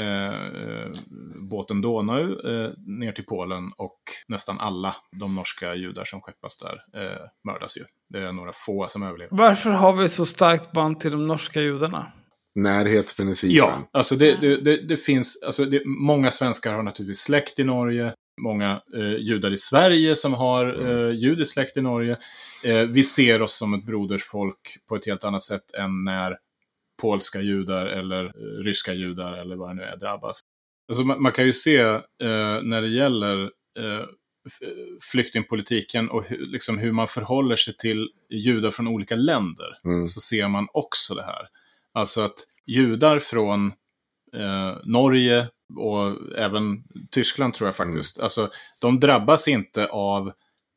S5: båten Donau ner till Polen, och nästan alla de norska judar som skeppas där mördas ju. Det är några få som överlever.
S4: Varför har vi så starkt band till de norska judarna?
S6: Närhetsprincipen.
S5: Ja, alltså det finns, alltså många svenskar har naturligtvis släkt i Norge. Många judar i Sverige som har judisk släkt i Norge. Vi ser oss som ett brodersfolk på ett helt annat sätt än när polska judar eller ryska judar eller vad det nu är drabbas. Alltså man kan ju se när det gäller flyktingpolitiken och liksom hur man förhåller sig till judar från olika länder, så ser man också det här. Alltså att judar från Norge och även Tyskland, tror jag faktiskt, alltså de drabbas inte av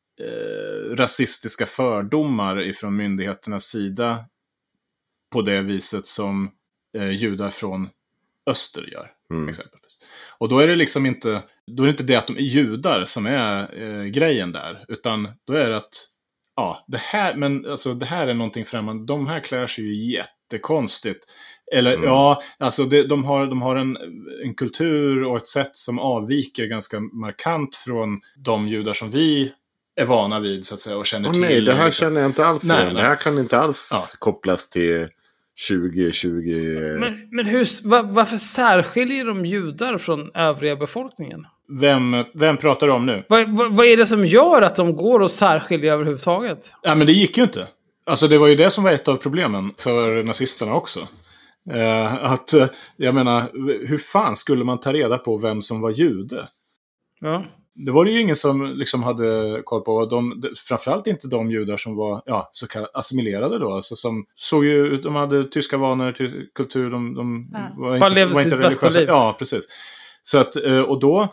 S5: rasistiska fördomar ifrån myndigheternas sida på det viset som judar från öster gör, exempelvis. Och då är det liksom inte, då är det inte det att de är judar som är grejen där, utan då är det att det här, men alltså det här är någonting främmande. De här klär sig ju jättekonstigt. Eller alltså de har en kultur och ett sätt som avviker ganska markant från de judar som vi är vana vid, så att säga, och känner till.
S6: Nej, det här känner jag inte alls igen. Det här kan inte alls kopplas till 2020.
S4: Men varför särskiljer de judar från övriga befolkningen?
S5: Vem pratar du om nu?
S4: Vad är det som gör att de går och särskiljer överhuvudtaget?
S5: Ja, men det gick ju inte. Alltså det var ju det som var ett av problemen för nazisterna också. Att, jag menar, hur fan skulle man ta reda på vem som var jude?
S4: Ja.
S5: Det var det ju ingen som liksom hade koll på. Framförallt inte de judar som var så kallat assimilerade då. Alltså som såg ju ut, de hade tyska vanor, kultur, de var inte religiösa. Ja, precis. Så att, och då,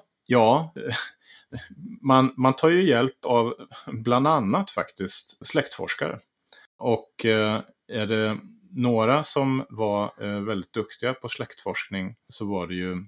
S5: man tar ju hjälp av bland annat faktiskt släktforskare. Och är det några som var väldigt duktiga på släktforskning, så var det ju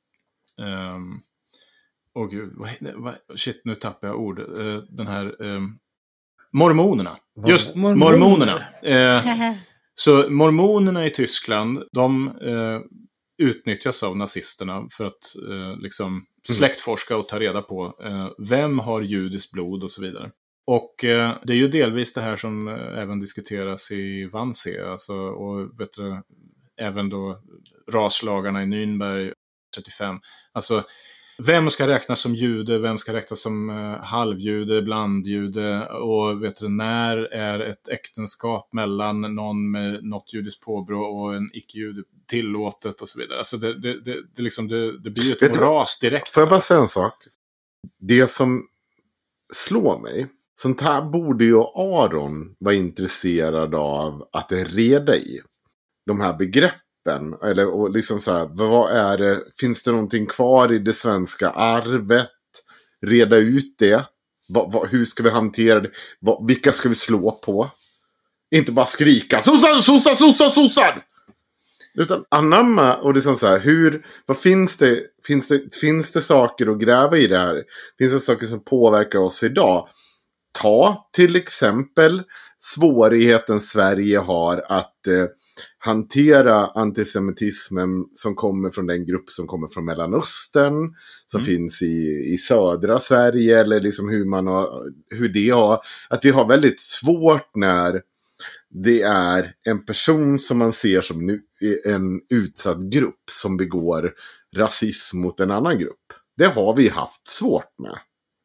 S5: shit, nu tappar jag ord. Den här mormonerna. Just mormonerna. Så mormonerna i Tyskland, de utnyttjas av nazisterna för att liksom släktforska och ta reda på vem har judiskt blod och så vidare. Och det är ju delvis det här som även diskuteras i Wannsee, alltså, och även då raslagarna i Nürnberg 35. Alltså, vem ska räknas som jude, vem ska räknas som halvjude, blandjude, och när är ett äktenskap mellan någon med något judiskt påbrå och en icke-jude tillåtet och så vidare. Alltså det blir ju ett moras direkt.
S6: Får jag bara säga en sak? Det som slår mig, sånt här borde ju Aron vara intresserad av att reda i. De här begreppen. Eller och liksom så här, vad är det? Finns det någonting kvar i det svenska arvet? reda ut det. Hur ska vi hantera det? Vilka ska vi slå på? Inte bara skrika sossar! Utan anamma och liksom så här, vad finns det saker att gräva i det här? Finns det saker som påverkar oss idag? Ta till exempel svårigheten Sverige har att hantera antisemitismen som kommer från den grupp som kommer från Mellanöstern, som finns i södra Sverige, eller liksom hur det har, att vi har väldigt svårt när det är en person som man ser som en utsatt grupp som begår rasism mot en annan grupp. Det har vi haft svårt med.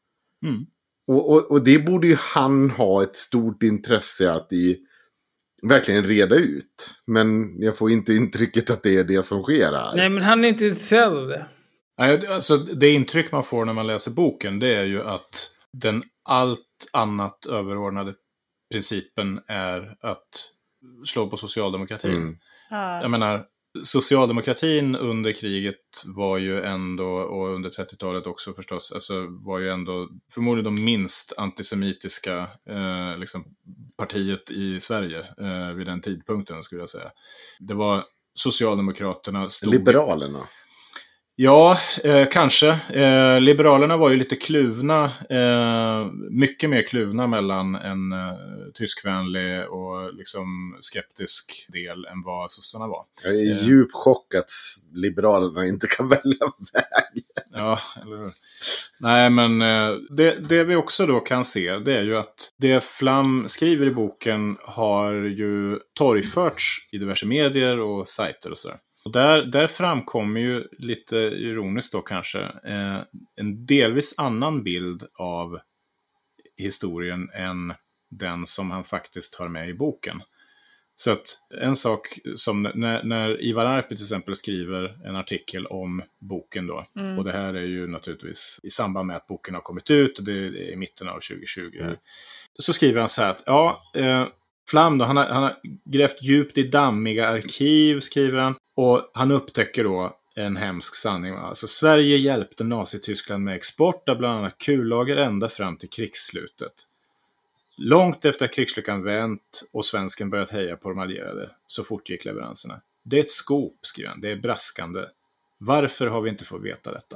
S6: Och det borde ju han ha ett stort intresse att verkligen reda ut. Men jag får inte intrycket att det är det som sker här.
S4: Nej, men han är inte intresserad av det.
S5: Alltså, det intryck man får när man läser boken, det är ju att den allt annat överordnade principen är att slå på socialdemokratin. Jag menar, socialdemokratin under kriget var ju ändå, och under 30-talet också förstås, alltså var ju ändå förmodligen de minst antisemitiska liksom partiet i Sverige vid den tidpunkten, skulle jag säga. Det var Socialdemokraterna
S6: Liberalerna.
S5: Ja, kanske. Liberalerna var ju lite kluvna, mycket mer kluvna mellan en tyskvänlig och liksom skeptisk del än vad sossarna var.
S6: Jag är djupt chockad att Liberalerna inte kan välja väg.
S5: Ja, eller hur? Nej, men det vi också då kan se, det är ju att det Flam skriver i boken har ju torgförts i diverse medier och sajter och sådär. Och där framkommer ju lite ironiskt då kanske en delvis annan bild av historien än den som han faktiskt har med i boken. Så att en sak som när Ivar Arpi till exempel skriver en artikel om boken då, och det här är ju naturligtvis i samband med att boken har kommit ut, och det är i mitten av 2020. Så skriver han så här att Flam då, han har grävt djupt i dammiga arkiv, skriver han. Och han upptäcker då en hemsk sanning. Alltså Sverige hjälpte Nazityskland med export av bland annat kullager ända fram till krigsslutet. Långt efter att krigslyckan vänt och svensken börjat heja på de allierade så fortgick leveranserna. Det är ett skop, skriver han. Det är braskande. Varför har vi inte fått veta detta?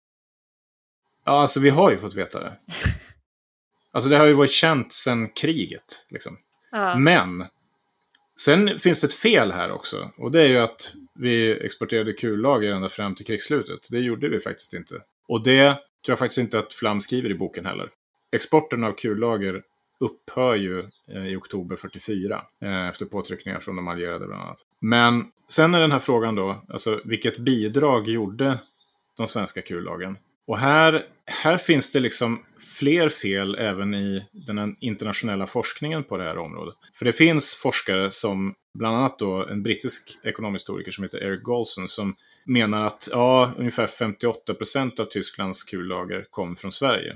S5: Ja, alltså vi har ju fått veta det. Alltså det har ju varit känt sedan kriget, liksom. Men sen finns det ett fel här också. Och det är ju att vi exporterade kullager ända fram till krigsslutet. Det gjorde vi faktiskt inte. Och det tror jag faktiskt inte att Flam skriver i boken heller. Exporten av kullager upphör ju i oktober 44. Efter påtryckningar från de allierade bland annat. Men sen är den här frågan då, alltså vilket bidrag gjorde de svenska kullagren? Och här finns det liksom fler fel även i den internationella forskningen på det här området. För det finns forskare som, bland annat då en brittisk ekonomhistoriker som heter Eric Golson, som menar att ungefär 58% av Tysklands kullager kom från Sverige.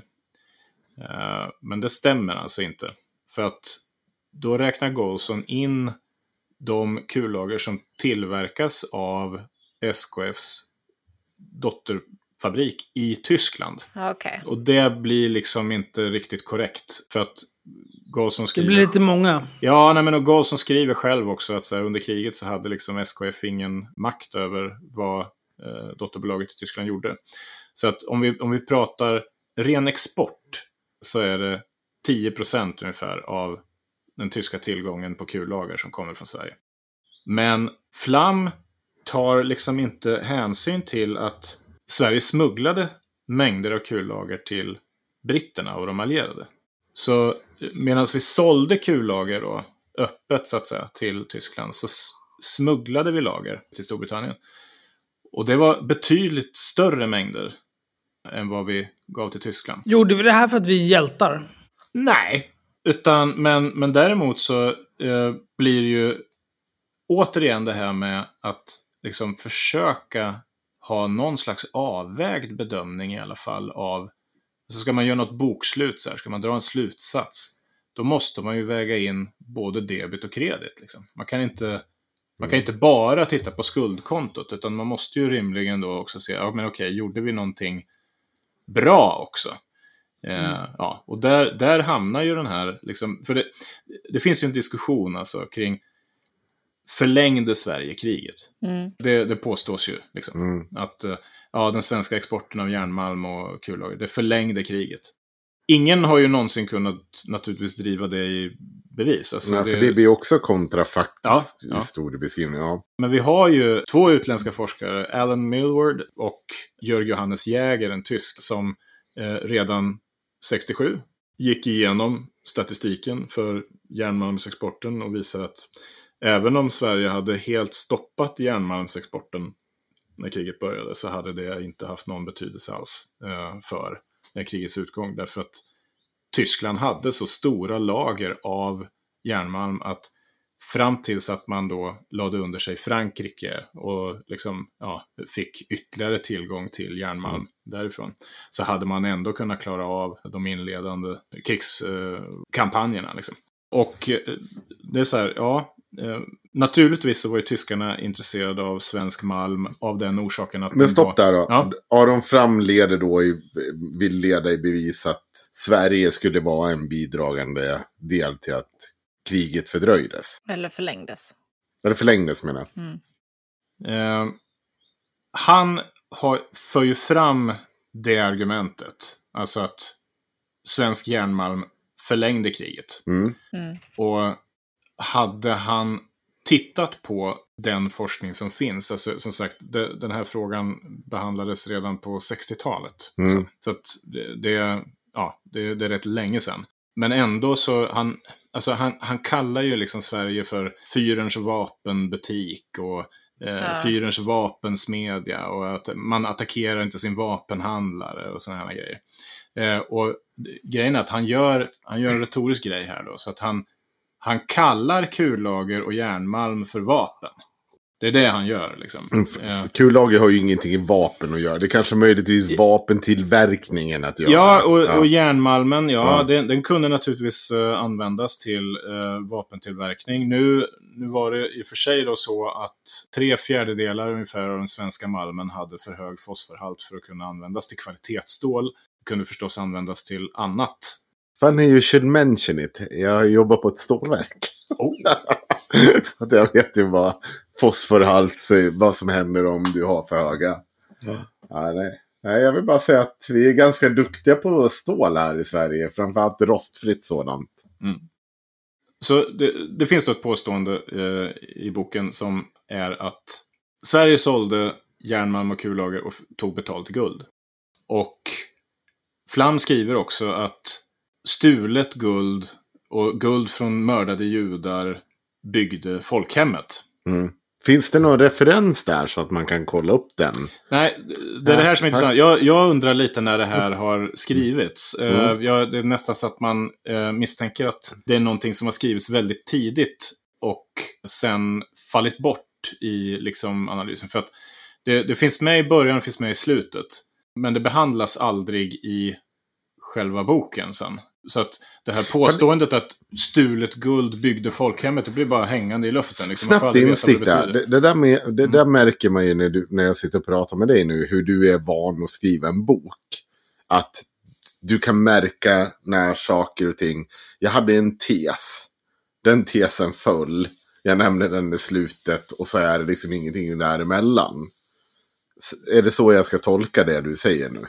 S5: Men det stämmer alltså inte. För att då räknar Golson in de kullager som tillverkas av SKFs dotterfabrik i Tyskland.
S7: Okay.
S5: Och det blir liksom inte riktigt korrekt. För att Golson skriver...
S4: Det blir lite många.
S5: Ja, nej, men och Golson skriver själv också att så här, under kriget så hade liksom SKF ingen makt över vad dotterbolaget i Tyskland gjorde. Så att om vi pratar ren export så är det 10% ungefär av den tyska tillgången på kullager som kommer från Sverige. Men Flam tar liksom inte hänsyn till att Sverige smugglade mängder av kullager till britterna och de allierade. Så medan vi sålde kullager då öppet så att säga till Tyskland, så smugglade vi lager till Storbritannien. Och det var betydligt större mängder än vad vi gav till Tyskland.
S4: Gjorde vi det här för att vi är hjältar?
S5: Nej, men däremot så blir ju återigen det här med att liksom försöka ha någon slags avvägd bedömning i alla fall av, så ska man göra något bokslut så här, ska man dra en slutsats, då måste man ju väga in både debit och kredit liksom. Man kan inte bara titta på skuldkontot, utan man måste ju rimligen då också se, ja men okej, gjorde vi någonting bra också? Ja, och där hamnar ju den här, liksom, för det finns ju en diskussion alltså kring förlängde Sverige kriget. Det påstås ju liksom, att den svenska exporten av järnmalm och kullager, det förlängde kriget. Ingen har ju någonsin kunnat naturligtvis driva det i bevis. Alltså,
S6: för det blir också kontrafaktisk historiebeskrivning. Ja.
S5: Men vi har ju 2 utländska forskare, Alan Milward och Jörg Johannes Jäger, en tysk, som redan 67 gick igenom statistiken för järnmalmsexporten och visade att även om Sverige hade helt stoppat järnmalmsexporten när kriget började, så hade det inte haft någon betydelse alls för krigets utgång. Därför att Tyskland hade så stora lager av järnmalm att fram tills att man då lade under sig Frankrike och liksom, fick ytterligare tillgång till järnmalm därifrån, så hade man ändå kunnat klara av de inledande krigskampanjerna. Liksom. Och det är så här, naturligtvis så var ju tyskarna intresserade av svensk malm av den orsaken att...
S6: Men stopp där då. Ja. Aron Fram vill leda i bevis att Sverige skulle vara en bidragande del till att kriget fördröjdes.
S7: Eller
S6: förlängdes menar jag.
S5: Han för ju fram det argumentet. Alltså att svensk järnmalm förlängde kriget. Och hade han tittat på den forskning som finns, alltså som sagt, den här frågan behandlades redan på 60-talet. Så att det är rätt länge sedan. Men ändå så han kallar ju liksom Sverige för fyrens vapenbutik och fyrens vapensmedja, och att man attackerar inte sin vapenhandlare och såna här grejer. Och grejen är att han gör en retorisk grej här då, så att han kallar kullager och järnmalm för vapen. Det är det han gör liksom.
S6: Kullager har ju ingenting i vapen att göra. Det är kanske möjligtvis vapentillverkningen att göra.
S5: Ja, och järnmalmen, den kunde naturligtvis användas till vapentillverkning. Nu var det i och för sig då så att 3/4 ungefär av den svenska malmen hade för hög fosforhalt för att kunna användas till kvalitetsstål. Det kunde förstås användas till annat.
S6: Funny you should mention it. Jag jobbar på ett stålverk. Så att jag vet ju vad fosforhalt, vad som händer om du har för höga. Nej, jag vill bara säga att vi är ganska duktiga på stål här i Sverige. Framförallt rostfritt sådant.
S5: Så det finns då ett påstående i boken som är att Sverige sålde järnmalm och kullager och tog betalt guld. Och Flam skriver också att stulet guld och guld från mördade judar byggde folkhemmet.
S6: Finns det någon referens där så att man kan kolla upp den?
S5: Nej, det är det här som är intressant. Jag undrar lite när det här har skrivits. Det är nästan så att man misstänker att det är någonting som har skrivits väldigt tidigt och sen fallit bort i liksom analysen. För att det finns med i början och finns med i slutet. Men det behandlas aldrig i själva boken sen. Så att det här påståendet att stulet guld byggde folkhemmet, det blir bara hängande i luften. Liksom.
S6: Snabbt instick där. Det där märker man ju när jag sitter och pratar med dig nu, hur du är van att skriva en bok. Att du kan märka när saker och ting... Jag hade en tes. Den tesen föll. Jag nämnde den i slutet och så är det liksom ingenting däremellan. Är det så jag ska tolka det du säger nu?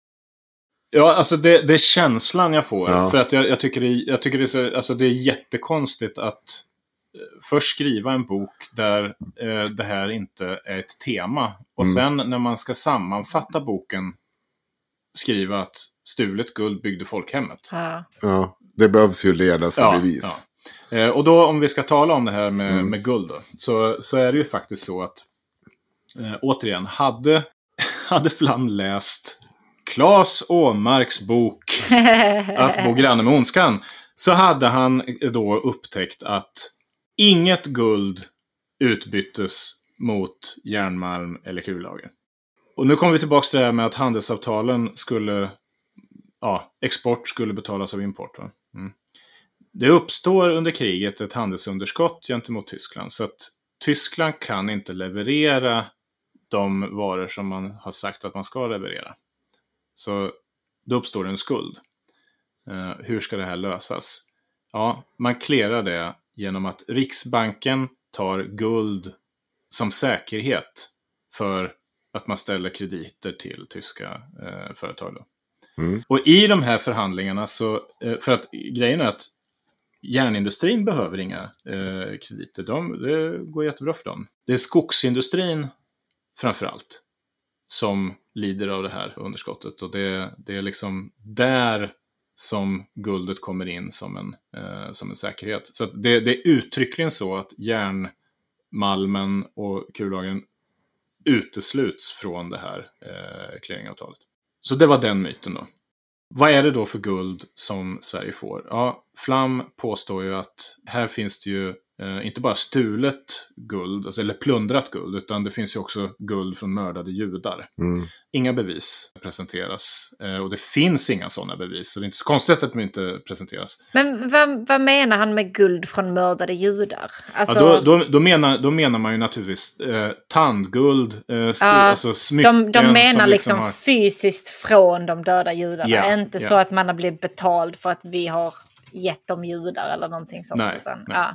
S5: Ja, alltså det är känslan jag får. Ja. För att jag tycker det är så, alltså det är jättekonstigt att först skriva en bok där det här inte är ett tema. Och sen när man ska sammanfatta boken skriva att stulet guld byggde folkhemmet.
S6: Ja, det behövs ju ledas i bevis.
S5: Ja. Och då om vi ska tala om det här med guld då, så är det ju faktiskt så att återigen, hade Flam läst Claes Åmarks bok Att bo granne med ondskan, så hade han då upptäckt att inget guld utbyttes mot järnmalm eller kullager. Och nu kommer vi tillbaka till det här med att handelsavtalen skulle, export skulle betalas av import. Va? Det uppstår under kriget ett handelsunderskott gentemot Tyskland, så att Tyskland kan inte leverera de varor som man har sagt att man ska leverera. Så då uppstår en skuld. Hur ska det här lösas? Ja, man clearar det genom att Riksbanken tar guld som säkerhet för att man ställer krediter till tyska företag då. Och i de här förhandlingarna så, för att grejen är att järnindustrin behöver inga krediter. Det går jättebra för dem. Det är skogsindustrin framförallt som lider av det här underskottet. Och det är liksom där som guldet kommer in som en säkerhet. Så att det är uttryckligen så att järnmalmen och kullagren utesluts från det här clearingavtalet. Så det var den myten då. Vad är det då för guld som Sverige får? Ja, Flam påstår ju att här finns det ju inte bara stulet guld, alltså, eller plundrat guld, utan det finns ju också guld från mördade judar. Inga bevis presenteras, och det finns inga sådana bevis, så det är inte så konstigt att de inte presenteras.
S7: Men vad menar han med guld från mördade judar? Alltså...
S5: Ja, då menar man ju naturligtvis tandguld, alltså smycken.
S7: De menar
S5: som
S7: liksom
S5: har...
S7: fysiskt från de döda judarna, inte så att man har blivit betald för att vi har gett dem judar eller någonting sånt.
S5: Nej.
S7: Ja.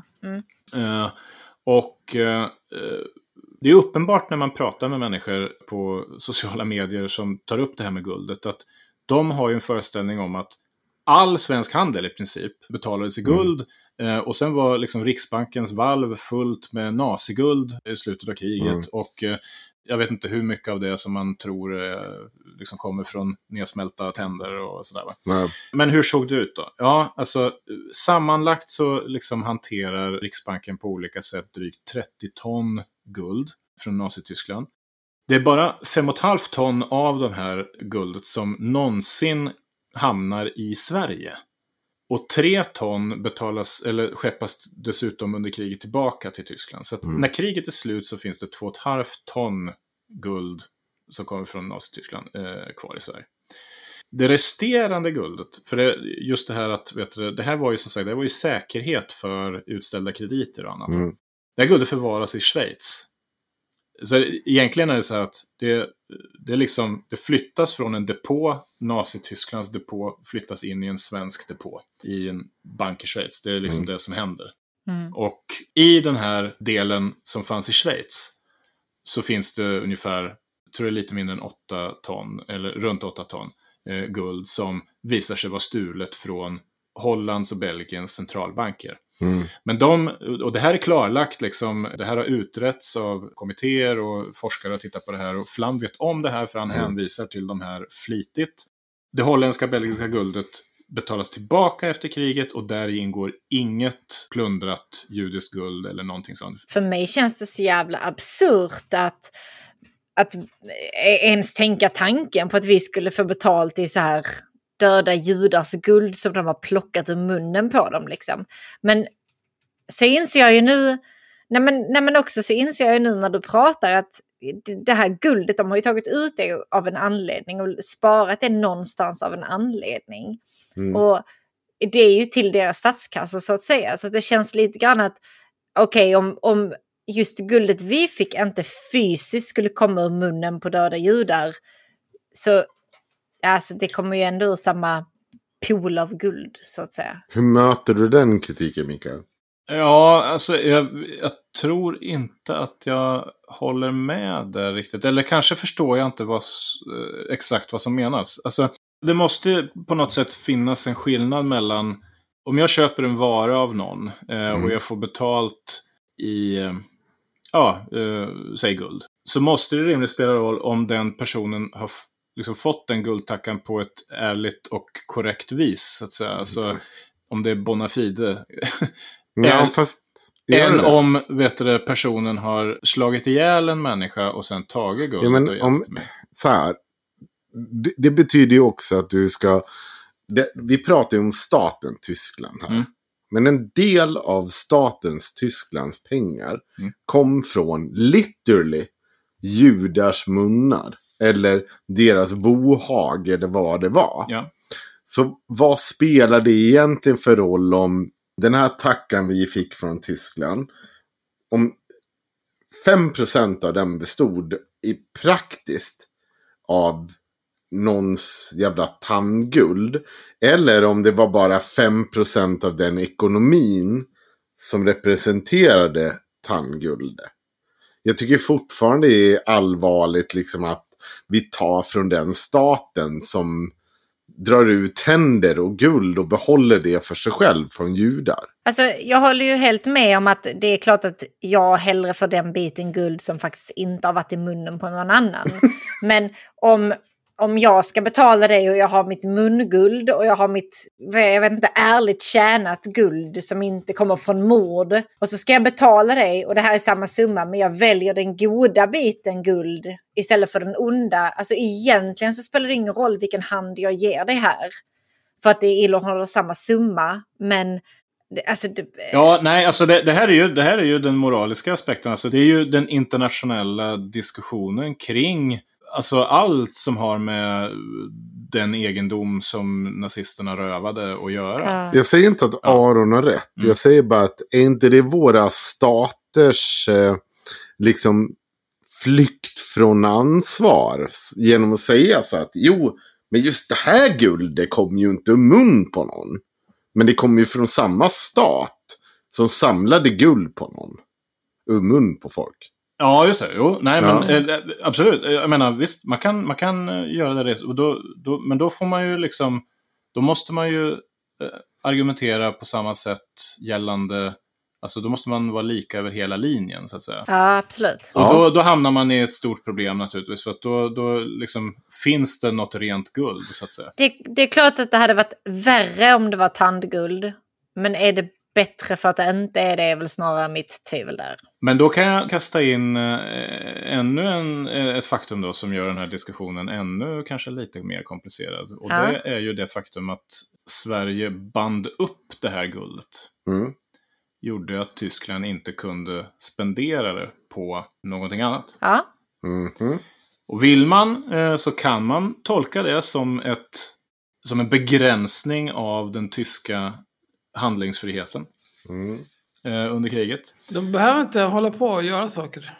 S5: Det är uppenbart när man pratar med människor på sociala medier som tar upp det här med guldet, att de har ju en föreställning om att all svensk handel i princip betalades i guld, och sen var liksom Riksbankens valv fullt med naziguld i slutet av kriget, och jag vet inte hur mycket av det som man tror liksom kommer från nedsmälta tänder och sådär, va? Nej. Men hur såg det ut då? Ja, alltså sammanlagt så liksom hanterar Riksbanken på olika sätt drygt 30 ton guld från Nazityskland. Det är bara 5,5 ton av de här guldet som någonsin hamnar i Sverige. Och 3 ton betalas, eller skeppas dessutom under kriget tillbaka till Tyskland. Så att när kriget är slut så finns det 2,5 ton guld som kommer från Nazityskland kvar i Sverige. Det resterande guldet, för just det här att, det här var ju som sagt, det var ju säkerhet för utställda krediter och annat. Det här guldet förvaras i Schweiz. Så egentligen är det så här att det flyttas från en depå, Nazitysklands depå, flyttas in i en svensk depå i en bank i Schweiz. Det är liksom det som händer. Och i den här delen som fanns i Schweiz så finns det ungefär, tror jag, lite mindre än 8 ton, eller runt 8 ton guld som visar sig vara stulet från Hollands och Belgiens centralbanker. Men och det här är klarlagt liksom, det här har utretts av kommittéer och forskare har tittat på det här, och Flam vet om det här för han hänvisar till de här flitigt. Det holländska belgiska guldet betalas tillbaka efter kriget, och där ingår inget plundrat judiskt guld eller någonting sånt.
S7: För mig känns det så jävla absurt att ens tänka tanken på att vi skulle få betalt i så här döda judars guld som de har plockat ur munnen på dem liksom. Men så inser jag ju nu, så inser jag ju nu när du pratar att det här guldet, de har ju tagit ut det av en anledning och sparat det någonstans av en anledning. Och det är ju till deras statskassa så att säga. Så att det känns lite grann att okej, om just guldet vi fick inte fysiskt skulle komma ur munnen på döda judar, så alltså, det kommer ju ändå ur samma pool av guld så att säga.
S6: Hur möter du den kritiken, Mikael?
S5: Ja, alltså jag tror inte att jag håller med där riktigt. Eller kanske förstår jag inte exakt vad som menas. Alltså, det måste på något sätt finnas en skillnad mellan om jag köper en vara av någon och jag får betalt i säg guld, så måste det rimligt spela roll om den personen har liksom fått den guldtackan på ett ärligt och korrekt vis, så att säga. Alltså, om det är bona fide. Än om personen har slagit ihjäl en människa och sen tagit guldet.
S6: Ja, men så här, det betyder ju också att du ska... vi pratar ju om staten Tyskland här. Men en del av statens Tysklands pengar kom från literally judars munnar. Eller deras bohag eller vad det var. Ja. Så vad spelar det egentligen för roll om den här tackan vi fick från Tyskland, om 5% av den bestod i praktiskt av någons jävla tandguld. Eller om det var bara 5% av den ekonomin som representerade tandguldet. Jag tycker fortfarande det är allvarligt liksom att vi tar från den staten som drar ut tänder och guld och behåller det för sig själv från judar.
S7: Alltså, jag håller ju helt med om att det är klart att jag hellre får den biten guld som faktiskt inte har varit i munnen på någon annan. Men om jag ska betala det och jag har mitt munguld och jag har mitt, jag vet inte, ärligt tjänat guld som inte kommer från mord. Och så ska jag betala det och det här är samma summa, men jag väljer den goda biten guld istället för den onda. Alltså egentligen så spelar det ingen roll vilken hand jag ger det här. För att det innehåller samma summa, men... Alltså,
S5: ja, nej, alltså det här är ju den moraliska aspekten. Alltså det är ju den internationella diskussionen kring alltså allt som har med den egendom som nazisterna rövade att göra.
S6: Jag säger inte att Aron har rätt. Jag säger bara att är inte det våra staters liksom flykt från ansvar genom att säga så att jo, men just det här guldet kom ju inte mun på någon. Men det kom ju från samma stat som samlade guld på någon. Mun på folk.
S5: Ja, just det. Jo, nej, men absolut. Jag menar, visst, man kan göra det. Och men då får man ju liksom... Då måste man ju argumentera på samma sätt gällande... Alltså då måste man vara lika över hela linjen, så att säga.
S7: Ja, absolut.
S5: Och då hamnar man i ett stort problem naturligtvis. För att då liksom finns det något rent guld, så att säga.
S7: Det är klart att det hade varit värre om det var tandguld. Men är det bättre för att det inte är det, är väl snarare mitt tvivel där.
S5: Men då kan jag kasta in ännu ett faktum då som gör den här diskussionen ännu kanske lite mer komplicerad. Och det är ju det faktum att Sverige band upp det här guldet. Gjorde att Tyskland inte kunde spendera det på någonting annat.
S7: Ja.
S5: Och vill man så kan man tolka det som en begränsning av den tyska handlingsfriheten under kriget.
S4: De behöver inte hålla på och göra saker.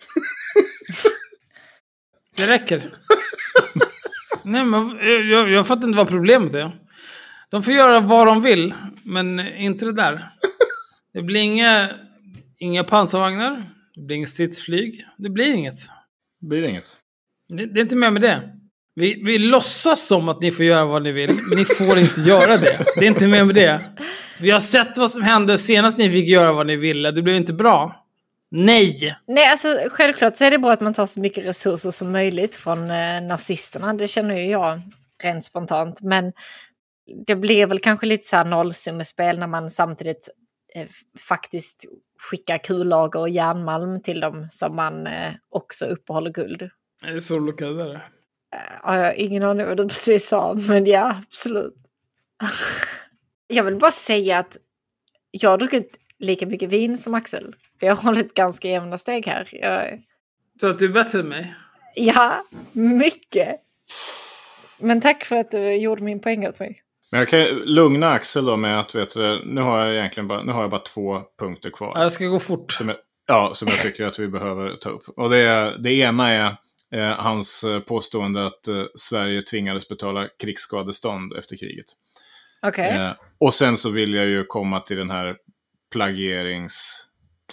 S4: Det räcker. Nej, men jag fattar inte vad problemet är. De får göra vad de vill, men inte det där. Det blir inga pansarvagnar. Det blir inget stridsflyg. Det blir inget.
S5: Det
S4: är inte mer med det. Vi låtsas som att ni får göra vad ni vill, men ni får inte göra det. Det är inte mer med det. Vi har sett vad som hände senast ni fick göra vad ni ville. Det blev inte bra. Nej, alltså
S7: självklart så är det bra att man tar så mycket resurser som möjligt från nazisterna. Det känner ju jag rent spontant. Men det blir väl kanske lite så här nollsummespel när man samtidigt faktiskt skickar kullager och järnmalm till dem som man också uppehåller guld.
S4: Är det så olika där?
S7: Jag har ingen aning vad du precis sa, men ja, absolut. Jag vill bara säga att jag har druckit lika mycket vin som Axel. Jag har hållit ganska jämna steg här.
S4: Så att du är bättre än mig?
S7: Ja, mycket. Men tack för att du gjorde min poäng åt mig.
S5: Men jag kan lugna Axel då med att nu har jag bara 2 punkter kvar.
S4: Jag ska gå fort.
S5: Som jag tycker att vi behöver ta upp. Och det ena är hans påstående att Sverige tvingades betala krigsskadestånd efter kriget.
S7: Okej.
S5: Och sen så vill jag ju komma till den här plagieringsgrejen.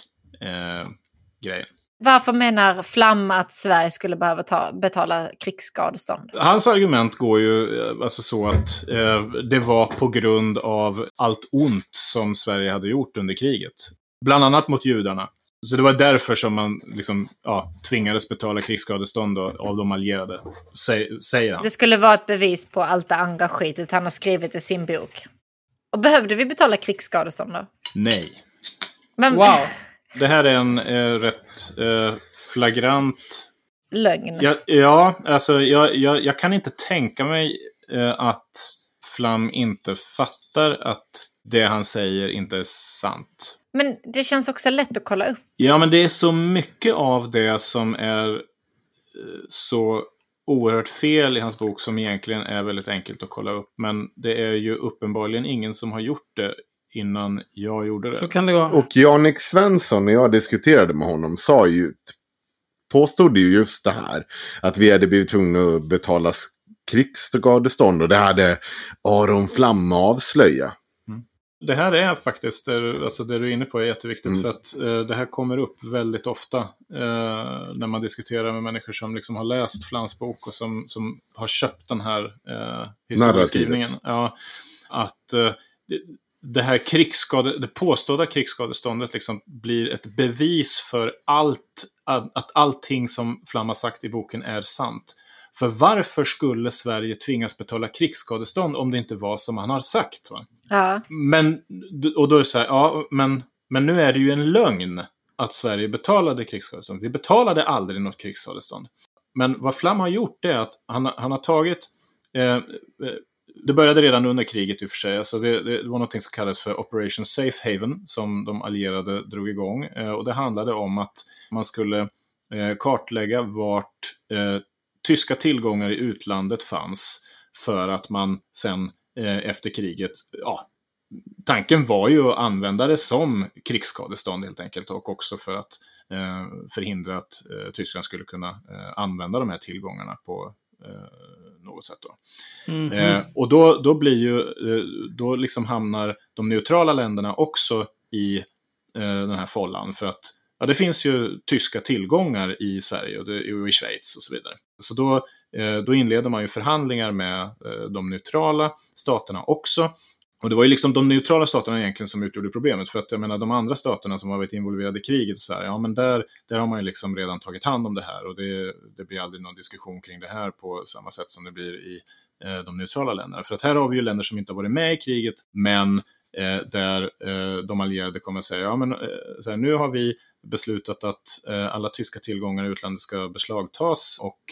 S7: Varför menar Flam att Sverige skulle behöva betala krigsskadestånd?
S5: Hans argument går ju alltså så att det var på grund av allt ont som Sverige hade gjort under kriget. Bland annat mot judarna. Så det var därför som man liksom, tvingades betala krigsskadestånd av de allierade, säger han.
S7: Det skulle vara ett bevis på allt det andra skitet han har skrivit i sin bok. Och behövde vi betala krigsskadestånd då?
S5: Nej.
S7: Men...
S4: Wow.
S5: Det här är en rätt flagrant...
S7: lögn.
S5: Alltså jag kan inte tänka mig att Flam inte fattar att det han säger inte är sant.
S7: Men det känns också lätt att kolla upp.
S5: Ja, men det är så mycket av det som är så oerhört fel i hans bok som egentligen är väldigt enkelt att kolla upp. Men det är ju uppenbarligen ingen som har gjort det innan jag gjorde det.
S4: Så kan det gå.
S6: Och Jan-Erik Svensson, när jag diskuterade med honom, påstod ju just det här. Att vi hade blivit tvungna att betala krigsskadestånd, och det hade Aron Flam avslöja.
S5: Det här är faktiskt, det du är inne på är jätteviktigt, för att det här kommer upp väldigt ofta när man diskuterar med människor som liksom har läst Flams bok och som har köpt den här historieskrivningen. Ja, att det här det påstådda krigsskadeståndet liksom blir ett bevis för att allting som Flam har sagt i boken är sant. För varför skulle Sverige tvingas betala krigsskadestånd om det inte var som han har sagt, va?
S7: Ja.
S5: Och då är det så här, men nu är det ju en lögn att Sverige betalade krigsskadestånd. Vi betalade aldrig något krigsskadestånd. Men vad Flam har gjort är att han har tagit... det började redan under kriget i och för sig. Alltså det var något som kallades för Operation Safe Haven som de allierade drog igång. Och det handlade om att man skulle kartlägga vart tyska tillgångar i utlandet fanns, för att man sen efter kriget, tanken var ju att använda det som krigsskadestånd helt enkelt, och också för att förhindra att Tyskland skulle kunna använda de här tillgångarna på något sätt då. Och då blir ju då liksom hamnar de neutrala länderna också i den här follan, för att det finns ju tyska tillgångar i Sverige och i Schweiz och så vidare. Så då inleder man ju förhandlingar med de neutrala staterna också. Och det var ju liksom de neutrala staterna egentligen som utgjorde problemet. För att jag menar, de andra staterna som har varit involverade i kriget, så här, men där har man ju liksom redan tagit hand om det här. Och det blir aldrig någon diskussion kring det här på samma sätt som det blir i de neutrala länderna. För att här har vi ju länder som inte har varit med i kriget, men där de allierade kommer att säga, så här, nu har vi beslutat att alla tyska tillgångar i utlandet ska beslagtas, och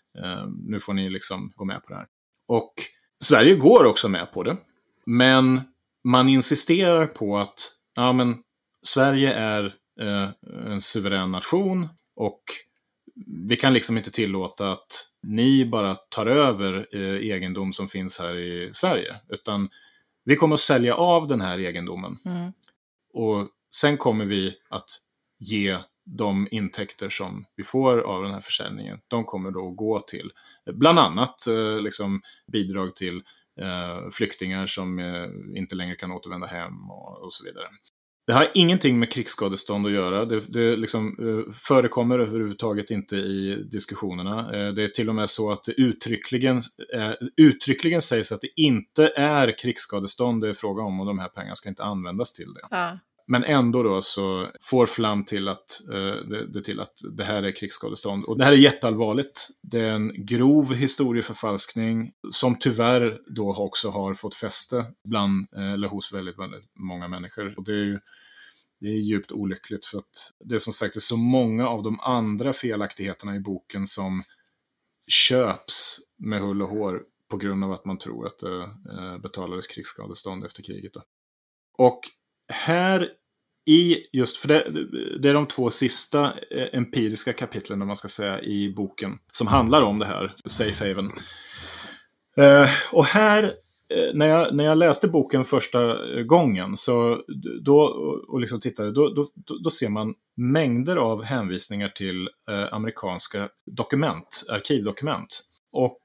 S5: nu får ni liksom gå med på det här. Och Sverige går också med på det, men man insisterar på att Sverige är en suverän nation, och vi kan liksom inte tillåta att ni bara tar över egendom som finns här i Sverige, utan vi kommer att sälja av den här egendomen. Och sen kommer vi att ge de intäkter som vi får av den här försäljningen. De kommer då att gå till bland annat liksom bidrag till flyktingar som inte längre kan återvända hem och så vidare. Det har ingenting med krigsskadestånd att göra. Det liksom förekommer överhuvudtaget inte i diskussionerna. Det är till och med så att det uttryckligen sägs att det inte är krigsskadestånd det är fråga om, och de här pengarna ska inte användas till det. Ja. Men ändå då så får Flam till att det här är krigsskadestånd. Och det här är jätteallvarligt. Det är en grov historieförfalskning som tyvärr då också har fått fäste hos väldigt, väldigt många människor. Och det är djupt olyckligt, för att det är som sagt så många av de andra felaktigheterna i boken som köps med hull och hår på grund av att man tror att det betalades krigsskadestånd efter kriget då. Och här för det är de 2 sista empiriska kapitlen, om man ska säga, i boken som handlar om det här Safe Haven. Och här när jag läste boken första gången så och liksom tittade, då ser man mängder av hänvisningar till amerikanska arkivdokument. Och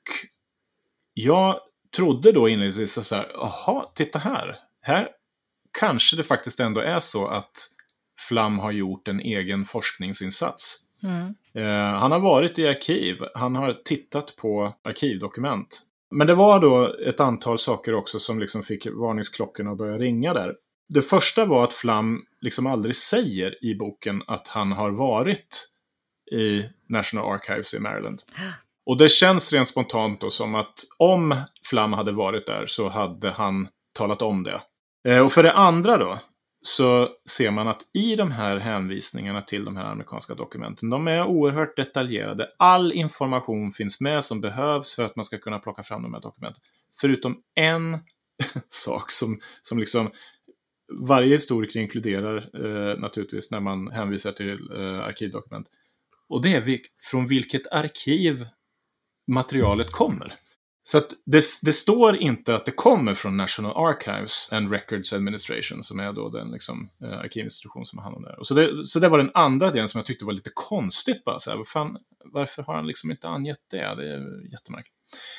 S5: jag trodde då inledningsvis så här, titta här kanske det faktiskt ändå är så att Flam har gjort en egen forskningsinsats. Han har varit i arkiv, han har tittat på arkivdokument. Men det var då ett antal saker också som liksom fick varningsklockorna att börja ringa där. Det första var att Flam liksom aldrig säger i boken att han har varit i National Archives i Maryland. Och det känns rent spontant då som att om Flam hade varit där så hade han talat om det. Och för det andra då så ser man att i de här hänvisningarna till de här amerikanska dokumenten, de är oerhört detaljerade. All information finns med som behövs för att man ska kunna plocka fram de här dokumenten. Förutom en sak som liksom varje historiker inkluderar naturligtvis när man hänvisar till arkivdokument. Och det är från vilket arkiv materialet kommer. Så att det står inte att det kommer från National Archives and Records Administration, som är då den liksom, arkivinstitution som har hand om det. Och så det var den andra delen som jag tyckte var lite konstigt. Bara, så här, varför har han liksom inte angett det? Det är jättemärkligt.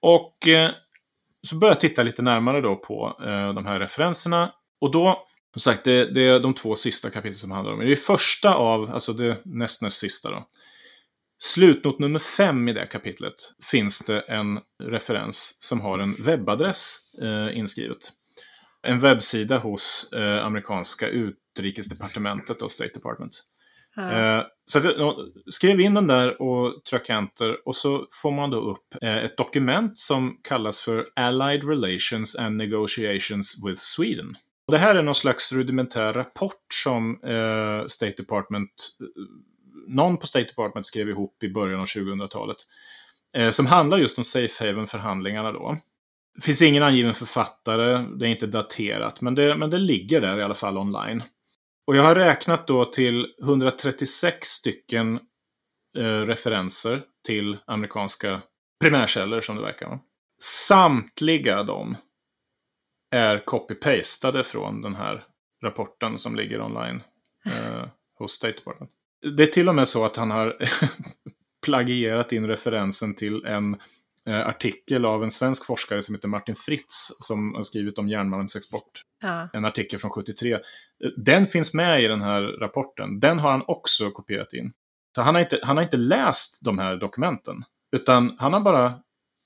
S5: Och så börjar jag titta lite närmare då på de här referenserna. Och då, som sagt, det är de 2 sista kapitlen som handlar om det. Det är första av, alltså det näst sista då. Slutnot nummer 5 i det kapitlet finns det en referens som har en webbadress inskrivet. En webbsida hos amerikanska utrikesdepartementet och State Department. Så att jag skrev in den där och tryck enter och så får man då upp ett dokument som kallas för Allied Relations and Negotiations with Sweden. Och det här är någon slags rudimentär rapport som State Department, någon på State Department skrev ihop i början av 2000-talet som handlar just om Safe Haven-förhandlingarna då. Det finns ingen angiven författare, det är inte daterat, men det ligger där i alla fall online. Och jag har räknat då till 136 stycken referenser till amerikanska primärkällor som det verkar vara. Samtliga de är copy-pastade från den här rapporten som ligger online hos State Department. Det är till och med så att han har plagierat in referensen till en artikel av en svensk forskare som heter Martin Fritz som har skrivit om järnmalmsexport. En artikel från 73. Den finns med i den här rapporten. Den har han också kopierat in. Så han har inte läst de här dokumenten. Utan han har bara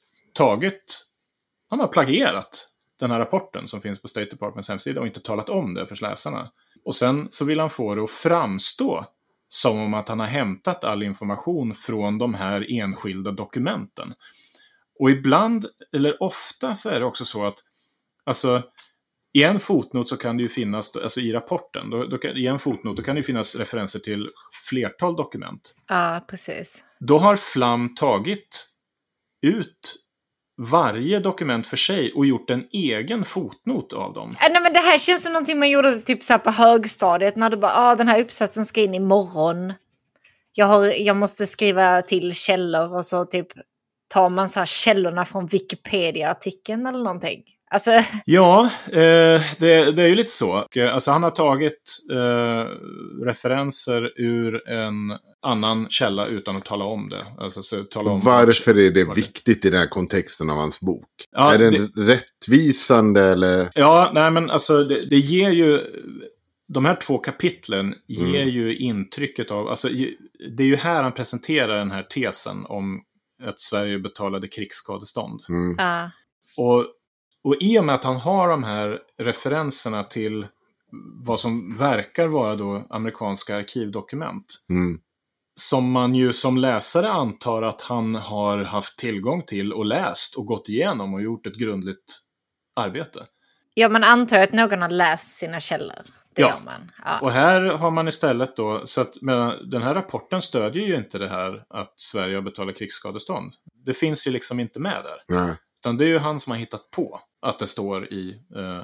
S5: han har plagierat den här rapporten som finns på State Departments hemsida och inte talat om det för läsarna. Och sen så vill han få det att framstå som om att han har hämtat all information från de här enskilda dokumenten. Och ibland, eller ofta så är det också så att alltså, i en fotnot så kan det ju finnas, alltså i rapporten, i en fotnot då kan det finnas referenser till flertal dokument.
S7: Ja, precis.
S5: Då har Flam tagit ut varje dokument för sig och gjort en egen fotnot av dem.
S7: Nej, men det här känns som någonting man gjorde typ så här på högstadiet när du bara, den här uppsatsen ska in imorgon. Jag måste skriva till källor och så typ tar man så här källorna från Wikipedia-artikeln eller någonting. Alltså... Ja,
S5: det är ju lite så. Alltså, han har tagit referenser ur en annan källa utan att tala om det. Alltså,
S6: varför är det viktigt i den här kontexten av hans bok? Ja, är det rättvisande eller?
S5: Ja, nej men alltså det ger ju... De här 2 kapitlen ger ju intrycket av... Alltså, det är ju här han presenterar den här tesen om att Sverige betalade krigsskadestånd. Och i och med att han har de här referenserna till vad som verkar vara då amerikanska arkivdokument som man ju som läsare antar att han har haft tillgång till och läst och gått igenom och gjort ett grundligt arbete.
S7: Ja, man antar att någon har läst sina källor. Det gör man. Ja.
S5: Och här har man istället då, så att den här rapporten stödjer ju inte det här att Sverige har betalat krigsskadestånd. Det finns ju liksom inte med där.
S6: Nej.
S5: Utan det är ju han som har hittat på att det står i...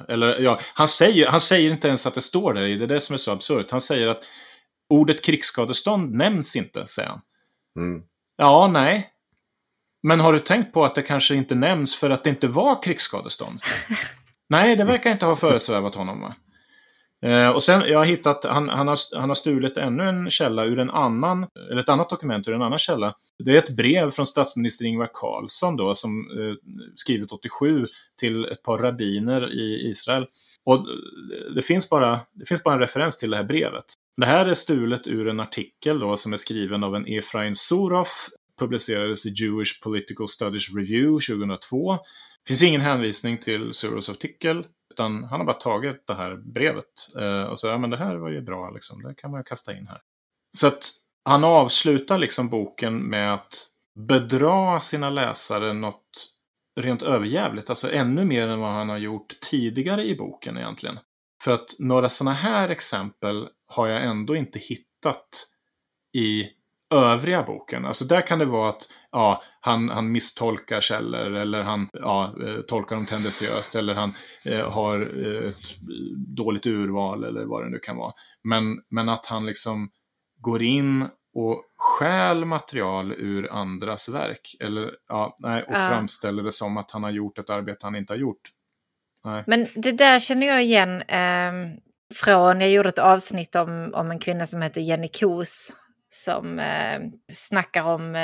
S5: han säger inte ens att det står där i. Det är det som är så absurt. Han säger att ordet krigsskadestånd nämns inte, säger han. Ja, nej. Men har du tänkt på att det kanske inte nämns för att det inte var krigsskadestånd? Nej, det verkar inte ha föresvävat honom, va? Och sen jag har hittat, han har stulit ännu en källa ur ett annat dokument ur en annan källa. Det är ett brev från statsminister Ingvar Carlsson då, som skrivit 87 till ett par rabbiner i Israel. Och det finns bara en referens till det här brevet. Det här är stulet ur en artikel då som är skriven av en Efraim Soroff, publicerades i Jewish Political Studies Review 2002. Det finns ingen hänvisning till Soroffs artikel. Utan han har bara tagit det här brevet och så, men det här var ju bra liksom, det kan man ju kasta in här. Så att han avslutar liksom boken med att bedra sina läsare något rent överjävligt, alltså ännu mer än vad han har gjort tidigare i boken egentligen. För att några sådana här exempel har jag ändå inte hittat i övriga boken. Alltså där kan det vara att han misstolkar källor eller han tolkar dem tendensiöst eller han har ett dåligt urval eller vad det nu kan vara. Men att han liksom går in och stjäl material ur andras verk eller och framställer det som att han har gjort ett arbete han inte har gjort. Nej.
S7: Men det där känner jag igen från, jag gjorde ett avsnitt om en kvinna som heter Jenny Kos som snackar om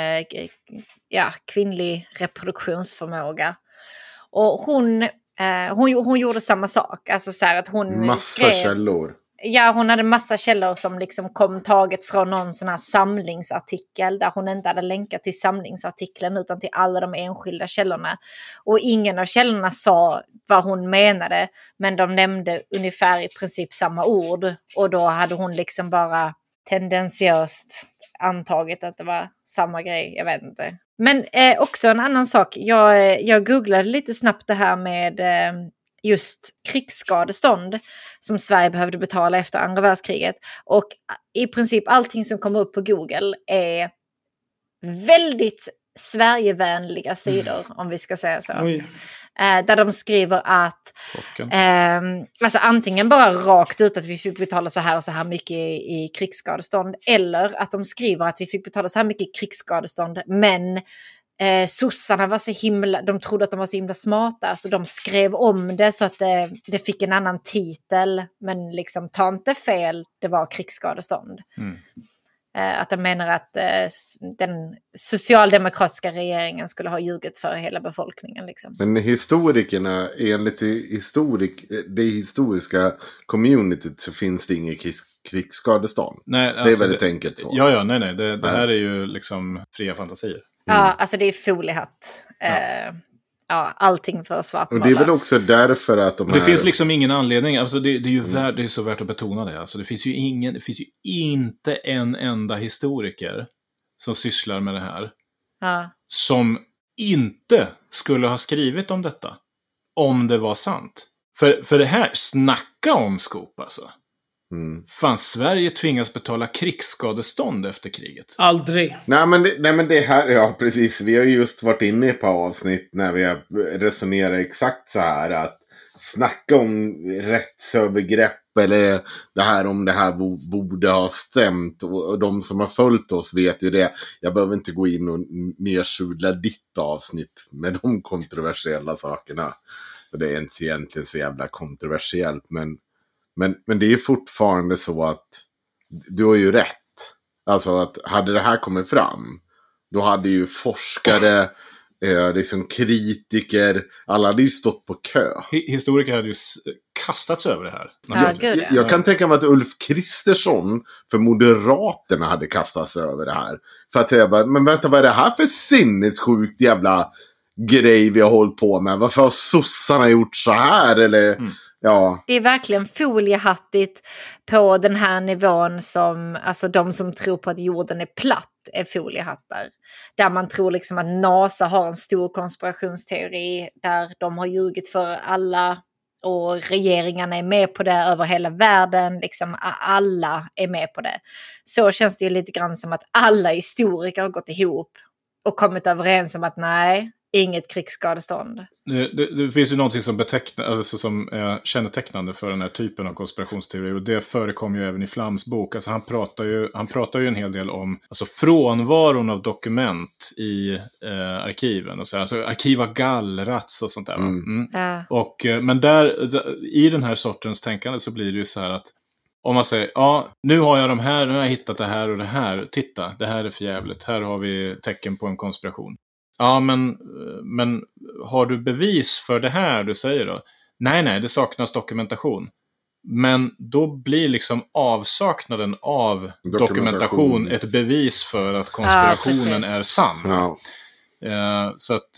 S7: kvinnlig reproduktionsförmåga. Och hon gjorde samma sak. Alltså så här att hon
S6: massa källor.
S7: Ja, hon hade massa källor som liksom kom taget från någon sån här samlingsartikel där hon inte hade länkat till samlingsartikeln utan till alla de enskilda källorna. Och ingen av källorna sa vad hon menade, men de nämnde ungefär i princip samma ord. Och då hade hon liksom bara tendensiöst antagit att det var samma grej, jag vet inte. Men också en annan sak, jag googlade lite snabbt det här med just krigsskadestånd som Sverige behövde betala efter andra världskriget. Och i princip allting som kommer upp på Google är väldigt Sverigevänliga sidor, om vi ska säga så. Där de skriver att alltså antingen bara rakt ut att vi fick betala så här och så här mycket i krigsskadestånd, eller att de skriver att vi fick betala så här mycket i krigsskadestånd, men sossarna var så himla, de trodde att de var så himla smarta, så de skrev om det så att det fick en annan titel, men liksom ta inte fel, det var krigsskadestånd. Att de menar att den socialdemokratiska regeringen skulle ha ljugit för hela befolkningen. Liksom. Men
S6: historikerna, enligt det historiska communityt, så finns det inget krigsskadestånd.
S5: Nej, alltså,
S6: det är väldigt enkelt så.
S5: Ja, nej. Det här är ju liksom fria fantasier.
S7: Ja, alltså det är foliehatt. Allting för svart.
S6: Och det är väl också därför att
S5: det finns liksom ingen anledning. Alltså det är ju det är så värt att betona det. Alltså det finns ju inte en enda historiker som sysslar med det här som inte skulle ha skrivit om detta om det var sant. För det här, snacka om skop alltså. Fan, Sverige tvingas betala krigsskadestånd efter kriget.
S4: Aldrig.
S6: Nej men det här, ja precis. Vi har ju just varit inne i ett par avsnitt när vi har resonerat exakt så här, att snacka om rättsövergrepp eller det här, om det här borde ha stämt, och de som har följt oss vet ju det. Jag behöver inte gå in och nedsudla ditt avsnitt med de kontroversiella sakerna. Och det är inte egentligen så jävla kontroversiellt, men det är fortfarande så att du har ju rätt. Alltså att hade det här kommit fram, då hade ju forskare, liksom kritiker, alla hade ju stått på kö.
S5: Historiker hade ju kastats över det här.
S6: Jag kan tänka mig att Ulf Kristersson för Moderaterna hade kastats över det här. För att säga bara, men vänta, vad är det här för sinnessjukt jävla grej vi har hållit på med? Varför har sossarna gjort så här? Eller... Ja.
S7: Det är verkligen foliehattigt på den här nivån som, alltså de som tror på att jorden är platt är foliehattar. Där man tror liksom att NASA har en stor konspirationsteori där de har ljugit för alla och regeringarna är med på det över hela världen. Liksom alla är med på det. Så känns det ju lite grann som att alla historiker har gått ihop och kommit överens om att nej, inget krigsskadestånd.
S5: Det finns ju någonting som som är kännetecknande för den här typen av konspirationsteorier, och det förekommer ju även i Flams bok. Alltså han pratar ju en hel del om alltså frånvaron av dokument i arkiven och så. Alltså arkiv har gallrats och sånt där. Och men där i den här sortens tänkande så blir det ju så här att om man säger, nu har jag nu har jag hittat det här och det här. Titta, det här är för jävligt. Här har vi tecken på en konspiration. Ja, men har du bevis för det här du säger då? Nej, det saknas dokumentation. Men då blir liksom avsaknaden av dokumentation ett bevis för att konspirationen är sann.
S6: Ja.
S5: Så att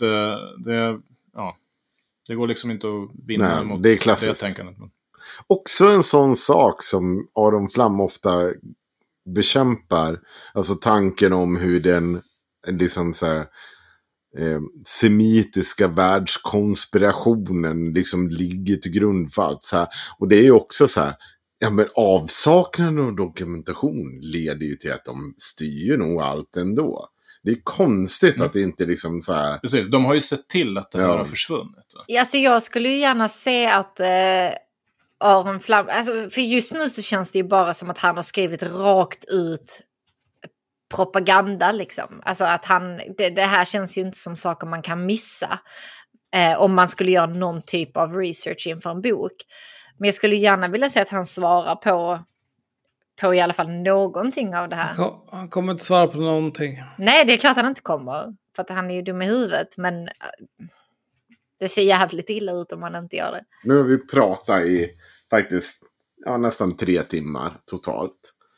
S5: det går liksom inte att vinna mot
S6: det är klassiskt.
S5: Det tänkandet.
S6: Också en sån sak som Aron Flam ofta bekämpar. Alltså tanken om hur den liksom så här, semitiska världskonspirationen liksom ligger till grund för allt så här. Och det är ju också så här, men avsaknaden av dokumentation leder ju till att de styr nog allt ändå. Det är konstigt att det inte liksom så här...
S5: Precis, de har ju sett till att det här har försvunnit.
S7: Alltså jag skulle ju gärna se att Aron Flam, alltså, för just nu så känns det ju bara som att han har skrivit rakt ut propaganda liksom. Alltså att det här känns ju inte som saker man kan missa om man skulle göra någon typ av research inför en bok. Men jag skulle gärna vilja se att han svarar på på i alla fall någonting av det här.
S4: Han kommer inte svara på någonting.
S7: Nej, det är klart han inte kommer. För att han är ju dum i huvudet. Men det ser jävligt illa ut om man inte gör det.
S6: Nu har vi pratat i faktiskt nästan 3 timmar totalt.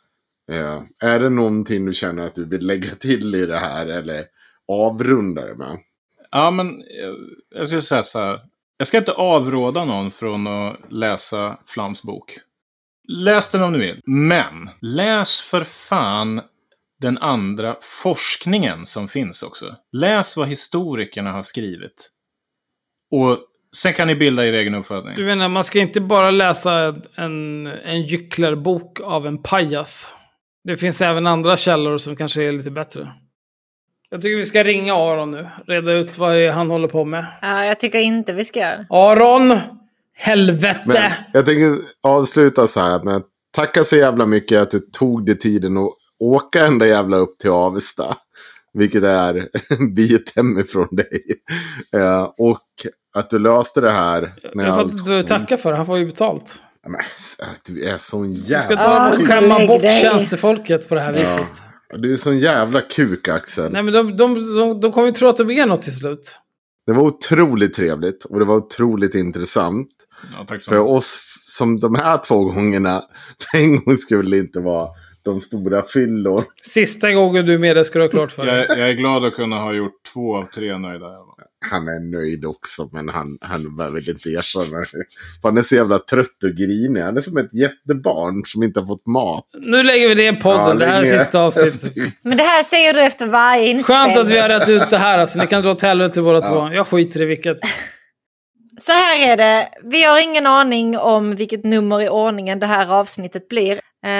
S6: Är det någonting du känner att du vill lägga till i det här eller avrunda det med?
S5: Ja, men jag ska säga så här. Jag ska inte avråda någon från att läsa Flams bok. Läs den om du vill. Men läs för fan den andra forskningen som finns också. Läs vad historikerna har skrivit. Och sen kan ni bilda er egen uppfattning.
S4: Du menar, man ska inte bara läsa en gycklerbok av en pajas. Det finns även andra källor som kanske är lite bättre. Jag tycker vi ska ringa Aron nu. Reda ut vad han håller på med.
S7: Ja, jag tycker inte vi ska göra.
S4: Aron! Helvete!
S6: Men jag tänker avsluta så här med att tacka så jävla mycket att du tog dig tiden att åka ända jävla upp till Avesta. Vilket är en bit hemifrån dig. Och att du löste det här.
S4: Jag får inte tacka för det. Han får ju betalt.
S6: Men, du är sån jävla...
S4: Du ska ta och skämma bort tjänstefolket på det här viset.
S6: Du är sån jävla kuk, Axel.
S4: Nej, men de kommer ju tro att de är något till slut.
S6: Det var otroligt trevligt. Och det var otroligt intressant.
S5: Ja, tack så.
S6: För oss som de här 2 gångerna. För en gång skulle inte vara de stora fyllor.
S4: Sista gången du är med det ska du ha klart för dig.
S5: Jag är glad att kunna ha gjort 2 av 3 nöjda.
S6: Han är nöjd också, men han behöver inte erkänna det. Han är så jävla trött och grinig. Han är som ett jättebarn som inte har fått mat.
S4: Nu lägger vi det i podden, det här är sista avsnittet.
S7: Men det här säger du efter varje inspelning.
S4: Skönt att vi har rätt ut det här, alltså. Ni kan dra åt helvete båda 2. Jag skiter i vilket.
S7: Så här är det. Vi har ingen aning om vilket nummer i ordningen det här avsnittet blir.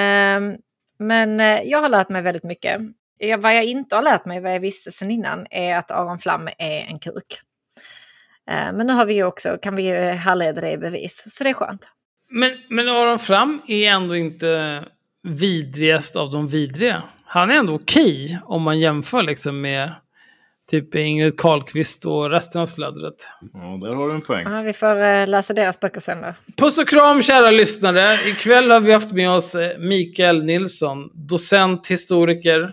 S7: Men jag har lärt mig väldigt mycket. Vad jag inte har lärt mig, vad jag visste sedan innan, är att Aron Flam är en kuk. Men nu har vi också, kan vi ju härleda det i bevis. Så det är skönt.
S4: Men Aron Flam är ändå inte vidrigast av de vidriga. Han är ändå okej om man jämför liksom med typ Ingrid Carlqvist och resten av slödret.
S5: Ja, där har du en poäng.
S7: Ja, vi får läsa deras böcker sen då.
S4: Puss och kram, kära lyssnare. Ikväll har vi haft med oss Mikael Nilsson, docent, historiker,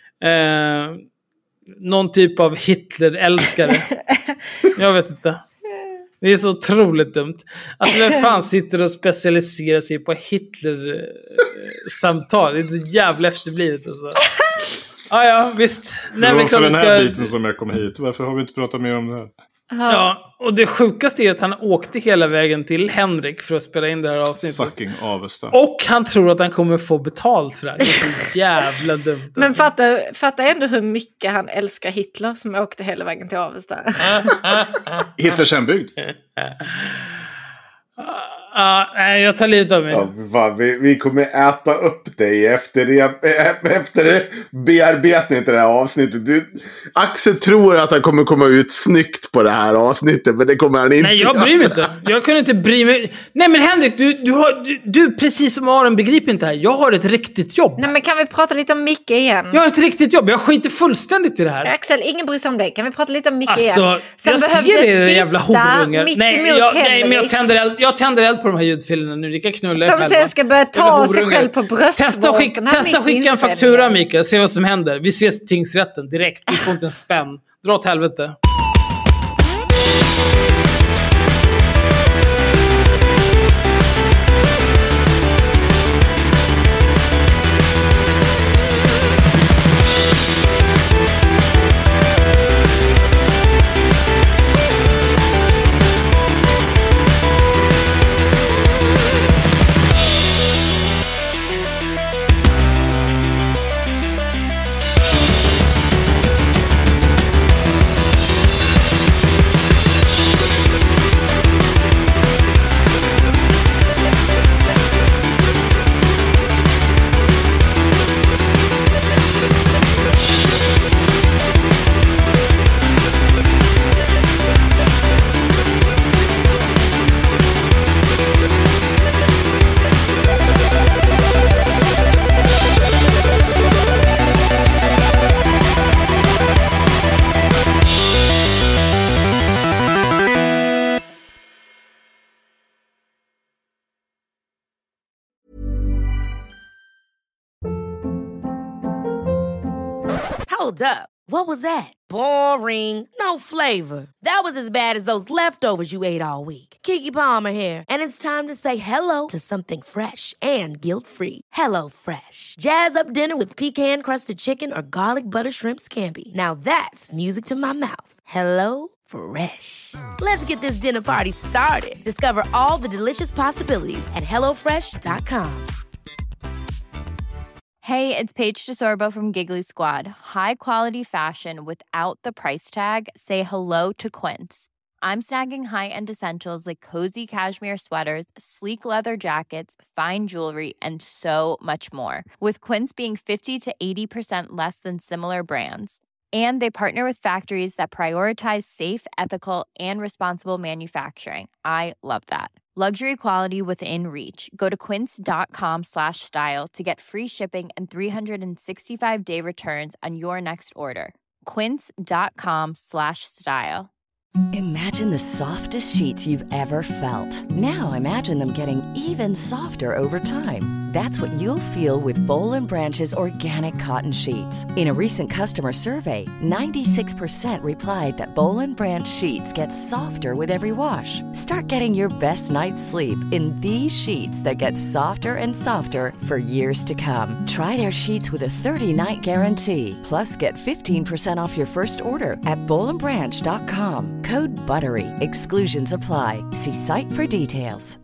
S4: någon typ av Hitler-älskare. Jag vet inte. Det är så otroligt dumt. Alltså vem fan sitter och specialiserar sig på Hitler-samtal? Det är så jävla efterblivet alltså. Ja, visst.
S5: Nej, men för den här biten som jag kom hit. Varför har vi inte pratat mer om det här?
S4: Ja, och det sjukaste är att han åkte hela vägen till Henrik för att spela in det här avsnittet.
S5: Fucking Avesta.
S4: Och han tror att han kommer få betalt för det här. Det är så jävla dumt. Alltså.
S7: Men fatta ändå hur mycket han älskar Hitler som åkte hela vägen till Avesta.
S5: Hitlers hembygd.
S4: Jag tar lite av mig.
S6: Ja, vi kommer äta upp dig efter bearbetningen till det här avsnittet. Axel tror att han kommer komma ut snyggt på det här avsnittet, men det kommer han inte.
S4: Nej, jag bryr mig inte. Jag kunde inte bry mig. Nej, men Henrik, du precis som Aron begriper inte det här. Jag har ett riktigt jobb.
S7: Nej, men kan vi prata lite om Micke igen?
S4: Jag har ett riktigt jobb. Jag skiter fullständigt i det här.
S7: Axel, ingen bryr sig om dig. Kan vi prata lite om Micke
S4: alltså,
S7: igen?
S4: Som jag ser det, jävla horungar. Nej, men jag tänder eld på de här ljudfilerna nu. Ni kan knulla
S7: som sen ska börja ta sig själv på bröstvården.
S4: Testa skicka en faktura, Mikael. Se vad som händer. Vi ses i tingsrätten direkt. Du får inte en spänn. Dra åt helvete.
S1: Hold up. What was that? Boring. No flavor. That was as bad as those leftovers you ate all week. Keke Palmer here, and it's time to say hello to something fresh and guilt-free. Hello Fresh. Jazz up dinner with pecan-crusted chicken or garlic butter shrimp scampi. Now that's music to my mouth. Hello Fresh. Let's get this dinner party started. Discover all the delicious possibilities at hellofresh.com.
S9: Hey, it's Paige DeSorbo from Giggly Squad. High quality fashion without the price tag. Say hello to Quince. I'm snagging high-end essentials like cozy cashmere sweaters, sleek leather jackets, fine jewelry, and so much more. With Quince being 50 to 80% less than similar brands. And they partner with factories that prioritize safe, ethical, and responsible manufacturing. I love that. Luxury quality within reach. Go to quince.com/style to get free shipping and 365-day returns on your next order. Quince.com/style.
S10: Imagine the softest sheets you've ever felt. Now imagine them getting even softer over time. That's what you'll feel with Boll & Branch's organic cotton sheets. In a recent customer survey, 96% replied that Boll & Branch sheets get softer with every wash. Start getting your best night's sleep in these sheets that get softer and softer for years to come. Try their sheets with a 30-night guarantee. Plus, get 15% off your first order at bollandbranch.com. Code BUTTERY. Exclusions apply. See site for details.